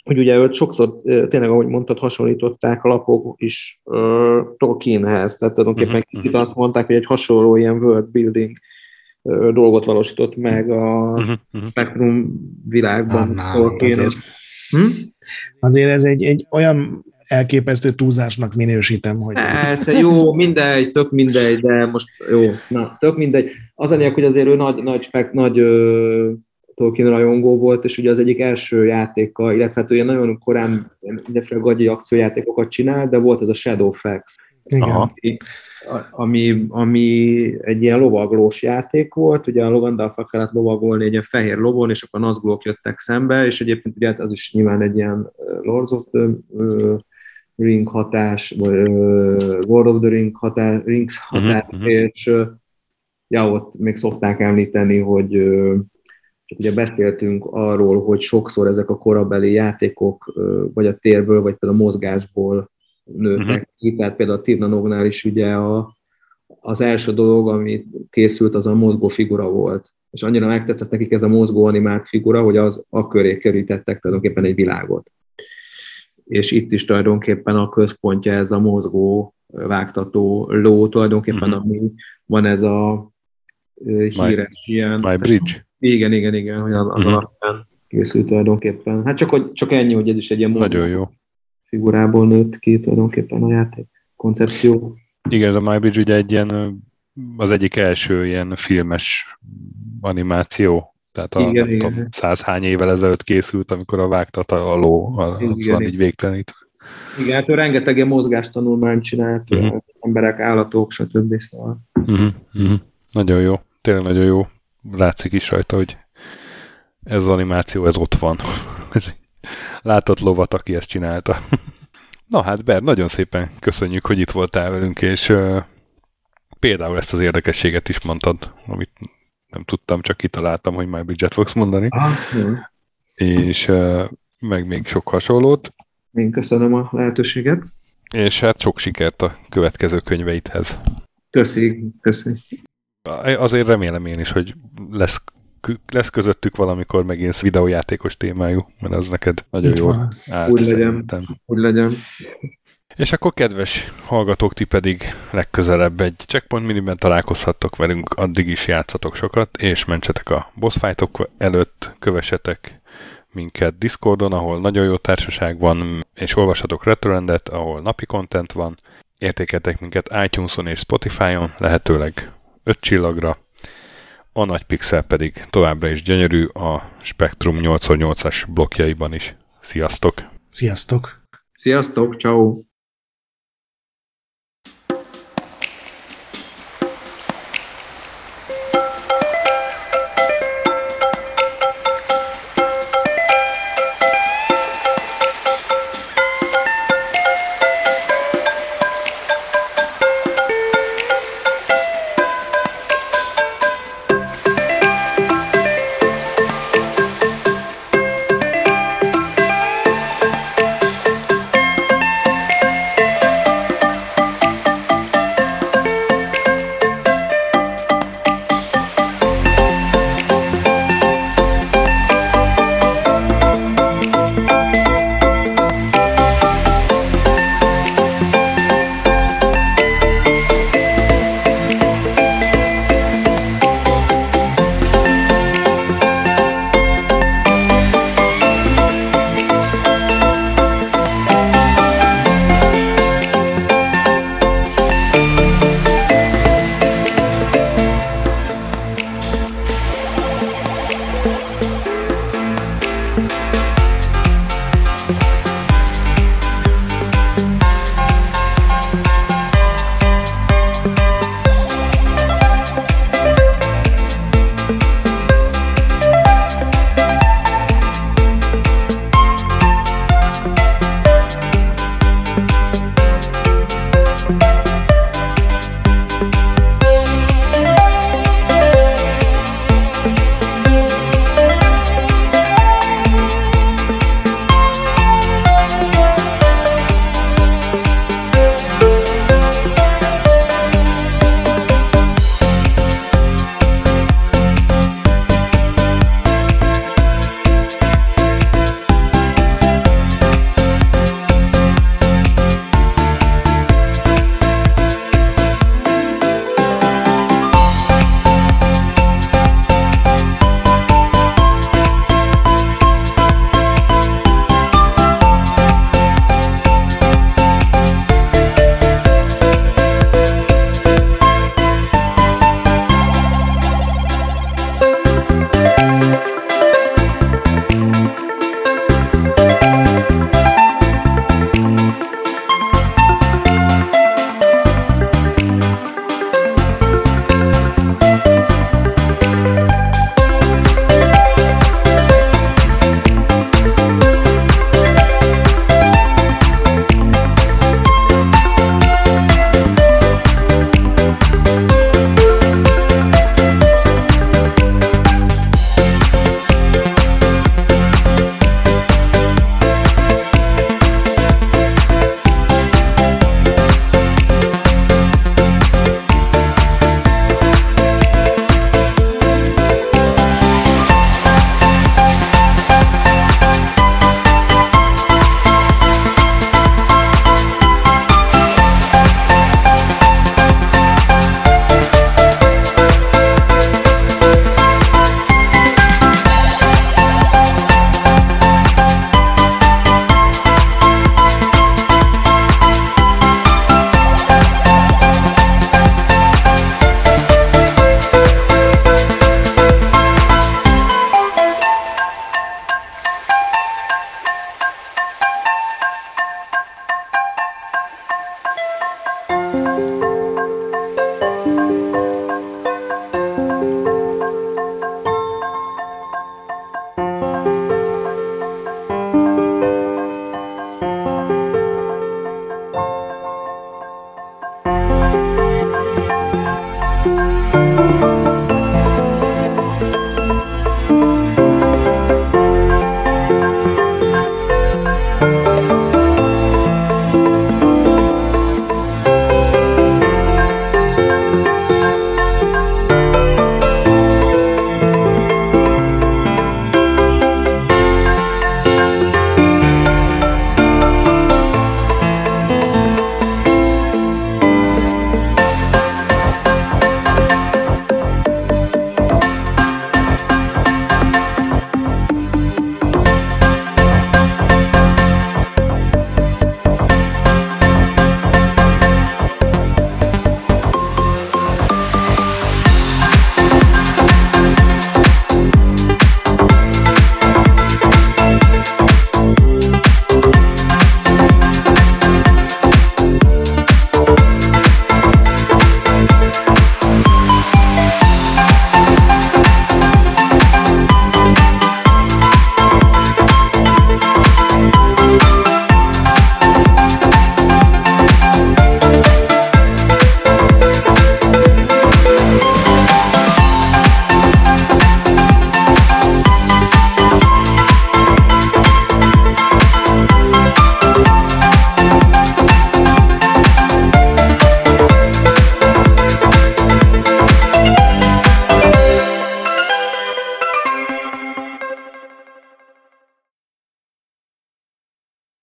hogy ugye őt sokszor tényleg, ahogy mondtad, hasonlították a lapok is uh, Tolkienhez, tehát tulajdonképpen uh-huh, kicsit uh-huh. azt mondták, hogy egy hasonló ilyen world building uh, dolgot valósított meg a uh-huh, uh-huh. Spektrum világban. Na, azért, hm? azért ez egy, egy olyan elképesztő túlzásnak minősítem, hogy... Persze, jó, mindegy, tök mindegy, de most jó, na, tök mindegy. Az a hogy azért ő nagy, nagy, spek, nagy ö, Tolkien rajongó volt, és ugye az egyik első játéka, illetve hát ugye nagyon korán mindenféle gagyi akciójátékokat csinált, de volt ez a Shadowfax, ami, ami, ami egy ilyen lovaglós játék volt, ugye a Lovandalfal kellett lovagolni egy ilyen fehér lovon, és akkor nazgulók jöttek szembe, és egyébként ugye az is nyilván egy ilyen Lords of the uh, Ring hatás, vagy uh, World of the Ring hatás, Rings hatás, uh-huh, és uh, ja, ott még szokták említeni, hogy uh, csak ugye beszéltünk arról, hogy sokszor ezek a korabeli játékok uh, vagy a térből, vagy például a mozgásból nőttek uh-huh. ki, tehát például a Tirnanognál is ugye a, az első dolog, ami készült, az a mozgó figura volt. És annyira megtetszett nekik ez a mozgó animált figura, hogy az a köré kerítettek tulajdonképpen egy világot. És itt is tulajdonképpen a központja ez a mozgó, vágtató ló, tulajdonképpen uh-huh. ami van ez a uh, híres my, ilyen... My Bridge. Igen, igen, igen, hogy az, az uh-huh. alapján készült tulajdonképpen. Hát csak, hogy, csak ennyi, hogy ez is egy ilyen mozgó nagyon jó figurából nőtt ki tulajdonképpen a játék koncepció. Igen, ez a My Bridge ugye egy ilyen, az egyik első ilyen filmes animáció, tehát a igen, nem tudom, százhány évvel ezelőtt készült, amikor a vágtat a ló, az van így végtelenítve. Igen, hát ő rengeteg ilyen mozgástanulmányt csinált, uh-huh. emberek, állatok, stb. Szóval. Uh-huh. Uh-huh. Nagyon jó, tényleg nagyon jó. Látszik is rajta, hogy ez az animáció, ez ott van. Látott lovat, aki ezt csinálta. Na hát, Ber, nagyon szépen köszönjük, hogy itt voltál velünk, és uh, például ezt az érdekességet is mondtad, amit nem tudtam, csak kitaláltam, hogy My Bridge-et fogsz mondani. Ah, és uh, meg még sok hasonlót. Én köszönöm a lehetőséget. És hát sok sikert a következő könyveidhez. Köszi, köszi. Azért remélem én is, hogy lesz lesz közöttük valamikor megint videójátékos témájú, mert az neked nagyon jól állt. Úgy legyen, úgy legyen. És akkor kedves hallgatók, ti pedig legközelebb egy Checkpoint Miniben találkozhattok velünk, addig is játszatok sokat, és mentsetek a boss fightok előtt, kövessetek minket Discordon, ahol nagyon jó társaság van, és olvassatok Retrorendet, ahol napi content van, értékeltek minket iTunes-on és Spotify-on, lehetőleg öt csillagra, a nagy pixel pedig továbbra is gyönyörű a Spektrum nyolc szor nyolcas blokkjaiban is. Sziasztok! Sziasztok! Sziasztok, ciao.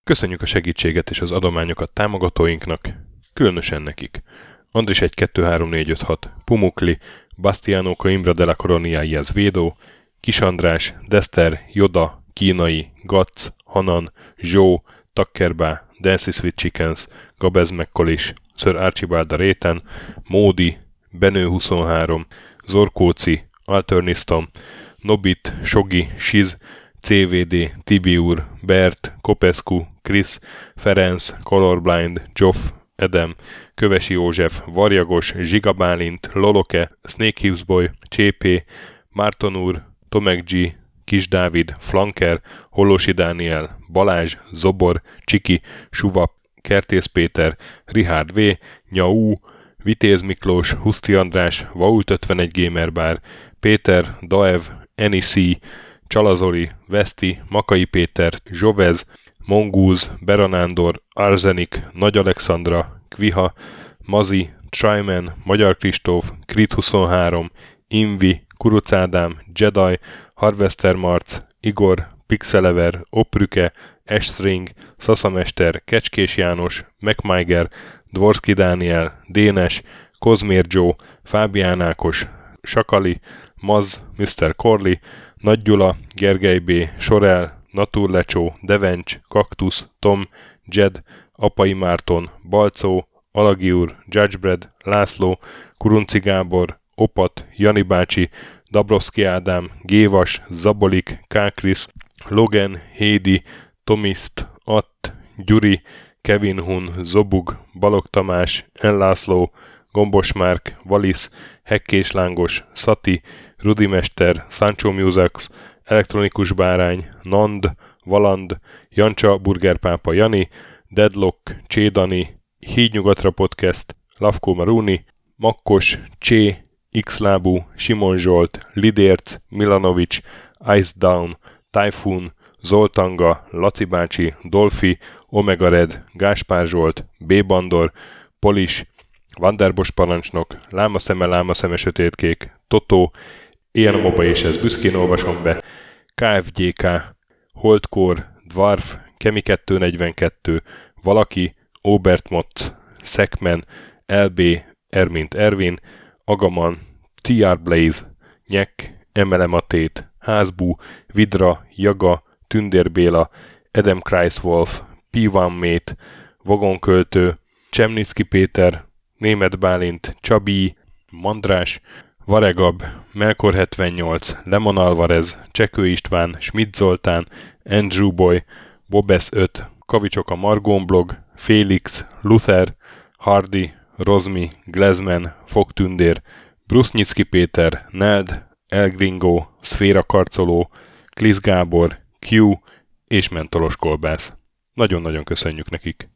Köszönjük a segítséget és az adományokat támogatóinknak, különösen nekik. Andris egy kettő három négy öt hat, Pumukli, Bastiano Coimbra de la Coronia Védó, Kis András, Dester, Joda, Kínai, Gac, Hanan, Zsó, Takkerbá, Dancy Sweet Chickens, Gabez Mekkolis, Sir Archibald a Réten, Módi, Benő huszonhárom, Zorkóci, Alternisztom, Nobit, Sogi, Siz, cé vé dé, Tibiur, Bert, Kopescu, Krisz, Ferenc, Colorblind, Joff, Edem, Kövesi József, Varjagos, Zsigabálint, Loloke, Snake Hips Boy, Csépé, Márton úr, Tomek G, Kis Dávid, Flanker, Hollósi Dániel, Balázs, Zobor, Csiki, Suvap, Kertész Péter, Richard V, Nyau, Vitéz Miklós, Huszti András, Vault ötvenegy Gamerbar, Péter, Daev, Enisi, Csalazoli, Veszti, Makai Péter, Zsovez, Mongúz, Beranándor, Arzenik, Nagy Alexandra, Kviha, Mazi, Tryman, Magyar Kristóf, Krit huszonhárom, Invi, Kuruc Ádám, Jedi, Harvester Marc, Igor, Pixelever, Oprüke, Estring, Szaszamester, Kecskés János, MacMiger, Dvorski Dániel, Dénes, Kozmér Joe, Fábián Ákos, Sakali, Maz, miszter Corley, Nagy Gyula, Gergely B, Sorel, Naturlecsó, Devencs, Kaktusz, Tom, Jed, Apai Márton, Balcó, Alagi úr, Judgebred, László, Kurunci Gábor, Opat, Jani bácsi, Dabrowski Ádám, Gévas, Zabolik, Kákris, Logan, Hédi, Tomiszt, Att, Gyuri, Kevin Hun, Zobug, Balog Tamás, Enlászló, Gombos Márk, Valisz, Hekkés Lángos, Szati, Rudimester, Sancho Musax, Elektronikus Bárány, Nand, Valand, Jancsa, Burgerpápa Jani, Deadlock, Csédani, Hídnyugatra Podcast, Lavko Maruni, Makkos, Csé, Xlábú, Simon Zsolt, Lidérc, Milanovic, Ice Down, Typhoon, Zoltanga, Laci bácsi, Dolfi, Omega Red, Gáspár Zsolt, B. Bandor, Polis, Vanderbos parancsnok, Lámaszeme, Lámaszeme sötétkék, Totó, Ilyen a moba és ez büszkén olvasom be, ká ef gé ká, Holdcore, Dwarf, Kemi kettőnegyvenkettő, Valaki, Obert Motz, Szekmen, el bé, Ermint Ervin, Agaman, té er Blaze, Nyek, Emele Matét, Házbú, Vidra, Jaga, Tündér Béla, Adam Kreiswolf, pé egy Mate, Vagonköltő, Csemnicki Péter, Németh Bálint, Csabi, Mandrás, Varegab, Melkor hetvennyolc, Lemon Alvarez, Csekő István, Schmidt Zoltán, Andrew Boy, Bobesz öt, Kavicsok a Margón blog, Félix, Luther, Hardy, Rozmi, Glezman, Fogtündér, Brusznyicki Péter, Neld, El Gringo, Szféra Karcoló, Klisz Gábor, Q és Mentolos Kolbász. Nagyon-nagyon köszönjük nekik!